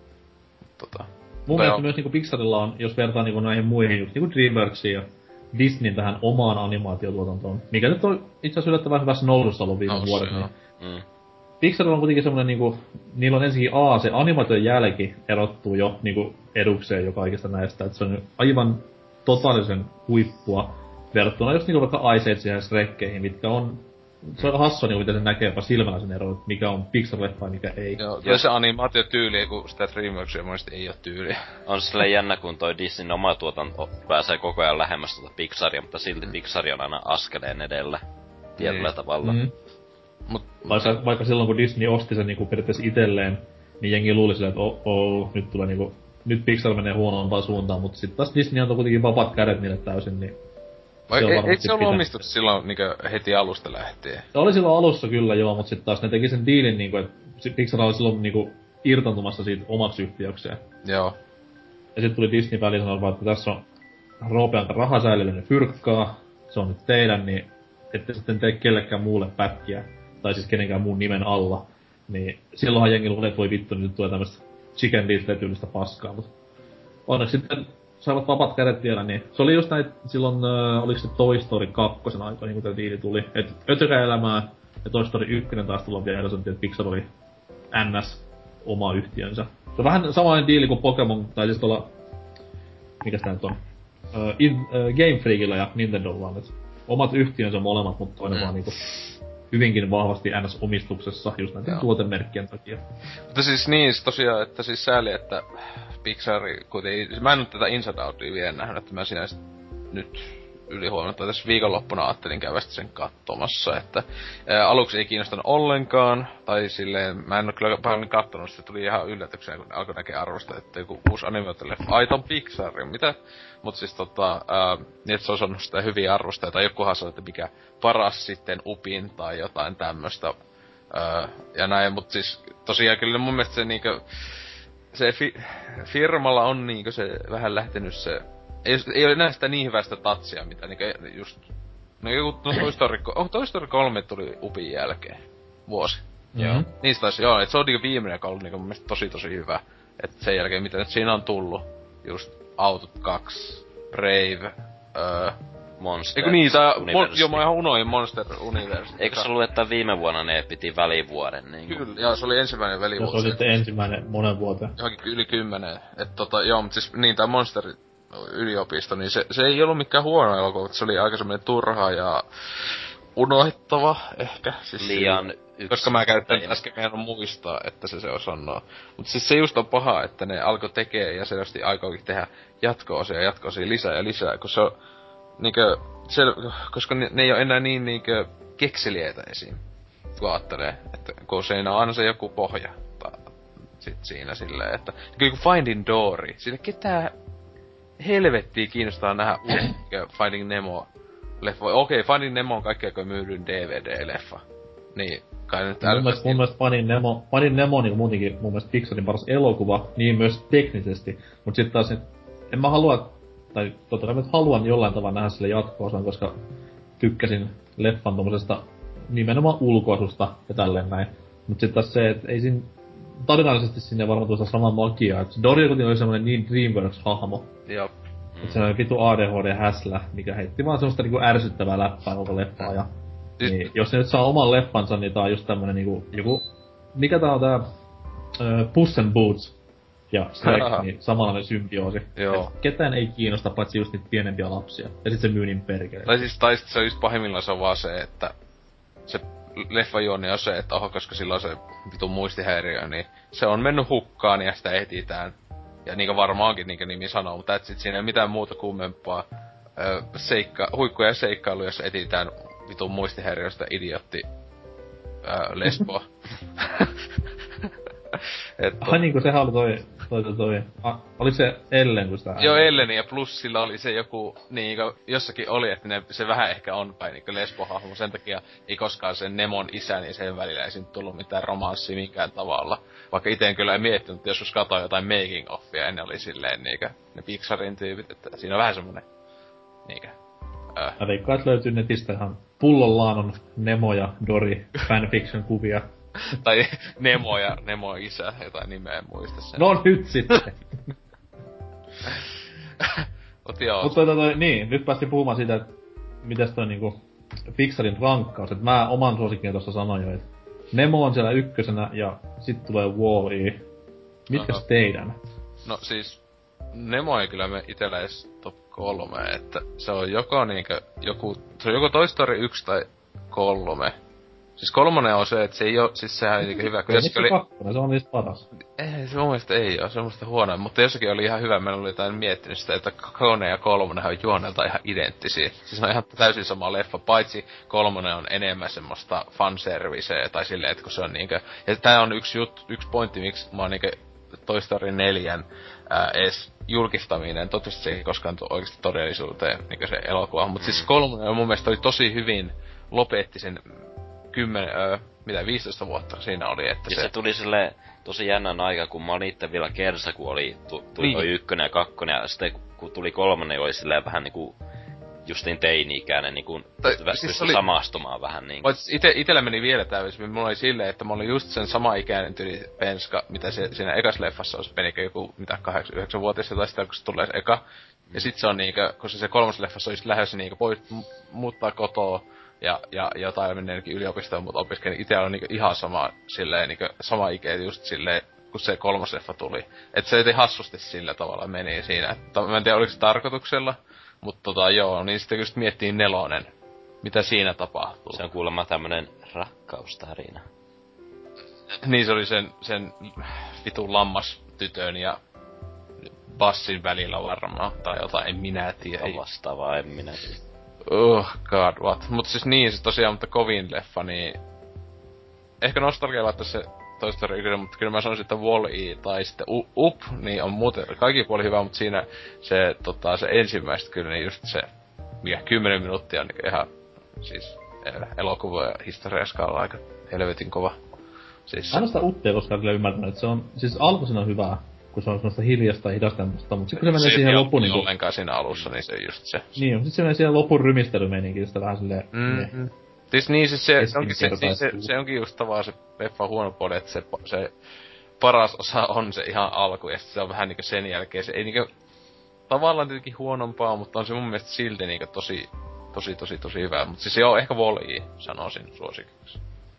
Tota, mun mielestä myös niinku Pixarilla on, jos vertaa niinku näihin muihin, just niinku DreamWorksiin ja Disneyn tähän omaan animaatiotuotantoon, mikä nyt on itse asiassa yllättävän hyvässä nousussa ollut viime vuodet, niin Mm. Pixarilla on kuitenkin semmonen niinku, niillä on ensinnäkin A, se animaation jälki erottuu jo niinku edukseen jo kaikista näistä, että se on aivan totaalisen huippua verrattuna just niinku vaikka Ice Age ja Shrekkeihin, mitkä on se on hassua niinku miten se näkee jopa silmällä sen eron, että mikä on Pixar-leffa ja mikä ei. Joo, ja se animaatiotyyli, kun sitä DreamWorksia monesti ei oo tyyliä. On se silleen jännä, kun toi Disneyn oma tuotanto pääsee koko ajan lähemmäs tuota Pixaria, mutta silti Pixar on aina askeleen edellä. Tietyllä Niin. tavalla. Mm. Mut, Vaikka, vaikka silloin kun Disney osti sen niinku periaatteessa itselleen, niin jengi luuli silleen, että oh, oh, nyt tulee niinku, nyt Pixar menee huonompaan suuntaan, mutta sitten taas Disney antoi kuitenkin vapaat kädet niille täysin, niin vai se on ei, varmasti eikö se ollut pitänyt. omistuksessa silloin niinkö heti alusta lähtien? se oli silloin alussa kyllä joo, mutta sitten taas ne teki sen diilin niinku, että Pixar oli silloin niinku irtaantumassa siitä omaksi yhtiökseen. Joo. Ja sitten tuli Disney väliin sanoa vaan, että tässä on Roopean rahasäilyinen fyrkkaa, se on nyt teidän, niin ette sitten tee kellekään muulle pätkiä, tai siis kenenkään muun nimen alla. Niin silloinhan jengi luulee, että voi vittu, nyt tulee tämmöstä Chicken Little-tyylistä paskaa, mutta onneksi sitten saivat vapaat kädet vielä, niin se oli just näin, silloin, äh, oliko se Toy Story kaksi aikoina, kun tämä diili tuli, että ötökäelämää, ja Toy Story yksi taas tullaan vielä edellisen, että Pixar oli N S oma yhtiönsä. Se on vähän samanlainen diili kuin Pokemon, tai siis tuolla, mikäs tää nyt on, uh, in, uh, Game Freakilla ja Nintendolla on, et omat yhtiönsä molemmat, mutta toinen Mm. vaan niinku hyvinkin vahvasti N S-omistuksessa, just näiden Joo. tuotemerkkien takia. Mutta siis niin, siis tosiaan, että siis sääli, että Pixar kuitenkin... Mä en nyt tätä Inside Outia vielä nähnyt, että mä siinä sit nyt ylihuomenna tai tässä viikonloppuna ajattelin käydä sitä sen katsomassa, että ää, aluksi ei kiinnostanut ollenkaan, tai silleen, mä en oo kyllä paljon kattonut, se tuli ihan yllätyksenä, kun alkoi näkee arvosta, että joku uusi animaatioleffa, ai ton Pixarin, mitä? Mut siis tota, ää, niin että se on saanut sitä hyviä arvosta, tai jokuhan sanoi, että mikä paras sitten Upin tai jotain tämmöstä, ää, ja näin, mut siis tosiaan kyllä mun mielestä se niinkö, se fi- firmalla on niinkö se vähän lähtenyt se, ei, ei ole enää sitä niin hyvästä tatsia, mitä niinkö just, no joku, no Toy Story, oh, Toy Story kolme tuli Upin jälkeen, vuosi. Joo. Niistä taisi, joo, et se on niinkö viimeinen, joka on ollut niinkö mun mielestä tosi tosi hyvä. Et sen jälkeen mitä nyt siinä on tullut, just Autot kaksi, Brave, öö, Monster eikö niin, tää, mon, University. joo mä ihan unoin Monster Universe. Eikö se ollut, että viime vuonna ne piti välivuoden niin Kyllä, joo, se oli ensimmäinen Ja se välivuosi. oli sitten ensimmäinen monen vuoteen. Johonkin yli kymmenen. Et tota, joo, mut siis niin tää Monster yliopisto, niin se, se ei ollut mikään huono elokuva, mutta se oli aika semmonen turha ja unohittava ehkä. Siis liian sillä- yksin. koska mä käytän äsken meidän muistaa, että se se on sanoa. Mut siis se just on paha, että ne alkoi tekee ja selvästi aikoikin tehdä jatko-osia ja jatko-osia lisää ja lisää, kun se on niinkö, se, koska ne, ne ei oo enää niin niinkö kekseliäitä esim. Kun ajattelee, että kun siinä on aina se joku pohja ta, sit siinä silleen, että kyllä kun Finding Dory, sille ketään helvettiä kiinnostaa nähdä uusi Finding Nemo leffa. Okei, okay, Finding Nemo on kaikkein aikojen myydyn D V D-leffa. Niin, kai nyt Mun mielestä, mun mielestä Finding Nemo, Finding Nemo on niinku muutenkin mun mielestä Pixarin paras elokuva, niin myös teknisesti. Mut sit taas, en mä halua, tai totta kai mä nyt haluan jollain tavalla nähdä sille jatko-osan, koska tykkäsin leffan tommosesta nimenomaan ulkoasusta ja tälleen näin. Mut sit taas se, että ei siinä tarinallisesti sinne varmaan tuosta samaa magiaa. Et Dory kuitenkin oli semmonen niin Dreamworks-hahmo. Joo. Et se oli vitu A D H D-häslä, mikä heitti vaan semmoista niinku ärsyttävää läppää koko leffaa. Ja, Siis- niin, jos ne nyt saa oman leffansa, niin tää on just tämmönen niinku, joku, mikä tää on tää, ö, Puss in Boots ja Shrek, niin samanlainen symbioosi. Joo. Et ketään ei kiinnosta, paitsi just niitä pienempiä lapsia. Ja sit se myy niin perkele. Tai siis, tai sit se on just pahimmillaan se on vaan se, että se leffan juoni on se, että oho, koska sillä on se vitun muistihäiriö, niin se on mennyt hukkaan ja sitä etsitään. Ja niinkö varmaankin niinkö nimi sanoo, mutta et sit siinä ei ole mitään muuta kummempaa ö, seikka, huikkuja ja seikkailuja, jos etsitään vitun muistihäiriöstä idiotti ö, lesboa. Et, Ai niinku sehän oli toi, toi, toi, toi. A, oliko se Ellen, kun sitä... Joo, Elleni ja plus sillä oli se joku, niinkö, jossakin oli, että ne, se vähän ehkä on päin niinkö lesbohahmo, sen takia ei koskaan sen Nemon isän ja sen välillä ei siinä tullut mitään romanssia minkään tavalla. Vaikka ite en kyllä miettinyt, että joskus katsoin jotain making offia, ja ne oli silleen niinkö, ne Pixarin tyypit, että siinä on vähän semmonen, niinkö, äh, Mä veikkaan, että löytyy netistä ihan pullollaan on Nemo ja Dory fanfiction kuvia. tai Nemo ja Nemo isä, jotain nimeä en muista sen. No nyt sitten. Mut joo. Mutta toi, toi, toi, niin, nyt päästiin puhumaan siitä, että mitäs toi niinku Pixarin rankkaus. Et mä oman suosikkini tuossa sanoin jo, että Nemo on siellä ykkösenä ja sit tulee Wall-E. Mitkäs Aha. teidän? No siis, Nemo ei kyllä me itellä edes top kolme, että se on joko niinkö joku, se on joko Toy Story yksi tai kolme. Siis kolmonen on se, että se ei oo, siis sehän oli niinku hyvä. Ei niistä oli... kakkonen, se on niistä paras. Ei, se mun mielestä ei oo, se on musta huono, mutta jossakin oli ihan hyvä, meillä oli jotain miettinyt sitä, että kakkonen ja kolmonen on juonelta ihan identtisiä. Siis ne on ihan täysin sama leffa, paitsi kolmonen on enemmän semmoista fanserviceä, tai silleen, että kun se on niinkö... Ja tää on yksi jut, yksi pointti, miksi mä oon niinkö Toy Story neljän ää, ees julkistaminen, toivottavasti se ei koskaan tuo oikeesti todellisuuteen, niinkö se elokuva. Mut mm. siis kolmonen mun mielestä oli tosi hyvin, lopetti sen kymmenen, öö, mitä viisitoista vuotta siinä oli, että ja se... se tuli silleen tosi jännän aika, kun mä olin itse vielä kersa, kun oli, tu, tuli niin. Toi ykkönen ja kakkonen, ja sitten kun tuli kolmonen, oli silleen vähän niinku justiin teini-ikäinen, niinku siis oli... samastumaan vähän niinku. Oot ite, itellä meni vielä täysin, mulla oli silleen, että mä olin just sen sama ikäinen tyli penska, mitä se siinä ekas leffassa olisi, menikö joku, mitä, kahdeksan, yhdeksän vuotias tai sitä, kun se tulee se eka. Mm. Ja sit se on niinkö, kun se, se kolmas leffassa olisi lähdössä niinkö pois, muuttaa kotoa, ja, ja jotain menneekin yliopistoon, mutta opiskelin ite on niinku ihan sama, silleen, niinku, sama ikä just silleen, kun se kolmas leffa tuli. Et se joten hassusti sillä tavalla meni siinä. Et, mä en tiedä, oliko se tarkoituksella, mutta tota joo, niin sitten just miettii nelonen. Mitä siinä tapahtuu? Se on kuulemma tämmönen rakkaustarina. Niin se oli sen, sen vitun lammastytön ja bassin välillä varmaan, tai jotain, en minä tiedä. Vastaavaa, en minä tiedä. Oh god what. Mut siis niin, se tosiaan, mutta kovin leffa, niin... Ehkä nostalgia laittaa se Toy Story yksi, mutta kyllä mä sanoisin, että Wall-E tai sitten U- Up, niin on muuten kaikki puoli hyvä, mutta siinä se, tota, se ensimmäistä kyllä, niin just se, mikä kymmenen minuuttia on niin ihan, siis elokuva ja historiaskalla aika helvetin kova. Siis... Aina sitä Uppia koskaan kyllä ymmärtänyt, että se on, siis alkuisin on hyvää, kun se on semmoista hiljasta ja hidasta, mutta sit kun se menee siihen lopun niinku... ollenkaan siinä alussa, niin se on just se. Niin, mutta sit se menee siihen lopun rymistelymeninkin, sitä vähän silleen... Mm-hmm. Siis niin, siis se, se, onkin, se, siis se, se onkin just tavallaan se leffan huono puoli, että se, se paras osa on se ihan alku, ja se on vähän niinku sen jälkeen, se ei niinku... Tavallaan tietenkin huonompaa, mutta on se mun mielestä silti niinku tosi, tosi, tosi, tosi hyvä. Mut siis joo, ehkä Wall-E sanoisin suosikiksi.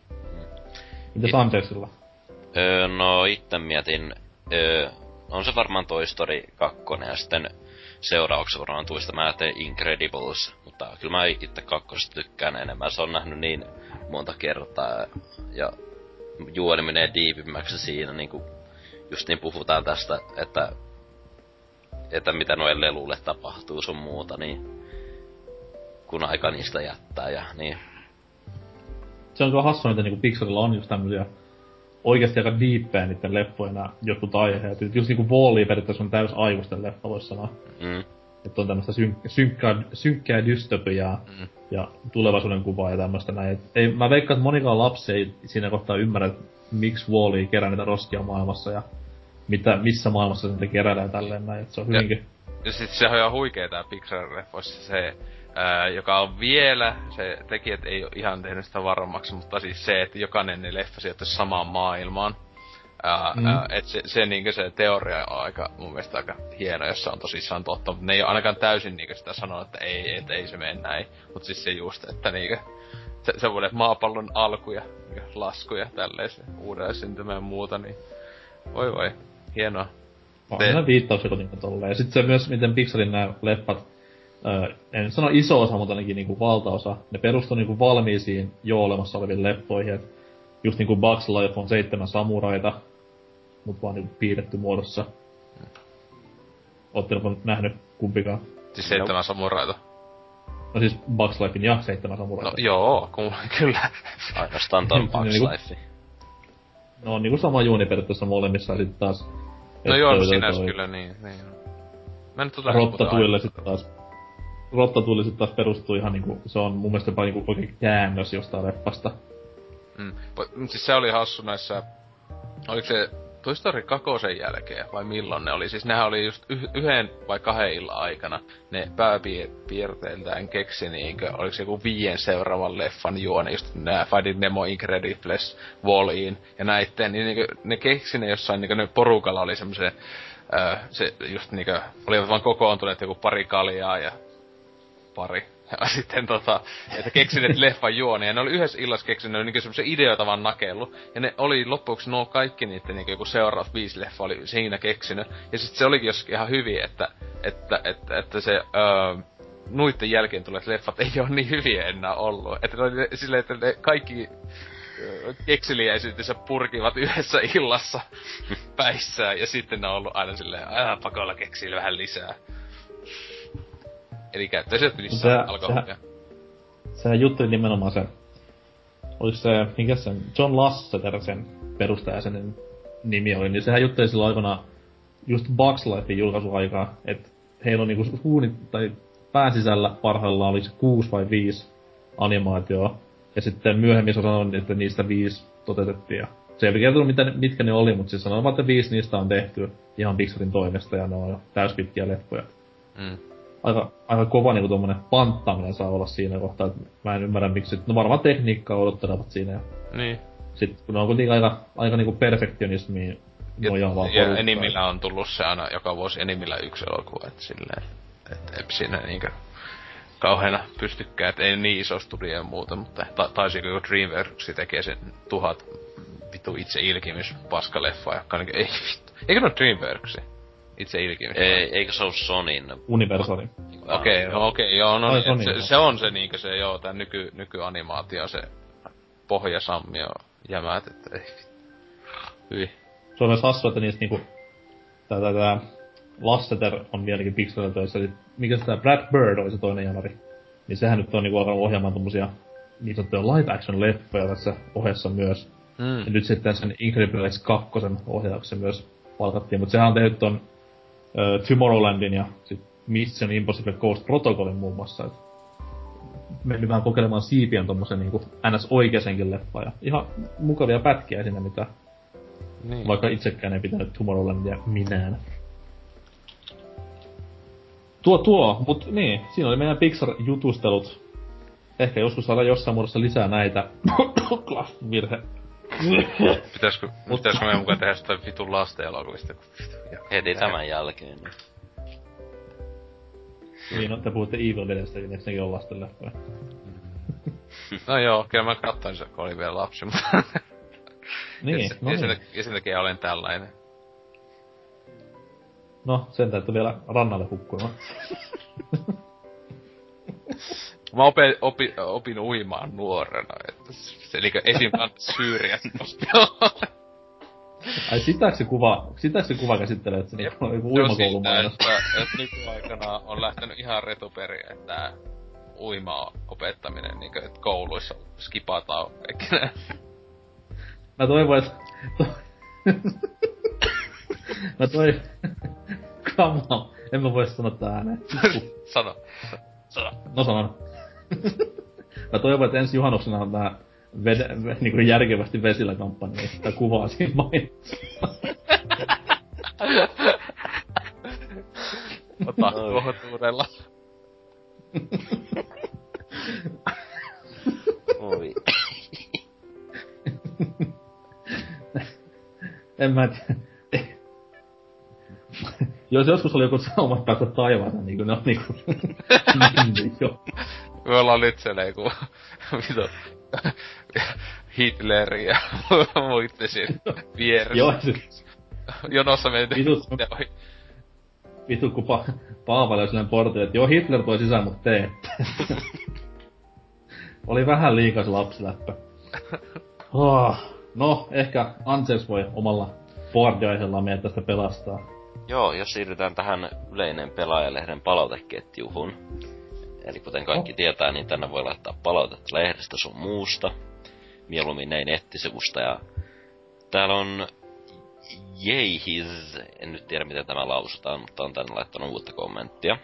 Mitä Santeksilla? Öö, no itte mietin, öö, on se varmaan Toy Story kaksi ja sitten seuraavaksi varmaan tuista mä tein Incredibles, mutta kyllä mä itse kakkosesta tykkään enemmän, se on nähnyt niin monta kertaa ja juoni menee diipimmäksi siinä, niinku just niin puhutaan tästä, että että mitä noille leluille tapahtuu sun muuta, niin kun aika niistä jättää ja niin. Se on kyllä hassua, että niinku Pixarilla on just tämmösiä oikeesti aika diippejä niitten leffojen nää jotkut aiheet. Just niinku Wall-E periaatteessa on täys aikuisten leffa, vois sanoa. Mm. Että on tämmöstä synk- synkkää, synkkää dystopiaa mm. ja tulevaisuuden kuvaa ja tämmöstä näin. Et ei, mä veikkaan, että monikaan lapsi ei siinä kohtaa ymmärrä, miksi Wall-E kerää niitä roskia maailmassa ja mitä, missä maailmassa niitä kerätään tälleen näin. Et se on hyvinkin... Ja, ja sit se on ihan huikee tää Pixar-leffoissa se... Ää, joka on vielä, se tekijät ei oo ihan tehnyt sitä varmaksi, mutta siis se, että jokainen ne leffa sijoittuisi samaan maailmaan. Ää, mm. ää, et se, se, niinkö se teoria on aika, mun mielestä aika hieno, jos se on tosissaan totta, mutta ne ei oo ainakaan täysin niinkö sitä sanoa, että ei, et ei se mene näin. Mut siis se just, että niinkö, se, se voi maapallon alku ja lasku ja tälleen se uudelleen syntymä ja muuta, niin voi voi, hienoa. On Te... viittaus joku niinku tolleen. Ja sit se myös, miten Pixarin nää leffat, Öö, en sano iso osa, mutta ainakin niinku valtaosa. Ne perustuu niinku valmiisiin jo olemassa oleviin leffoihin. Et just niinku Bugs Life on seitsemän samuraita, mut vaan niinku piirretty muodossa. Ootteko nyt nähnyt kumpikaan? Siis seitsemän no. samuraita? No siis Bugs Lifein ja seitsemän samuraita. No joo, kun, kyllä. Ainoastaan ton Bugs Life. No on niinku sama juoni periaatteessa molemmissa ja sit taas... No joo, no sinänsä kyllä niin. niin. Mä nyt tota Rottatuille sit taas... Rottatuille sit taas perustuu ihan niinku, se on mun mielestä jopa niinku oikein käännös jostain leffasta. Mm. Siis se oli hassu näissä, oliko se Toy Story kakosen jälkeen vai milloin ne oli? Siis nehän oli just y- yhden vai kahden illan aikana ne pääpiirteiltään keksi niinkö, oliko se joku viien seuraavan leffan juoni, just nää Finding Nemo, Incredibles, Wall-Ein ja näitten, niin niinkö, ne keksi ne jossain niinkö ne porukalla oli semmosen, öö, se just niinkö, olivat vaan kokoontuneet joku pari kaljaa ja pari. Ja sitten tota, että keksineet leffan juoni, ja ne oli yhdessä illassa keksineet niinku semmosen ideoita vaan nakellu. Ja ne oli loppuksi nuo kaikki niitten niinku joku seuraavat viisi leffa oli siinä keksinyt. Ja sit se olikin jossakin ihan hyvin, että, että, että, että se, öö, nuitten jälkeen tulleet leffat ei oo niin hyviä enää ollut. Että ne oli silleen, että ne kaikki kekseliäisyytensä purkivat yhdessä illassa päissään, ja sitten ne on ollut aina silleen, aina pakolla keksii vähän lisää. Eli käyttäisit niissä alkoholia. Sehän, sehän jutteli nimenomaan se, olis se, minkä sen, John Lasseter sen perustaja sen nimi oli, niin sehän jutteli silloin aikana just Bugs Lifein julkaisuaikaa, että heillä on niinku suunnit, tai pääsisällä parhaillaan olisi kuusi vai viisi animaatioa, ja sitten myöhemmin se sanoi, että niistä viisi toteutettiin, ja se ei ole kertonut, mitä, mitkä ne oli, mutta siis sanoi, että viisi niistä on tehty ihan Pixarin toimesta, ja ne on jo täyspitkiä leffoja. Mm. Aika, aika kova niinku tommonen panttaaminen saa olla siinä kohtaa, että mä en ymmärrä miksi, no varmaan tekniikkaa odottelevat siinä, ja niin. Sit kun ne on kuitenkin aika, aika niinku perfektionismiin nojaavaa porukkaa. Ja enimmillä on tullut se aina joka vuosi enimmillä yksi elokuva, et silleen, et ei siinä niinkö kauheena pystykään, et ei niin iso studio ja muuta, mutta ta- taisiko joku DreamWorks tekee sen tuhat vitu itse ilkimys paskaleffa, joka niinkö, ei vittu, eikö ne oo DreamWorks? Itse ilkimys. Ei, eikö se oo Sonyn? Universali. Okei, okay, no okei, okay, joo, no niin, se, se on se niinkö se, joo, tää nyky, nykyanimaatio, se pohjasammio jämät, että ei vittu. Hyi. Se on myös hassua, että niistä niinku, tää, tää, tää Lasseter on vieläkin Pixarilla töissä, eli mikä se tää Brad Bird oli se toinen janari. Niin sehän nyt on niinku alkanut ohjaamaan tommosia niin sanottuja live action leffoja tässä ohessa myös. Mm. Ja nyt sitten sen Incredibles kakkosen ohjaajaksi myös palkattiin, mut sehän on tehnyt ton uh, Tomorrowlandin ja sit Mission Impossible Ghost Protocolin muun muassa. Et mennyt vähän kokeilemaan siipien tommosen niinku ns oikeasenkin leffa ja ihan mukavia pätkiä siinä mitä. Niin. Vaikka itsekään ei pitänyt Tomorrowlandia minään. Tuo tuo, mut niin, siinä oli meidän Pixar-jutustelut. Ehkä joskus saadaan jossain muodossa lisää näitä. Virhe. Pitäiskö, pitäiskö meidän mukaan tehdä sitä vitun lasten elokuvista? Heti tämän jälkeen. Niin, no te puhutte Evil Deadistä, niin eikö nekin ole lasten leffoja? No joo, kyllä mä katsoin se, kun olin vielä lapsi, mutta... Niin, ja, no ja, niin. sen, ja sen takia olen tällainen. No, sen täytyy vielä rannalle hukkunut. Mä opin, opin, opin uimaan nuorena, että se elikö esim. Syyriassa. Ai sitäks se kuva, sitäks se kuva käsittelee, että se niinku on joku uimakoulumainos? Että, että nykyaikana on lähtenyt ihan retuperiin, että uimaa opettaminen niinkö, että kouluissa skipataan kaikki nää. Mä toivon, et... mä toi... Come on. En mä voi sanoa tää ääneen. Sano. Sano. No sanon. Mä toivon, että ensi juhannuksena on tää ved... niinku järkevästi vesillä kampanja, niin sitä kuvaa siinä mainitsi. Ota kohtuudella. Oi. En mä tiedä. Jos joskus oli joku saumat päästä taivaaseen, niin kuin ne on niinku mennyt jo. Me ollaan nyt siellä joku vitu Hitler ja muitte siinä vieressä. Joo, jonossa mennyt ohi. Vitu kun pa- Paavali oli sellainen portille, että joo Hitler toi sisään mut tee. Oli vähän liikas lapsiläppä. Oh. No, ehkä Ansels voi omalla boardiaiheellaan meidät tästä pelastaa. Joo, jos siirrytään tähän yleinen pelaajalehden palauteketjuhun. Eli kuten kaikki oh. tietää, niin tänne voi laittaa palautetta lehdestä sun muusta. Mieluummin ei nettisivusta. Ja täällä on Jeihis, en nyt tiedä miten tämä lausutaan, mutta on tänne laittanut uutta kommenttia.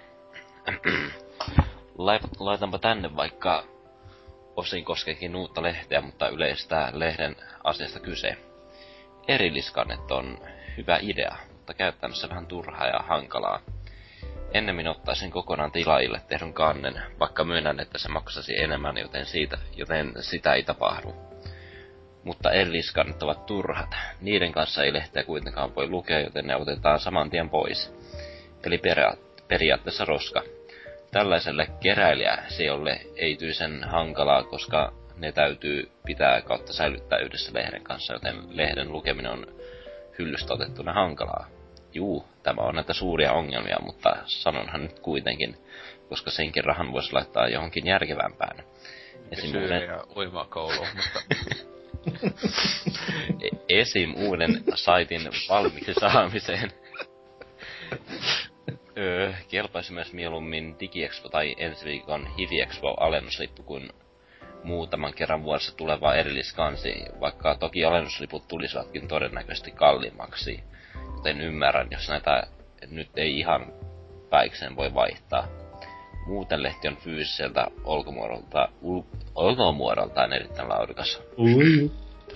Laitanpa tänne vaikka osin koskeekin uutta lehteä, mutta yleistä lehden asiasta kyse. Erilliskannet on hyvä idea, mutta käytännössä vähän turhaa ja hankalaa. Ennemmin ottaisin kokonaan tilaajille tehdyn kannen, vaikka myönnän, että se maksaisi enemmän, joten, siitä, joten sitä ei tapahdu. Mutta erilliskannet ovat turhat. Niiden kanssa ei lehteä kuitenkaan voi lukea, joten ne otetaan saman tien pois. Eli peria- periaatteessa roska. Tällaiselle keräilijäsijolle ei tyisen hankalaa, koska ne täytyy pitää kautta säilyttää yhdessä lehden kanssa, joten lehden lukeminen on hyllystä otettuna hankalaa. Juu, tämä on näitä suuria ongelmia, mutta sanonhan nyt kuitenkin, koska senkin rahan voisi laittaa johonkin järkevämpään. Esim. Uuden... ja uimakouluun, mutta... Esim. Uuden saitin valmiiksi saamiseen. öö, kelpaisi myös mieluummin DigiExpo tai ensi viikon HiFi-Expo alennuslippu kuin muutaman kerran vuodessa tuleva erilliskansi, vaikka toki alennusliput tulisivatkin todennäköisesti kalliimmaksi. Joten ymmärrän, jos näitä nyt ei ihan päikseen voi vaihtaa. Muuten lehti on fyysiseltä ulkomuodolta, ul, ulkomuodoltaan erittäin laadukas. Ui.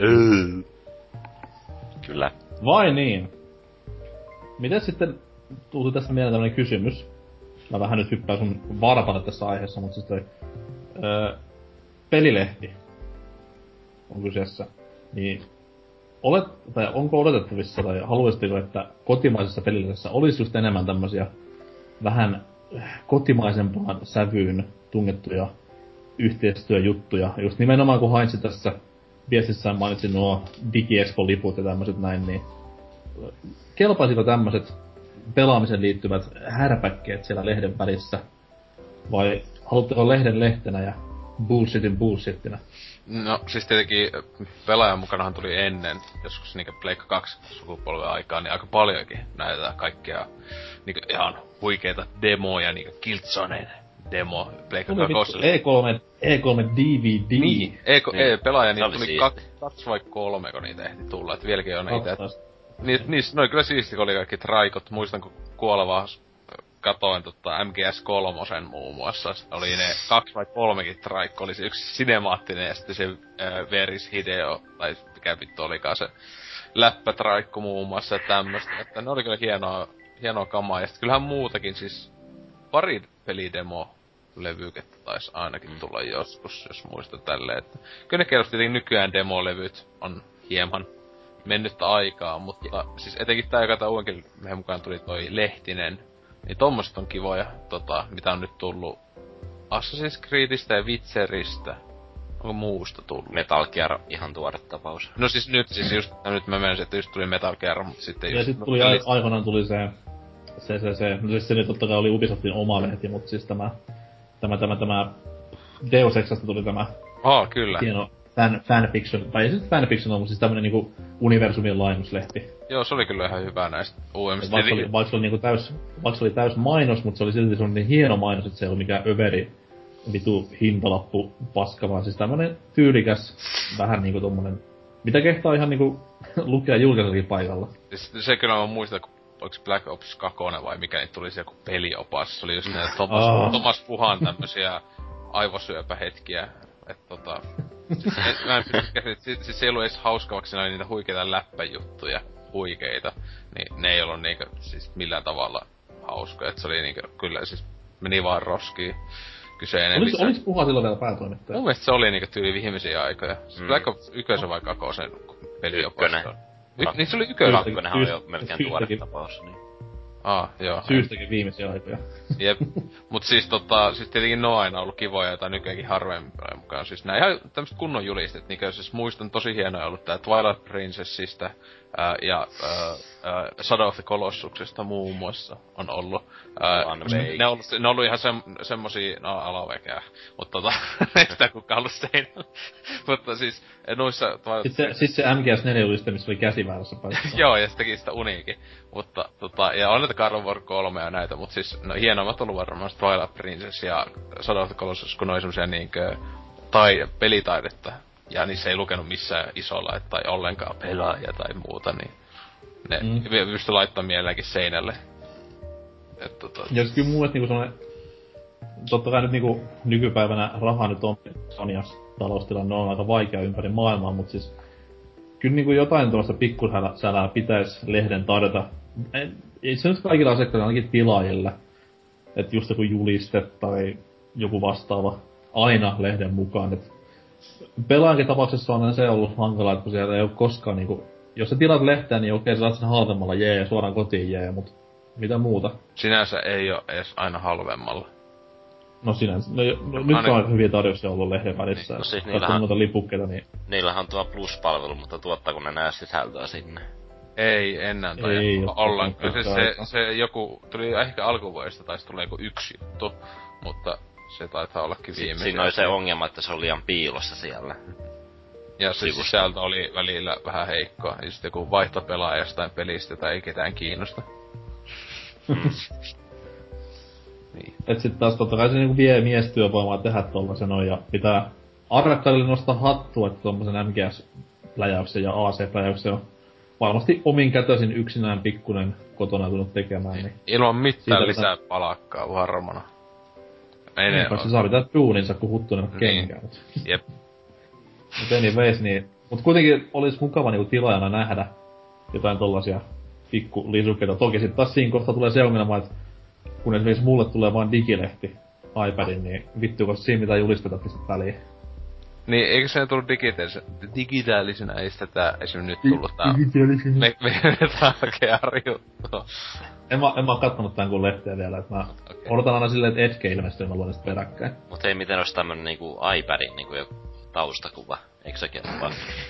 Kyllä. Vai niin? Miten sitten tuli tästä mieleen tämmönen kysymys? Mä vähän nyt hyppään sun varpalle tässä aiheessa, mutta siis toi... Öö, pelilehti on kyseessä. Niin... Olet, tai onko odotettavissa, tai haluaisitteko, että kotimaisessa pelilehdessä olisi just enemmän tämmösiä vähän kotimaisempaan sävyyn tungettuja yhteistyöjuttuja. Just nimenomaan kun Heinz tässä viestissään mainitsi nuo DigiExpo-liput ja tämmöset näin, niin kelpaisiko tämmöset pelaamisen liittyvät härpäkkeet siellä lehden välissä? Vai haluatteko lehden lehtenä ja bullshitin bullshittinä? No siis tietenkin pelaajan mukanahan tuli ennen, joskus niinkö Pleikka kaksi sukupolven aikaa, niin aika paljonkin näitä kaikkia niinkö ihan huikeita demoja, niinkö Killzonen demo, Pleikka kaksi. E kolme, E kolme D V D. Niin, e, niin. e, pelaaja niitä oli tuli kaksi, kaksi vai kolme, kun niitä ehti tulla, et vieläkin on niitä. Niin, niissä, no kyllä siisti, kun oli kaikki traikot, muistan kun kuolevaa katoin tota M G S kolme muun muassa. Oli ne kaksi vai kolmekin traikko, oli se yksi sinemaattinen ja sitten se äh, Veris Hideo, tai mikä vittu olikaan se läppätraikko muun muassa ja tämmöstä. Että ne oli kyllä hienoa, hienoa kamaa. Ja sitten kyllähän muutakin siis pari pelidemo-levykettä taisi ainakin tulla joskus, jos muistan tälleen. Että kyllä ne kerrosti tietenkin nykyään demolevyt on hieman mennyttä aikaa, mutta siis etenkin tää, joka tää uudenkin meidän mukaan tuli toi Lehtinen, niin tommoset on kivoja, tota, mitä on nyt tullut Assassin's Creedistä ja Witcheristä. Onko muusta tullut? Metal Gear, ihan tuore tapaus. No siis nyt, siis just, no nyt mä menen, että just tuli Metal Gear, mutta sitten ja just... Ja sit tuli a- aikanaan tuli se, se, se, se, no siis se nyt totta kai oli Ubisoftin oma lehti, mutta siis tämä, tämä, tämä, tämä Deus Exasta tuli tämä... Oh, kyllä. Hieno fan, fanfiction, tai ei se fanfiction on, mutta siis tämmönen niinku universumin lainnuslehti. Joo, se oli kyllä ihan hyvä näistä uudemmista. Vaikka se oli, vaikka se oli niinku täys, vaikka se oli täys mainos, mutta se oli silti se niin hieno mainos, että se ei ollut mikään överi vitu hintalappu paska, vaan siis tämmönen tyylikäs, vähän niinku tommonen, mitä kehtaa ihan niinku lukea julkaisellakin paikalla. Siis se kyllä mä muistan, kun oiks Black Ops kaksi vai mikä niitä tuli se joku peliopas, se oli just näitä Thomas, oh. Thomas Puhan tämmösiä aivosyöpähetkiä, et tota... et, mä en pysty käsittää, siis, siis se ei ollut edes hauska, vaikka siinä oli niitä huikeita läppäjuttuja, huikeita, niin ne ei ollut niinkö siis millään tavalla hauskoja, et se oli niinkö, kyllä siis meni vaan roskiin kyseinen. Olis, olis Puha silloin vielä päätoimittaja? Mun mielestä se oli niinkö tyyli viimeisiä aikoja. Mm. Black Ops ykkösen vai kakosen peliopas? Ykkönen. Y- niin se oli ykkönen. Kakkönenhan on jo melkein tuore tapaus, niin. Ah, joo. Syystäkin viimeisiä aikoja. Jep. Mut siis tota, siis tietenkin ne on aina ollut kivoja, jota nykyäänkin harvemmin mukaan. Siis nää ihan tämmöset kunnon julistet, niinkö siis muistan tosi hienoja ollut tää Twilight Princessista ää, ja ää, ää, Shadow of the Colossuksesta muun muassa on ollut. Ää, ne, on ollut ne on ollut ihan sem, semmosia, no alavekää, mut tota, ei sitä kukaan ollut seinällä. Mutta siis noissa Twilight... Sitten se, sit se M G S neljä juliste, missä oli käsiväärässä paikassa. Joo, ja se teki sitä uniikin. Mutta tota, ja on näitä God of War kolme ja näitä, mut siis no hienommat on ollut varmaan Twilight Princess ja Shadow of the Colossus, kun ne oli semmosia niinkö tai pelitaidetta. Ja niissä ei lukenut missään isolla, et, tai ollenkaan pelaajia tai muuta, niin ne mm. pysty laittamaan mielelläkin seinälle. Et, tota... Ja sit kyllä mun mielestä niinku semmonen... Totta kai nyt niinku nykypäivänä raha nyt on Sonyas taloustilanne on aika vaikea ympäri maailmaa, mut siis... Kyllä niinku jotain tuollaista pikkusälää pitäis lehden tarjota. Ei se nyt kaikilla asiakkailla, ainakin tilaajilla. Et just joku juliste tai joku vastaava aina lehden mukaan. Et pelaajankin tapauksessa on se ollut hankalaa, että kun siellä ei oo koskaan niinku... Jos sä tilaat lehteä, niin okei, sä saat sen halvemmalla jee ja suoraan kotiin jee, mut mitä muuta? Sinänsä ei oo edes aina halvemmalla. No sinänsä. No, no nyt Aine... on aika hyviä tarjouksia ollut lehden välissä. No siis niillähän... noita lipukkeita, niin... Niillähän on tuo Plus-palvelu, mutta tuottaako ne nää sisältöä sinne? Ei enää tai Ei oo ollenkaan. tullut Se, se, aikaa. se joku, tuli ehkä alkuvuodesta taisi tulla joku yksi juttu, mutta se taitaa ollakin Si- viimeisiä. siinä oli se ongelma, että se oli liian piilossa siellä. Ja se sivusta. sisältö oli välillä vähän heikkoa. Ja sitten joku vaihtopelaaja jostain pelistä, jota ei ketään kiinnosta. Mm. Niin. Et sit taas totta kai se niinku vie miestyövoimaa tehdä tollasen on ja pitää Arrakkaille nostaa hattua, että tommosen M G S-pläjäyksen ja A C-pläjäyksen on varmasti omin kätösin yksinään pikkunen kotona tullut tekemään, niin Ilman mitään Siitä lisää palakkaa varmana. Ei ne niinpä se oo. saa pitää duuninsa, kun huttunen Niin. kenkään. Mut, Jep. mut anyways, niin... Mut kuitenkin olis mukava niinku tilaajana nähdä jotain tollasia pikku lisukkeita. Toki sit taas siinä kohtaa tulee se ongelma, että kun esimerkiksi mulle tulee vaan digilehti iPadin, niin vittu, koska siinä mitään julisteta pistä väliin. Niin, eikö se tullut digitaalisena, digitaalisena, ei sitä tää esim. Nyt tullut tää me, me, juttu. En mä, en mä oo kattonut tän kun lehteä vielä, et mä Okei. odotan aina silleen, että Edge ilmestyy, mä luen sitä peräkkäin. Mut ei miten olisi tämmönen niinku iPadin niinku joku taustakuva. Eikö se kelpaa?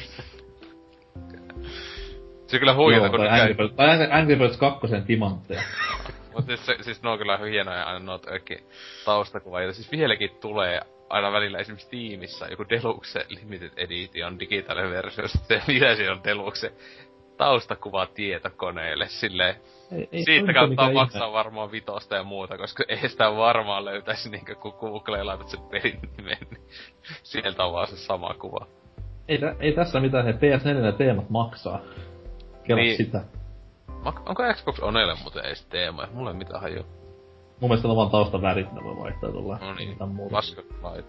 Se kyllä huijata, Joo, kun tai ne Angry käy. Birds, tai Angry Birds kakkosen timantteja. Mut siis, se, siis ne on kyllä hienoja aina noot kaikki taustakuva. Ja siis vieläkin tulee aina välillä esimerkiksi Steamissa joku Deluxe Limited Edition digitaalinen versio. Sitten mitä siinä on Deluxe taustakuva tietokoneelle silleen. Ei, ei Siitä toi kannattaa mikään maksaa varmaan vitosta ja muuta, koska ei sitä varmaan löytäisi niinkö kun Googleen laitat sen pelin nimen, niin sieltä on vaan se sama kuva. Ei, tä, ei tässä mitään, he P S neljä teemat maksaa. Kela Niin. sitä. Ma- onko Xbox Onelle muuten edes teemoja? Mulla ei mitään hajua. Mun mielestä on vaan taustavärit, ne voi vaihtaa tulla. No niin, mitään muuta. paska laita.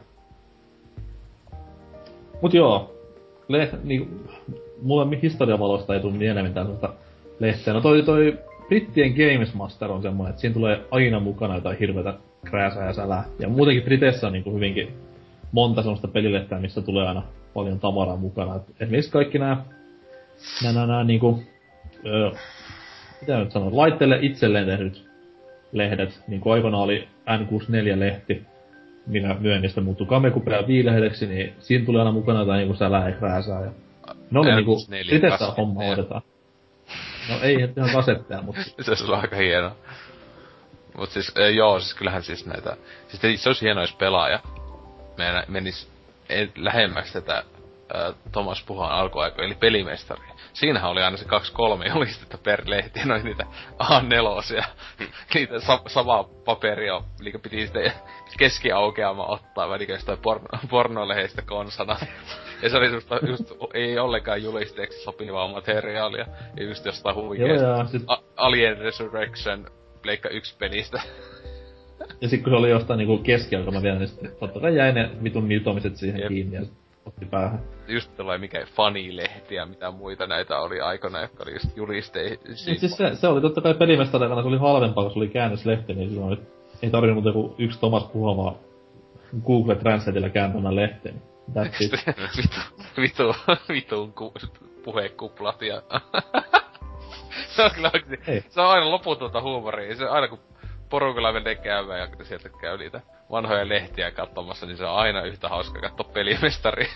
Mut joo, le, niin, mulle historiavaloista ei tuu mieleen mitään sellaista lehteä. No toi, toi Brittien Games Master on semmonen, että siinä tulee aina mukana jotain hirveetä krääsää ja sälää. Ja muutenkin Briteissä on niinku hyvinkin monta semmoista pelilehteä, missä tulee aina paljon tavaraa mukana. Et esimerkiksi kaikki nää, nää, nää, nää niinku, öö, mitä nyt sanon, laitteelle itselleen tehdyt lehdet. Niinku aikanaan oli N kuusikymmentäneljä-lehti, minä myönnistä muuttui Kamekupea viilehdeksi, niin siinä tuli aina mukana jotain niinku sälää ja krääsää. Ja ne oli niinku, N kuusikymmentäneljä Briteissä homma kasetteja. hoidetaan. No ei ihan kasetteja, mutta Se olisi ollut aika hieno. Mut siis, äh, joo, siis kyllähän siis näitä... Siis te- se olisi hieno, jos pelaaja meidän menis e- lähemmäksi tätä äh, Thomas Puhan alkuaikoja, eli pelimestari. Siinähän oli aina se kaksi kolme julistetta per lehti, noin niitä A neljä, niitä sa- samaa paperia, eli piti sitten keskiaukeama ottaa välikä jostain porno- pornolehdestä konsana. Ja se oli semmoista just, ei ollenkaan julisteeksi sopivaa materiaalia, ja just jostain joo huikeesta joo, sit, A- Alien Resurrection Pleikka yksi pelistä. ja sit kun se oli jostain niinku keskiaikana vielä, niin sitten totta kai jäi ne vitun nitomiset siihen Jep. kiinni ja sit otti päähän. Just tällainen mikä Funny-lehti ja mitä muita näitä oli aikana, jotka oli just julisteisiin. Mut siis se, se oli totta kai pelimestareikana, se oli halvempaa, kun se oli käännöslehti, niin silloin oli, ei tarvinnut muuta kuin yksi Thomas Puha vaan Google Translateilla kääntämään lehteen. That's it. vitu, vitu, vitun ku, puhekuplat ja... se on kyllä oikeesti, Ei. se on aina loputonta huumoria. Se aina kun porukalla menee käymään ja sieltä käy niitä vanhoja lehtiä katsomassa, niin se on aina yhtä hauska katsoa pelimestaria.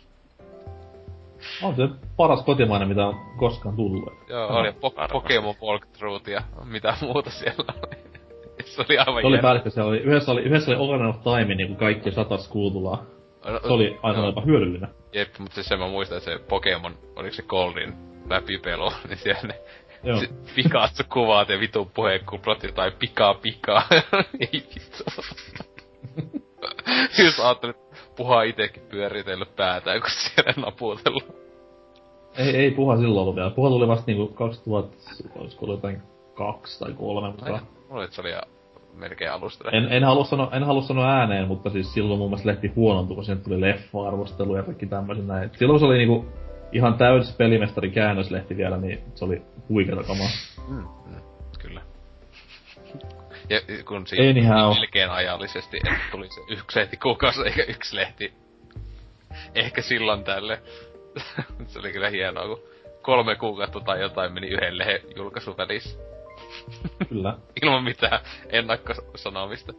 On se paras kotimainen, mitä on koskaan tullut. Joo, Tämä oli on po- varmasti. Pokemon Walkthrough ja mitä muuta siellä oli. Se oli aivan Se oli jännä. päällikkö, se oli, yhdessä oli, yhdessä oli Ocarina of Time, niin kuin kaikki satas kuultulaa. No, Se oli aina joo. jopa hyödyllinen. Jep, mutta siis sen mä muistan, että se Pokemon, oliko se Goldin läpipelu, niin siellä ne Joo. si- Pikachu kuvaat ja vitun puheekuplat jotain pikaa pikaa. Ei vittu. Just ajattelin, että Puha itekin pyöritellyt päätään, kun siellä naputellut. Ei, ei Puha silloin ollut vielä. Puha tuli vasta niinku kaksituhatta, olisiko ollut jotain kaksi tai kolme, mutta... Mulla oli, että se oli ja melkein alusta. En, en halua sanoa, en halua sanoa ääneen, mutta siis silloin mun mielestä lehti huonontui, kun sinne tuli leffa-arvostelu ja kaikki tämmöisen näin. Et silloin se oli niinku ihan täydessä pelimestari käännöslehti vielä, niin se oli huikeeta kamaa. Mm, mm, kyllä. Ja kun siinä Anyhow. melkein ajallisesti, että tuli se yksi lehti kuukausi eikä yksi lehti. Ehkä silloin tälle. Se oli kyllä hienoa, kun kolme kuukautta tai jotain meni yhden lehden julkaisun välissä. Kyllä. Ilman mitään ennakkosanomista.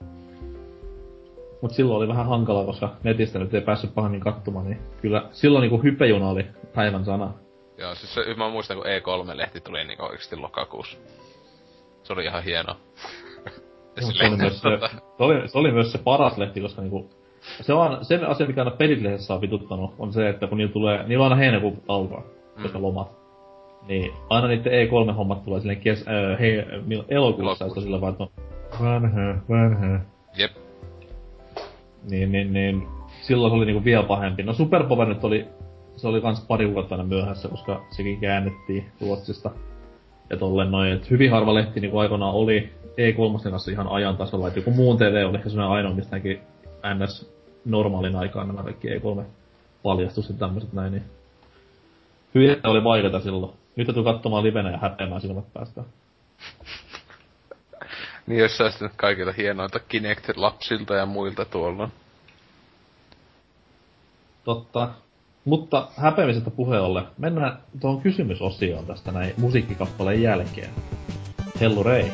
Mut silloin oli vähän hankalaa, koska netistä nyt ei päässyt pahemmin katsomaan, niin kyllä silloin niinku hypejuna oli päivän sana. Joo, siis se, mä muistan, kun E kolme-lehti tuli niinku oikeesti lokakuussa. Se oli ihan hieno. Se oli, myös se, se, oli, se oli myös se paras lehti, koska niinku... Se on se asia, mikä aina pelit-lehdessä on vituttanut, on se, että kun niillä tulee... Niillä on aina heinäkuun alkaa, koska mm. lomat. Niin aina niitten E kolme-hommat tulee silleen kes... Äh, hei, elokuussa, ja sillä vaan, että no... Vanha, vanha. Jep. Niin, niin, niin... Silloin se oli niinku vielä pahempi. No Super Power nyt oli... Se oli kans pari vuotta aina myöhässä, koska sekin käännettiin Ruotsista. Ja tolleen noin, et hyvin harva lehti niinku aikanaan oli E kolme kanssa ihan ajan tasolla, et joku muun T V oli ehkä semmonen ainoa, mistä näki N S normaalin aikaan nämä kaikki E kolme paljastukset ja tämmöset näin, niin... Hyvin oli vaikeeta silloin. Nyt täytyy katsomaan livenä ja häpeämään silmät päästään. Niin jos sä olisit kaikilta hienoilta Kinect-lapsilta ja muilta tuolla. Totta. Mutta häpeämisestä puheen ollen, mennään tuohon kysymysosioon tästä näin musiikkikappaleen jälkeen. Hellurei.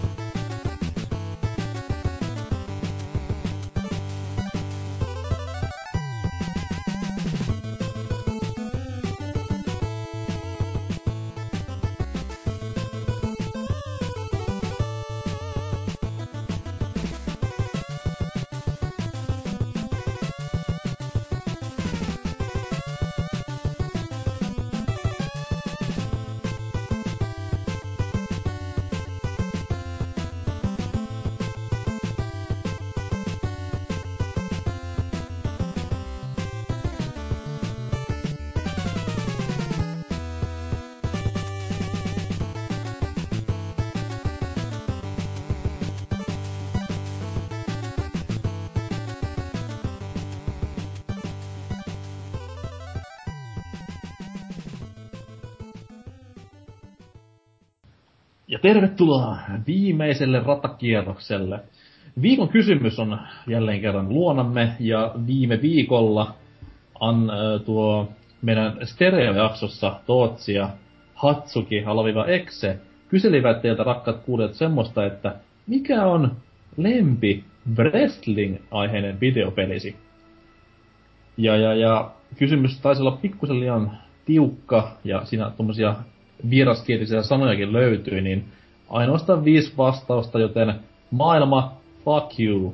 Ja tervetuloa viimeiselle ratakierrokselle. Viikon kysymys on jälleen kerran luonamme, ja viime viikolla an, äh, tuo meidän stereojaksossa Tootsi ja Hatsuki alaviva Exe kyselivät teiltä, rakkaat kuulijat, semmoista, että mikä on lempi wrestling-aiheinen videopelisi? Ja, ja, ja kysymys taisi olla pikkusen liian tiukka, ja siinä tommosia vieraskielisiä sanojakin löytyi, niin ainoastaan viisi vastausta, joten maailma, fuck you.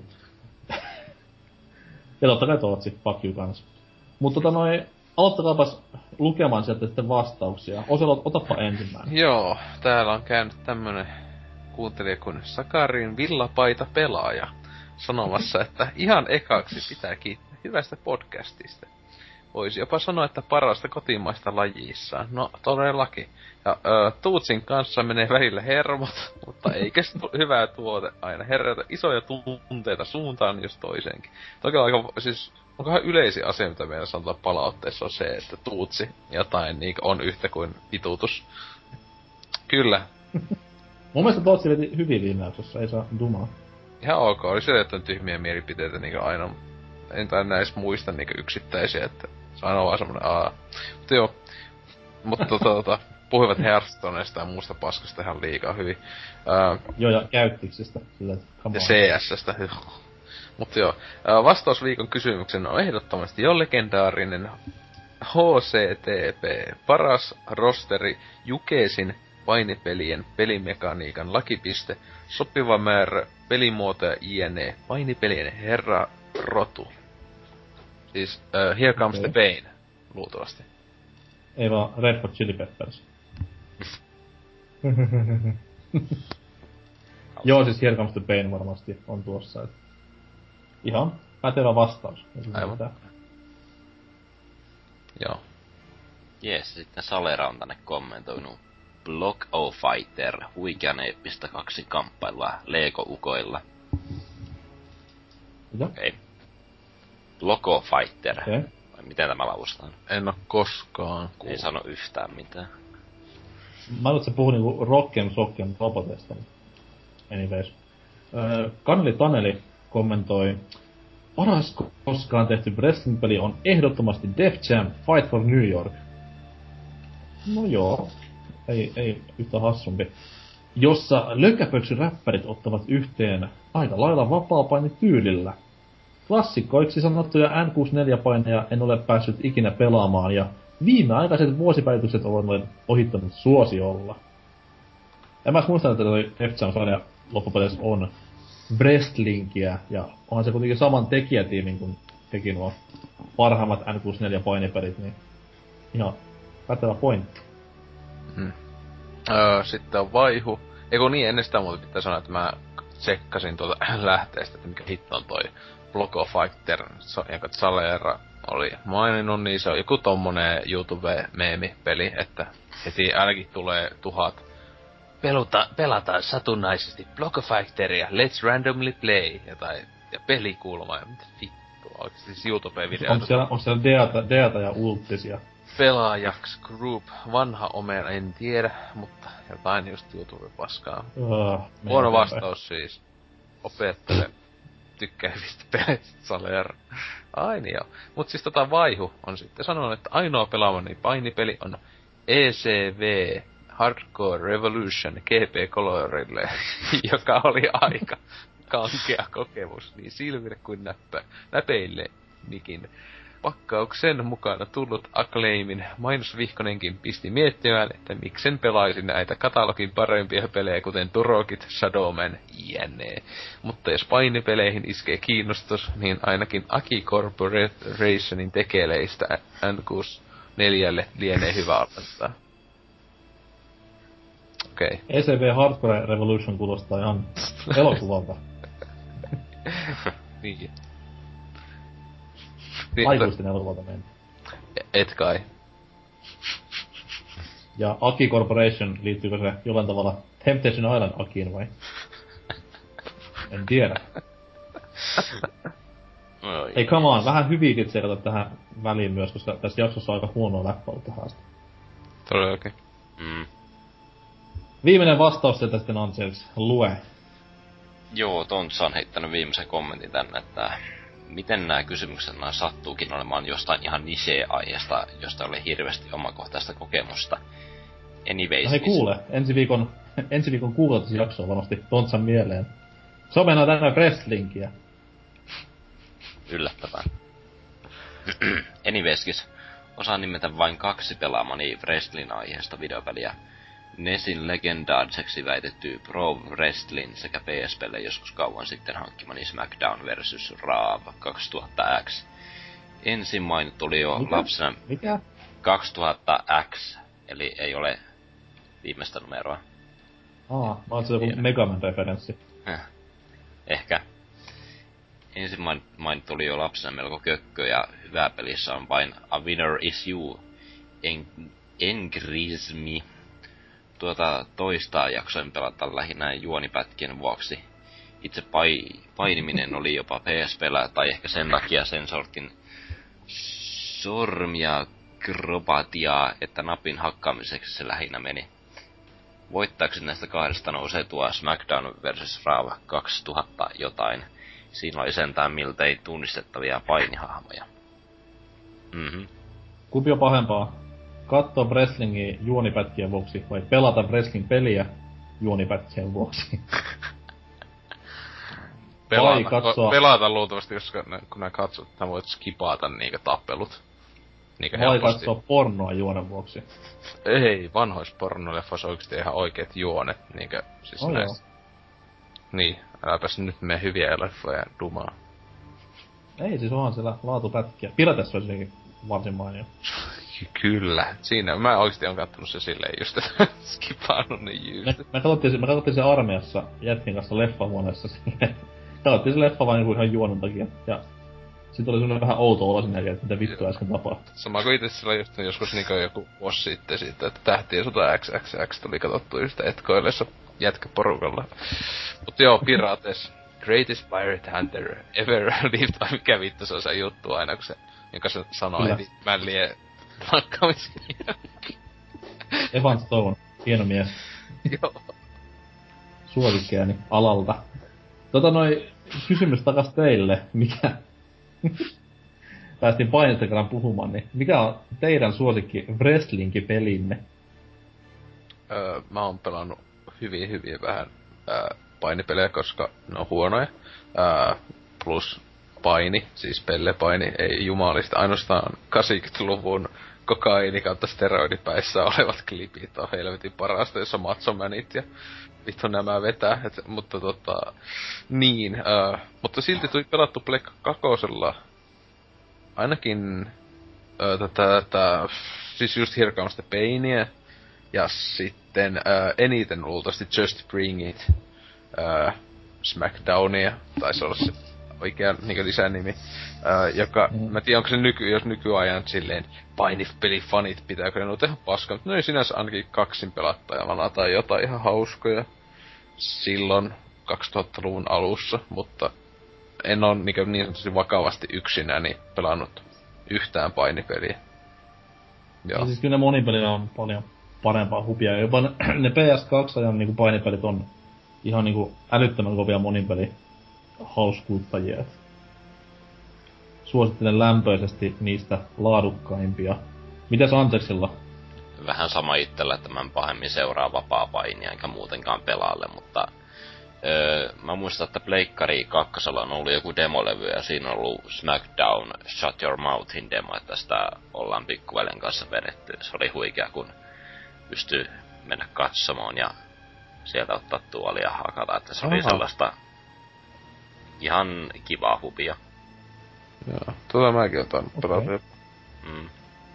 Ja totta kai Tootsi, fuck you kans. Mutta tota noin, aloittakaapas lukemaan sieltä sitten vastauksia. Oselo, otappa ensimmäinen. Joo, täällä on käynyt tämmönen kuuntelija kuin Sakarin villapaita pelaaja sanomassa, että ihan ekaksi pitää kiittää hyvästä podcastista. Voisi jopa sanoa, että parasta kotimaista lajissaan. No, todellakin. Ja ö, Tuutsin kanssa menee välillä hermot, mutta eikä se hyvää tuote aina herätä isoja tunteita suuntaan jos toiseenkin. Toki aika, siis, onkohan yleisin asia, mitä meidän sanotaan palautteessa on se, että Tuutsi jotain niin on yhtä kuin vitutus. Kyllä. Mun mielestä Tuutsi veti hyvin viime jaksossa, ei saa dumaa. Ihan ok, oli se, että on tyhmiä mielipiteitä niin aina. En tai näis muista niin yksittäisiä, että se on aina vaan semmonen aa. Mutta joo. Mutta tota, tota, puhuivat Hearthstoneista ja muusta paskasta ihan liikaa hyvin. Ää, joo, ja käyttiksestä. Sillä, ja C S:stä. Mutta joo. Ää, vastaus viikon kysymyksen on ehdottomasti jo legendaarinen H C T P. Paras rosteri Jukesin painipelien pelimekaniikan lakipiste. Sopiva määrä pelimuotoja jne. Painipelien herra rotu. Siis uh, Here Comes okay. the Pain, luultavasti. Ei vaan Red Hot Chili Peppers. Joo, siis Here Comes the Pain varmasti on tuossa. Et ihan pätevä vastaus. Aivan. Joo. Jees, sitten Salera on tänne kommentoinut. Block O Fighter, huikean eeppistä kaksi kamppailua Lego-ukoilla. Joo. Okei. Okay. Loco Fighter. Okay. Vai miten tämä lausutaan? En oo koskaan kuullut. Ei sano yhtään mitään. Mä luulen, että se puhuu niinku Rock'em Sock'em roboteista. Anyways. Öö, Kaneli Taneli kommentoi. Paras koskaan tehty wrestling-peli on ehdottomasti Def Jam Fight for New York. No joo. Ei, ei yhtä hassumpi. Jossa lökäpöksyräppärit ottavat yhteen aika lailla vapaapainityylillä. Klassikkoiksi sanottuja N kuusikymmentäneljä-paineja en ole päässyt ikinä pelaamaan, ja viimeaikaiset vuosipäivitykset ovat noin ohittanut suosiolla. En mä muista, että toi F Jam sarja loppupeleissä on Wrestlingiä, ja onhan se kuitenkin saman tekijätiimin, kun teki nuo parhaimmat N kuusikymmentäneljä painipelit, niin ihan pätevä pointti. Hmm. Öö, sitten on Vaihu. Eiku niin, ennen sitä muuta pitää sanoa, että mä tsekkasin tuolta lähteestä, että mikä hitto on toi Bloco Fighter, jonka Zalera oli maininnut, niin se on joku tommonen YouTube-meemi-peli, että heti ainakin tulee tuhat Peluta, pelataan satunnaisesti Bloco Fighteria, let's randomly play, jotain, ja pelikulma, ja mitä vittua, oikeesti siis YouTube-videoita. Onko siellä, onko siellä deata, deata ja ulttisia? Pelaajaks Group, vanha Omer, en tiedä, mutta jotain just YouTube-paskaa. Uh, Huono vastaus siis. Opettele. Tykkää hyvistä peleistä, Saler. Ai niin joo. Mut siis tota Vaihu on sitten sanonut, että ainoa pelaamani painipeli on E C V Hardcore Revolution G P Colorille, joka oli aika kankea kokemus niin silmille kuin näppä, näpeille nikin. Pakkauksen mukana tullut Acclaimin mainosvihkonenkin pisti miettimään, että miksen pelaisin näitä katalogin parempia pelejä, kuten Turokit, Shadowman, jne. Mutta jos painipeleihin iskee kiinnostus, niin ainakin Aki Corporationin tekeleistä N kuusikymmentäneljä lienee hyvä aloittaa. Okei. Okay. E C V Hardcore Revolution kuulostaa ihan elokuvalta. Niin. Aikuisten elokuvalta meni. Et kai. Ja Aki Corporation, liittyykö se jollain tavalla Temptation Island Akiin vai? En tiedä. Oi. Ei come on, vähän hyviä vitsejä tähän väliin myös, koska tässä jaksossa on aika huonoa läppää tähän asti. Todellakin. Mm. Viimeinen vastaus sieltä sitten on siis lue. Joo, Tontsa on heittänyt viimeisen kommentin tänne, että miten nämä kysymykset nämä sattuukin olemaan jostain ihan niche-aiheesta, josta ei ole hirveästi omakohtaista kokemusta. Anyways. No hei kuule, ensi viikon, ensi viikon kuukausjakso on varmasti Tontsan mieleen. Se on mennä tänään wrestlingiä. Yllättävää. Anyways, osaan nimetä vain kaksi pelaamani wrestling-aiheesta videopeliä. Nesin legendaariseksi väitetty Pro Wrestling sekä P S P:lle joskus kauan sitten hankkimani SmackDown versus. Raw kaksituhatta X. Ensin mainittu oli jo Mikä? lapsena Mikä? kaksituhatta X, eli ei ole viimeistä numeroa. Aa, mä oon se joku Megaman-referenssi. Häh. Ehkä. Ensin mainittu oli jo lapsena melko kökkö ja hyvää pelissä on vain A Winner Is You, en- Engrismi. Tuota toista jaksoin pelata lähinnä juonipätkien vuoksi. Itse pai- painiminen oli jopa P S P:llä, tai ehkä sen takia sen sortin sormia krobatiaa, että napin hakkaamiseksi se lähinnä meni. Voittaakseni näistä kahdesta nousee tuo SmackDown versus. Raw kaksituhatta jotain. Siinä oli sentään miltei tunnistettavia painihahmoja. Mhm. Kumpi on pahempaa? Katsoa wrestlingia juonipätkien vuoksi vai pelata wrestling-peliä juonipätkien vuoksi? Pelata, katsoa- pelata luultavasti, koska nä, kun nää katsot, nää voit skipata niinkö tappelut. Niinkö Vai helposti. katsoa pornoa juonen vuoksi? Ei, vanhois pornoleffoissa oikeesti ihan oikeet juonet, niinkö siis Oh, näis. Niin, äläpäs nyt mene hyviä leffoja dumaa. Ei, siis onhan siellä laatupätkiä. Piratessa olisi jotenkin varsin mainio. Kyllä, siinä mä oikeesti on kattonut se silleen just, että skipannut niin Me, just. me katsottiin, se- me katsottiin se armeijassa jätkin kanssa leffahuoneessa silleen. Katsottiin se leffa vain ihan juonon takia. Ja sit oli semmonen vähän outo olo sen jälkeen, että mitä vittua äsken tapahtui. Sama kuin itse sillä just joskus niinku joku vuosi sitten siitä, että Tähtien sota X X X tuli katsottu just etkoillessa jätkäporukalla. Mut joo, Pirates. Greatest Pirate Hunter ever lived, vai mikä vittu se on se juttu aina, kun se, jonka se sanoo Kyllä. heti mällien lakkaamisen Evan Stone, hieno mies. Joo. Suosikkeeni alalta. Tota noi, kysymys takas teille, mikä... Päästiin painista kerran puhumaan, niin mikä on teidän suosikki wrestling-pelinne? Öö, mä oon pelannut hyvin hyvin vähän öö, painipelejä, koska ne on huonoja. Öö, plus paini, siis pellepaini, ei jumalista. Ainoastaan kahdeksankymmentäluvun kokaini kautta steroidipäissä olevat klipit on helvetin parasta, jossa Matsomanit ja vittu nämä vetää, et, mutta tota, niin, äh, mutta silti tuli pelattu Pleikka kakosella ainakin äh, tätä, tätä, siis just Here Comes the Painia, ja sitten äh, eniten luultavasti Just Bring It, äh, Smackdownia, taisi olla se oikea niin lisänimi, äh, joka, mm. mä tiedän onko se nyky, jos nykyajan silleen painipelifanit pitääkö ne noita ihan paskaa, mutta ne ei sinänsä ainakin kaksin pelattajana tai jotain ihan hauskoja silloin kaksituhattaluvun alussa, mutta en oo niin, niin sanotusti vakavasti yksinäni pelannut yhtään painipeliä. Joo. Ja siis kyllä ne monipelit on paljon parempaa hupia. Jopa ne, ne P S kaksi-ajan niinku painipelit on ihan niinku älyttömän kovia monipeli hauskuuttajia. Suosittelen lämpöisesti niistä laadukkaimpia. Mites Anteksilla? Vähän sama itsellä, että mä en pahemmin seuraa vapaa-painia enkä muutenkaan pelaalle, mutta öö, mä muistan, että Pleikkari kakkosella on ollut joku demolevy ja siinä on ollut Smackdown Shut Your Mouthin demo, että sitä ollaan pikkuvelen kanssa vedetty. Se oli huikea, kun pystyy mennä katsomaan ja sieltä ottaa tuoli ja hakata, että se Aha. oli sellaista ihan kivaa hupia. Joo, tota mäkin otan okay. Mm.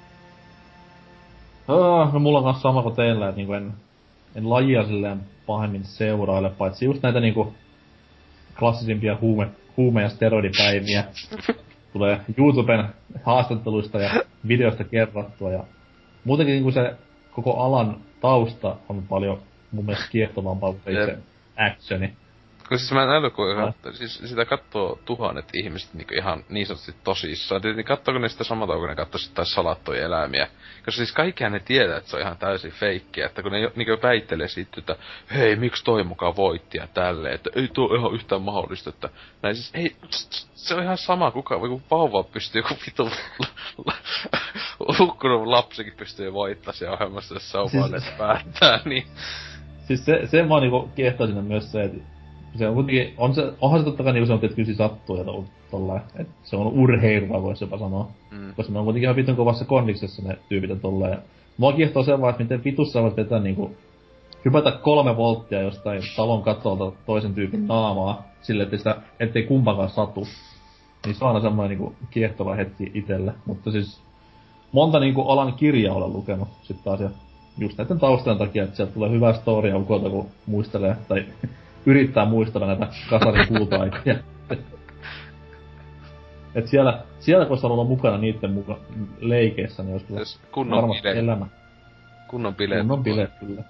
Oh, no mulla on kans sama kuin teillä, että niinku en, en lajia silleen pahemmin seuraile, paitsi just näitä niinku klassisimpia huume, huume- ja steroidipäiviä. Tulee YouTuben haastatteluista ja videoista kerrattua ja muutenkin niinku se koko alan tausta on paljon mun mielestä kiehtovampaa kuin itse actioni. Kun siis mä en äly, kun no. siis sitä kattoo tuhannet ihmiset niinku ihan niin sanotusti tosissaan. Tietenkin kattooko ne sitä samalla, kun ne kattoo tai salattuja eläimiä. Koska siis kaikkihan ne tietää, että se on ihan täysin feikkiä. Että kun ne niinku väittelee siitä, että hei, miksi toi mukaan voitti ja tälleen. Että ei tuo ihan yhtään mahdollista, että näin siis ei, se on ihan sama kuka, kun vauva pystyy joku vitu hukkunut lapsikin pystyy voittaa siellä ohjelmassa, jos se on vaan siis, päättää, niin. Siis se, se vaan niinku kiehtoo sinne myös se, että se on kuitenkin, on se, onhan se totta kai niinku se on tietysti sattuu ja tollain, että se on urheilua, voisi jopa sanoa. Mm. Koska ne on kuitenkin ihan vitun kovassa kondiksessa ne tyypit ja tolleen. Mua kiehtoo se vaan, että miten vitussa voit vetää niinku, hypätä kolme volttia jostain talon katolta toisen tyypin naamaa, silleen, ettei sitä, ettei kumpakaan satu. Niin se on aina semmoinen niinku kiehtova hetki itelle, mutta siis monta niinku alan kirjaa olen lukenut sit taas ja just näiden taustojen takia, että sieltä tulee hyvää storia ukolta, kun muistelee, tai yrittää muistella näitä kasarin kulta-aikoja. Et siellä, siellä kun olisi olla mukana niitten muka leikeissä, niin olisi kyllä varmasti bileet. Elämä. Kunnon bileet. Kunnon bileet, kyllä.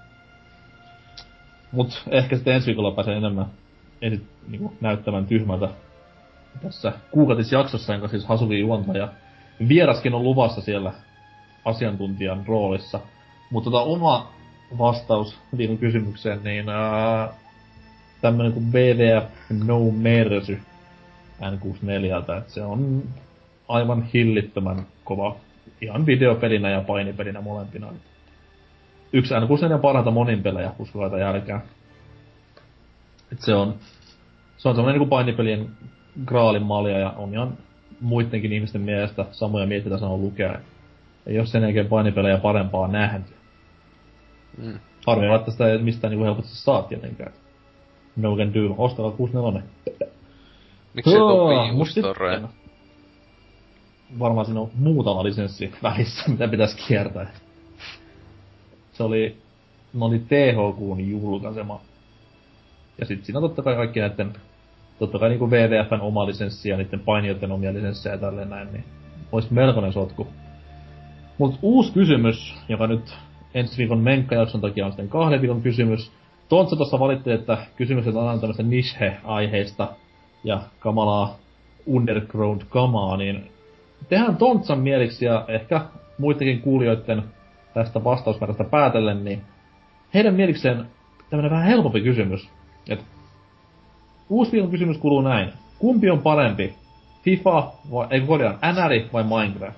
Mut ehkä sitten ensi viikolla pääsee enemmän ensit, niinku, näyttämään tyhmältä tässä kuukautisjaksossa, jonka siis Hasuli juontaa. Ja vieraskin on luvassa siellä asiantuntijan roolissa. Mutta tota oma vastaus viikon kysymykseen, niin ää, tämmönen kuin B D F No Mercy N kuusikymmentäneljä, että se on aivan hillittömän kova ihan videopelinä ja painipelinä molempina. Yksi N kuusikymmentäneljä parhaita moninpelejä, uskokaa jälkeen. Et se on, se on semmonen niinku painipelien graalin malja ja on ihan muittenkin ihmisten mielestä samoja mietteitä sanoo lukea. Ei oo sen jälkeen painipelejä parempaa nähty. Mm. Harmi, että sitä ei mistään niinku helposti saa tietenkään. No can do. Ostakaa kuusikymmentäneljä. Miksi et oo Piustoreen? Varmaan siinä on muutama lisenssi välissä, mitä pitäis kiertää. Se oli, ne oli T H Q:n julkaisema. Ja sit siinä on totta kai kaikki näitten, totta kai niinku W W F:n oma lisenssi ja niitten painijoiden omia lisenssejä ja tälleen näin, niin ois melkoinen sotku. Mut uusi kysymys, joka nyt ensi viikon menkkajakson takia on sitten kahden viikon kysymys. Tontsa tossa valitti, että kysymykset on aina tämmöstä niche-aiheista ja kamalaa underground kamaa, niin tehdään Tontsan mieliksi ja ehkä muidenkin kuulijoiden tästä vastausmäärästä päätellen, niin heidän mielikseen tämmönen vähän helpompi kysymys. Et uusi viikon kysymys kuuluu näin. Kumpi on parempi? FIFA vai, ei korjaan, N R I vai Minecraft?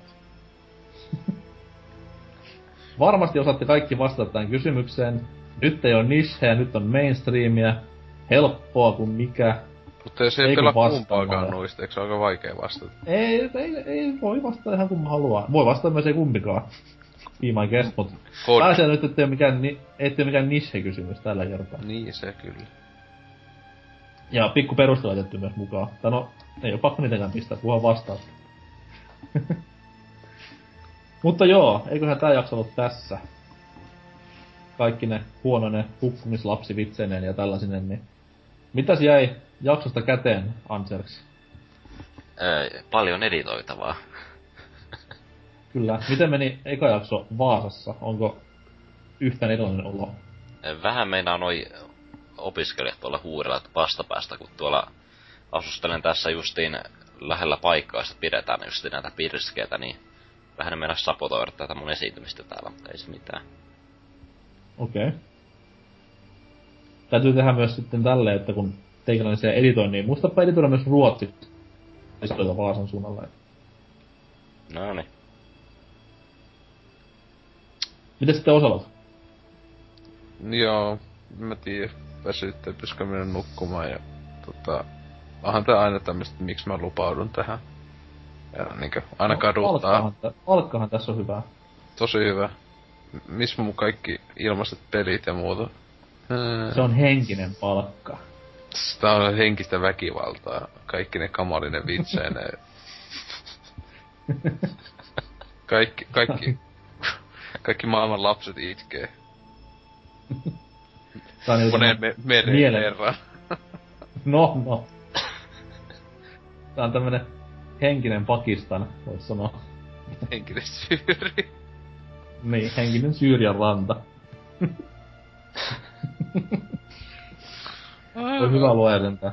Varmasti osaatte kaikki vastata tähän kysymykseen. Nyt ei oo niche ja nyt on mainstreamia. Helppoa kuin mikä. Mutta jos ei, Ei kun pelaa vastaamaan. kumpaakaan noista, eikö se ole aika vaikea vastata? Ei, ei, ei voi vastata ihan kun haluaa. Voi vastata myös ei kumpikaan. Be my guest, mut Kod. pääsee nyt, ettei oo mikään, ni, ettei oo mikään niche-kysymys tällä kertaa. Niin, se kyllä. Ja pikku peruste laitettu myös mukaan. Tai no, ei oo pakko niitäkään pistää, kunhan vastausta. Mutta joo, eiköhän tää jakso ollut tässä. Kaikki ne huonoine hukkumislapsivitseineen ja tällaisinen, niin... Mitäs jäi jaksosta käteen, Anserks? Öö, paljon editoitavaa. Kyllä. Miten meni eka jakso Vaasassa? Onko yhtään erilainen olo? Vähän meinaa noi opiskelijat tuolla huurella vastapäästä, kun tuolla asustelen tässä justiin lähellä paikkaa, josta pidetään justiin näitä pirskeitä, niin vähän mennä sabotoida tätä mun esiintymistä täällä, mutta ei se mitään. Okei. Okay. Täytyy tehdä myös sitten tälleen, että kun teikäläinen siellä editoi, niin muistapa editoida myös ruotsiksi isoita Vaasan suunnalla. No niin. Miten sitten Osalot? Joo, mä tiedän, väsyttää, pitäisikö mennä nukkumaan ja tota... Onhan tää aina tämmöstä, miksi mä lupaudun tähän. Ja niinkö, aina No, kaduttaa. Alkkahan, tä- alkkahan tässä on hyvä. Tosi hyvä. M- Missä mun kaikki ilmaiset pelit ja muuta? Se on henkinen palkka. Tää on henkistä väkivaltaa. Kaikki ne kamalinen vitseineen. Kaikki, kaikki, kaikki maailman lapset itkee. Tää on niinku Moneen tämmönen me- mereen mielen- herran. No, no. Tää on tämmönen henkinen Pakistan, vois sanoa. Henkinen syyri. Niin, henkinen Syyrian ranta. On hyvä luoja sentään.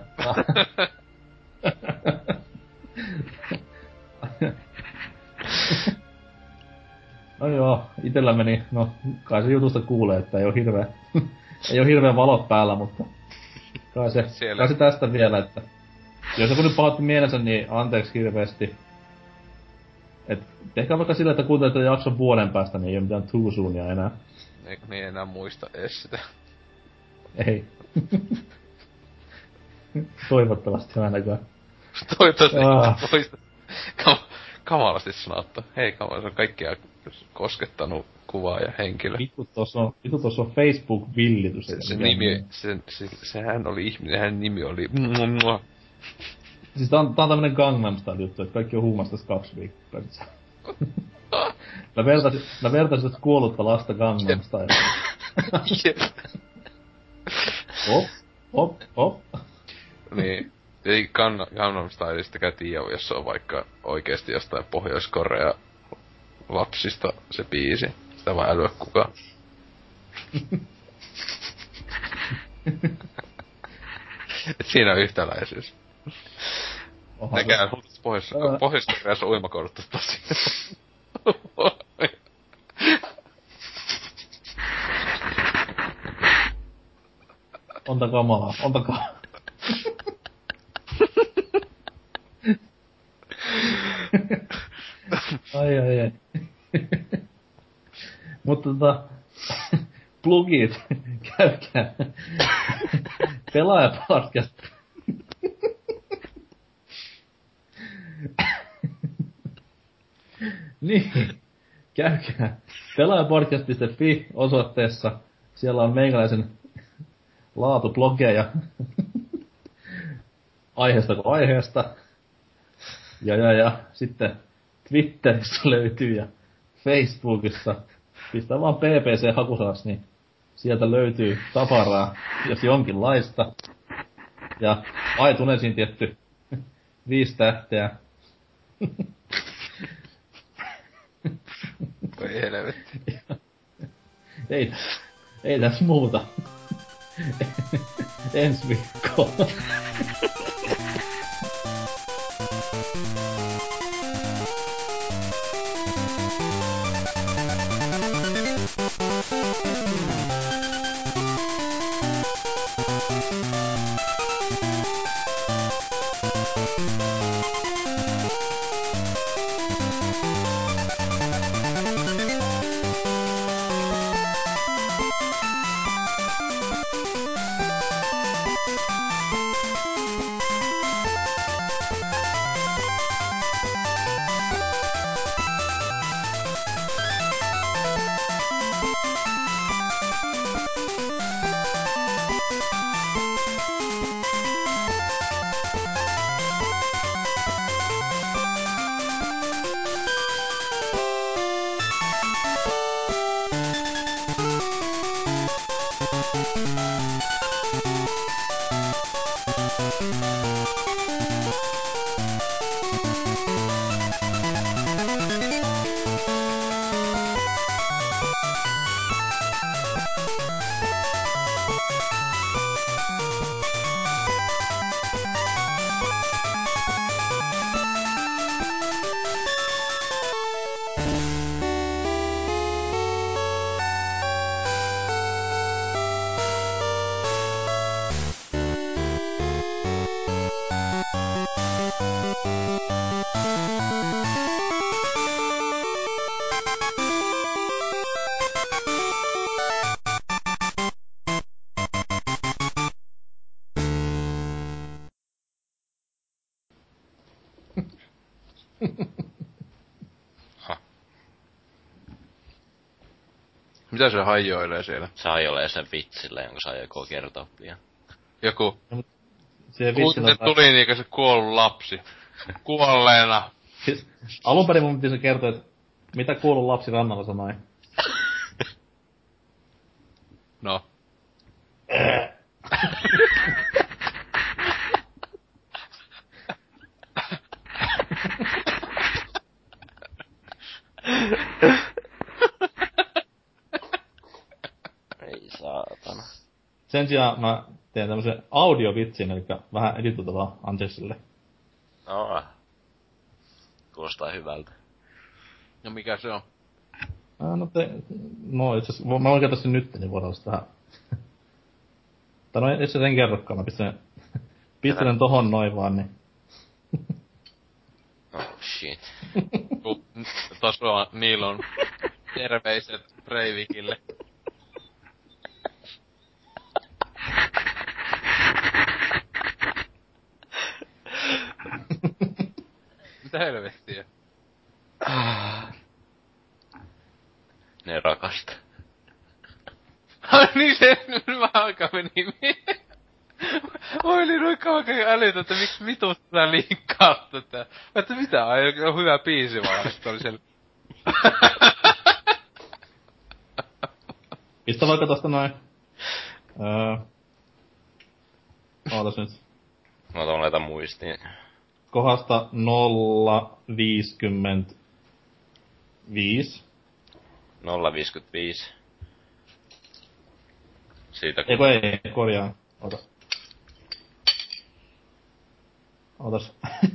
No joo, itellä meni, no kai se jutusta kuulee, että ei oo hirveä, ei oo hirveä valot päällä, mutta kai se, Siellä. kai se tästä vielä, että jos joku nyt pahoitti mielensä, niin anteeksi hirveesti. Et tehkää vaikka sillä, että kuuntelette jakson vuoden päästä, niin ei oo mitään too soonia enää. Eikö niin enää muista edes sitä? Ei. Toivottavasti ainakaan. Toivottavasti Ah. muista. Kam- kamalasti sanottu. Hei kamalasti, se on kaikkia koskettanut kuvaa ja henkilö. Vittu tossa on, vittu tossa on Facebook-villitys. Se, eikä se mikään nimi, muu. se, se, sehän oli ihminen, hänen nimi oli... Siis tää on, tää on tämmönen Gangnam Style juttu, että kaikki on huumassa tässä kaksi viikkoa. Sit sä- Mä vertaisin, mä vertaisin tästä kuollutta lasta Gangnam Style. Hop, hop, hop. Niin. Ei Gan- Gangnam Stylistäkään tiedä, jos on vaikka oikeesti jostain Pohjois-Korea lapsista se biisi. Sitä vaan älyä kukaan. Et siinä on yhtäläisyys. Oha, Ne se- käy Pohjois- Ää. Pohjois-Koreassa uimakoulut tosi. On tää kamalaa, on tää kamalaa. Ai ai ai. Mutta tota, plugit, käykää. Pelaajapodcast. Niin, käykää pelaajapodcast piste fi osoitteessa. Siellä on meikäläisen laatublogeja. Aiheesta kuin aiheesta. Ja, ja, ja sitten Twitterissä löytyy ja Facebookissa. Pistää vaan P P C hakusanaksi, niin sieltä löytyy tavaraa, jos jonkinlaista. Ja iTunesiin tietty viisi tähteä. Voi helvetti. Ei, tässä- ei tässä muuta. Ensi viikkoon. Ha. Mitä se hajoilee siellä? Se hajoilee sen vitsille, jonka saa joko kertoa pian. Joku. Se Kuinka vitsi tuli niinkö se kuollut lapsi? Kuolleena. Siis alun perin mun piti se kertoa, että mitä kuuluu lapsi rannalla sanoi. No. Ei saatana. Sen sijaan mä teen tämmösen audiovitsin, eli vähän editoitavaa Anteksille. No. Kuulostaa hyvältä. No mikä se on? Ää, no te, no itse asiassa, mä voin kertoa sen nyt, niin voidaan sitä tähän. Tai no ei se sen kerrokaan, mä pistän, pistän sen tohon noin vaan, niin. Oh shit. Ku, tasoa Niilon terveiset Breivikille. Mitä helvettiä? Ne rakasta. Ai niin se nyt vähän aikaa meni mieleen. Oi oli noin kauan älytä, että miksi vitut tää linkkaat tätä. Että mitä, ai on hyvä biisi vaan, sitten oli siellä. Pistä vaikka tosta noin. Öö. Ootas nyt. Mä otan laita muistiin. Kohdasta nolla viisikymmentä viisi. nolla viisikymmentäviisi. Siitä kun... Eiku ei, korjaan. Ota. Otas.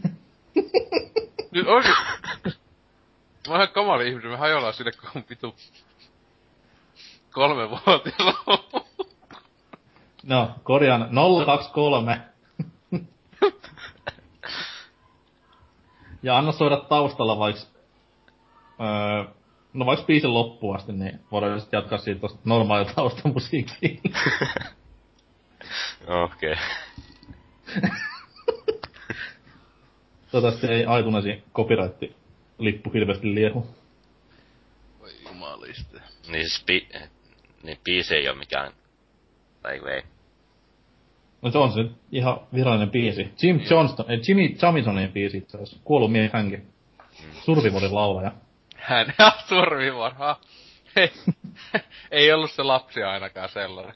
Nyt oikein. Mä oon ihan kamali ihminen, me hajoillaan sille kun on vitu kolme vuotiaalla. No, korjaan nolla kaksikymmentäkolme. Ja anna soida taustalla vaiks... Öö, no vaiks biisin loppuun asti, niin voidaan sitten jatkaa siitä tosta normaalia taustamusiikkiin. Okei. Okay. Toivottavasti ei aitunesi copyright-lippu hirveästi liehu. Voi jumaliste. Niin siis pi... Niin biisi ei oo mikään... Tai ei. No se on se nyt ihan virallinen biisi. Jim Johnston, ei Jimmy Jamisonin biisi itse asiassa. Kuollut mies hänkin. Mm. Survivorin laulaja. Hän Survivor, ha. Ei, ei ollut se lapsi ainakaan sellainen.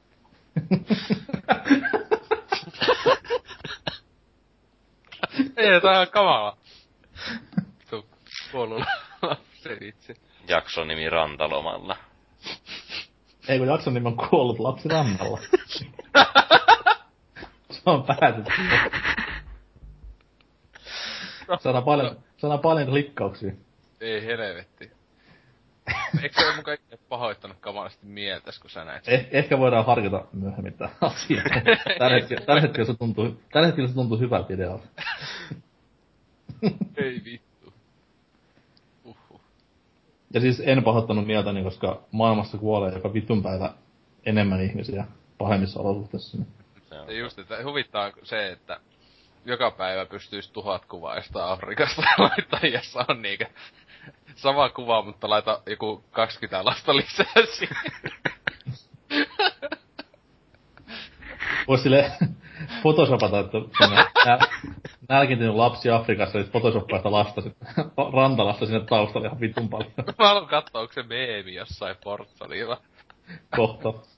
Ei, tää on kamala. Tuu, kuollut lapsi itse. Jakson nimi Rantalomalla. Ei kun jakson nimi on Kuollut lapsi rannalla. Se on päätetty. Saadaan paljon, saadaan paljon klikkauksia. Ei helvetti. Eikö se ole mun kaikkein pahoittanut kamalasti mieltäs, kun sä näet? Eh, ehkä voidaan harkita myöhemmin tää asia. Tällä hetkellä, tällä hetkellä se tuntuu, tällä hetkellä se tuntuu hyvältä idealta. Ei vittu. Uhuh. Ja siis en pahoittanut mieltäni, koska maailmassa kuolee joka vitun päivä enemmän ihmisiä pahemmissa olosuhteissa. Se just, että huvittaa se, että joka päivä pystyis tuhat kuvaa jostain Afrikasta laittaa, jossa on niinkö sama kuva, mutta laita joku kaksikymmentä lasta lisää siihen. Vois silleen photoshopata, että sinne nää, nälkiintynyt lapsi Afrikassa, sit photoshoppaista lasta sit rantalasta sinne taustalle ihan vitun paljon. Mä haluan katsoa, onko se meemi jossain portsalilla. Kohta.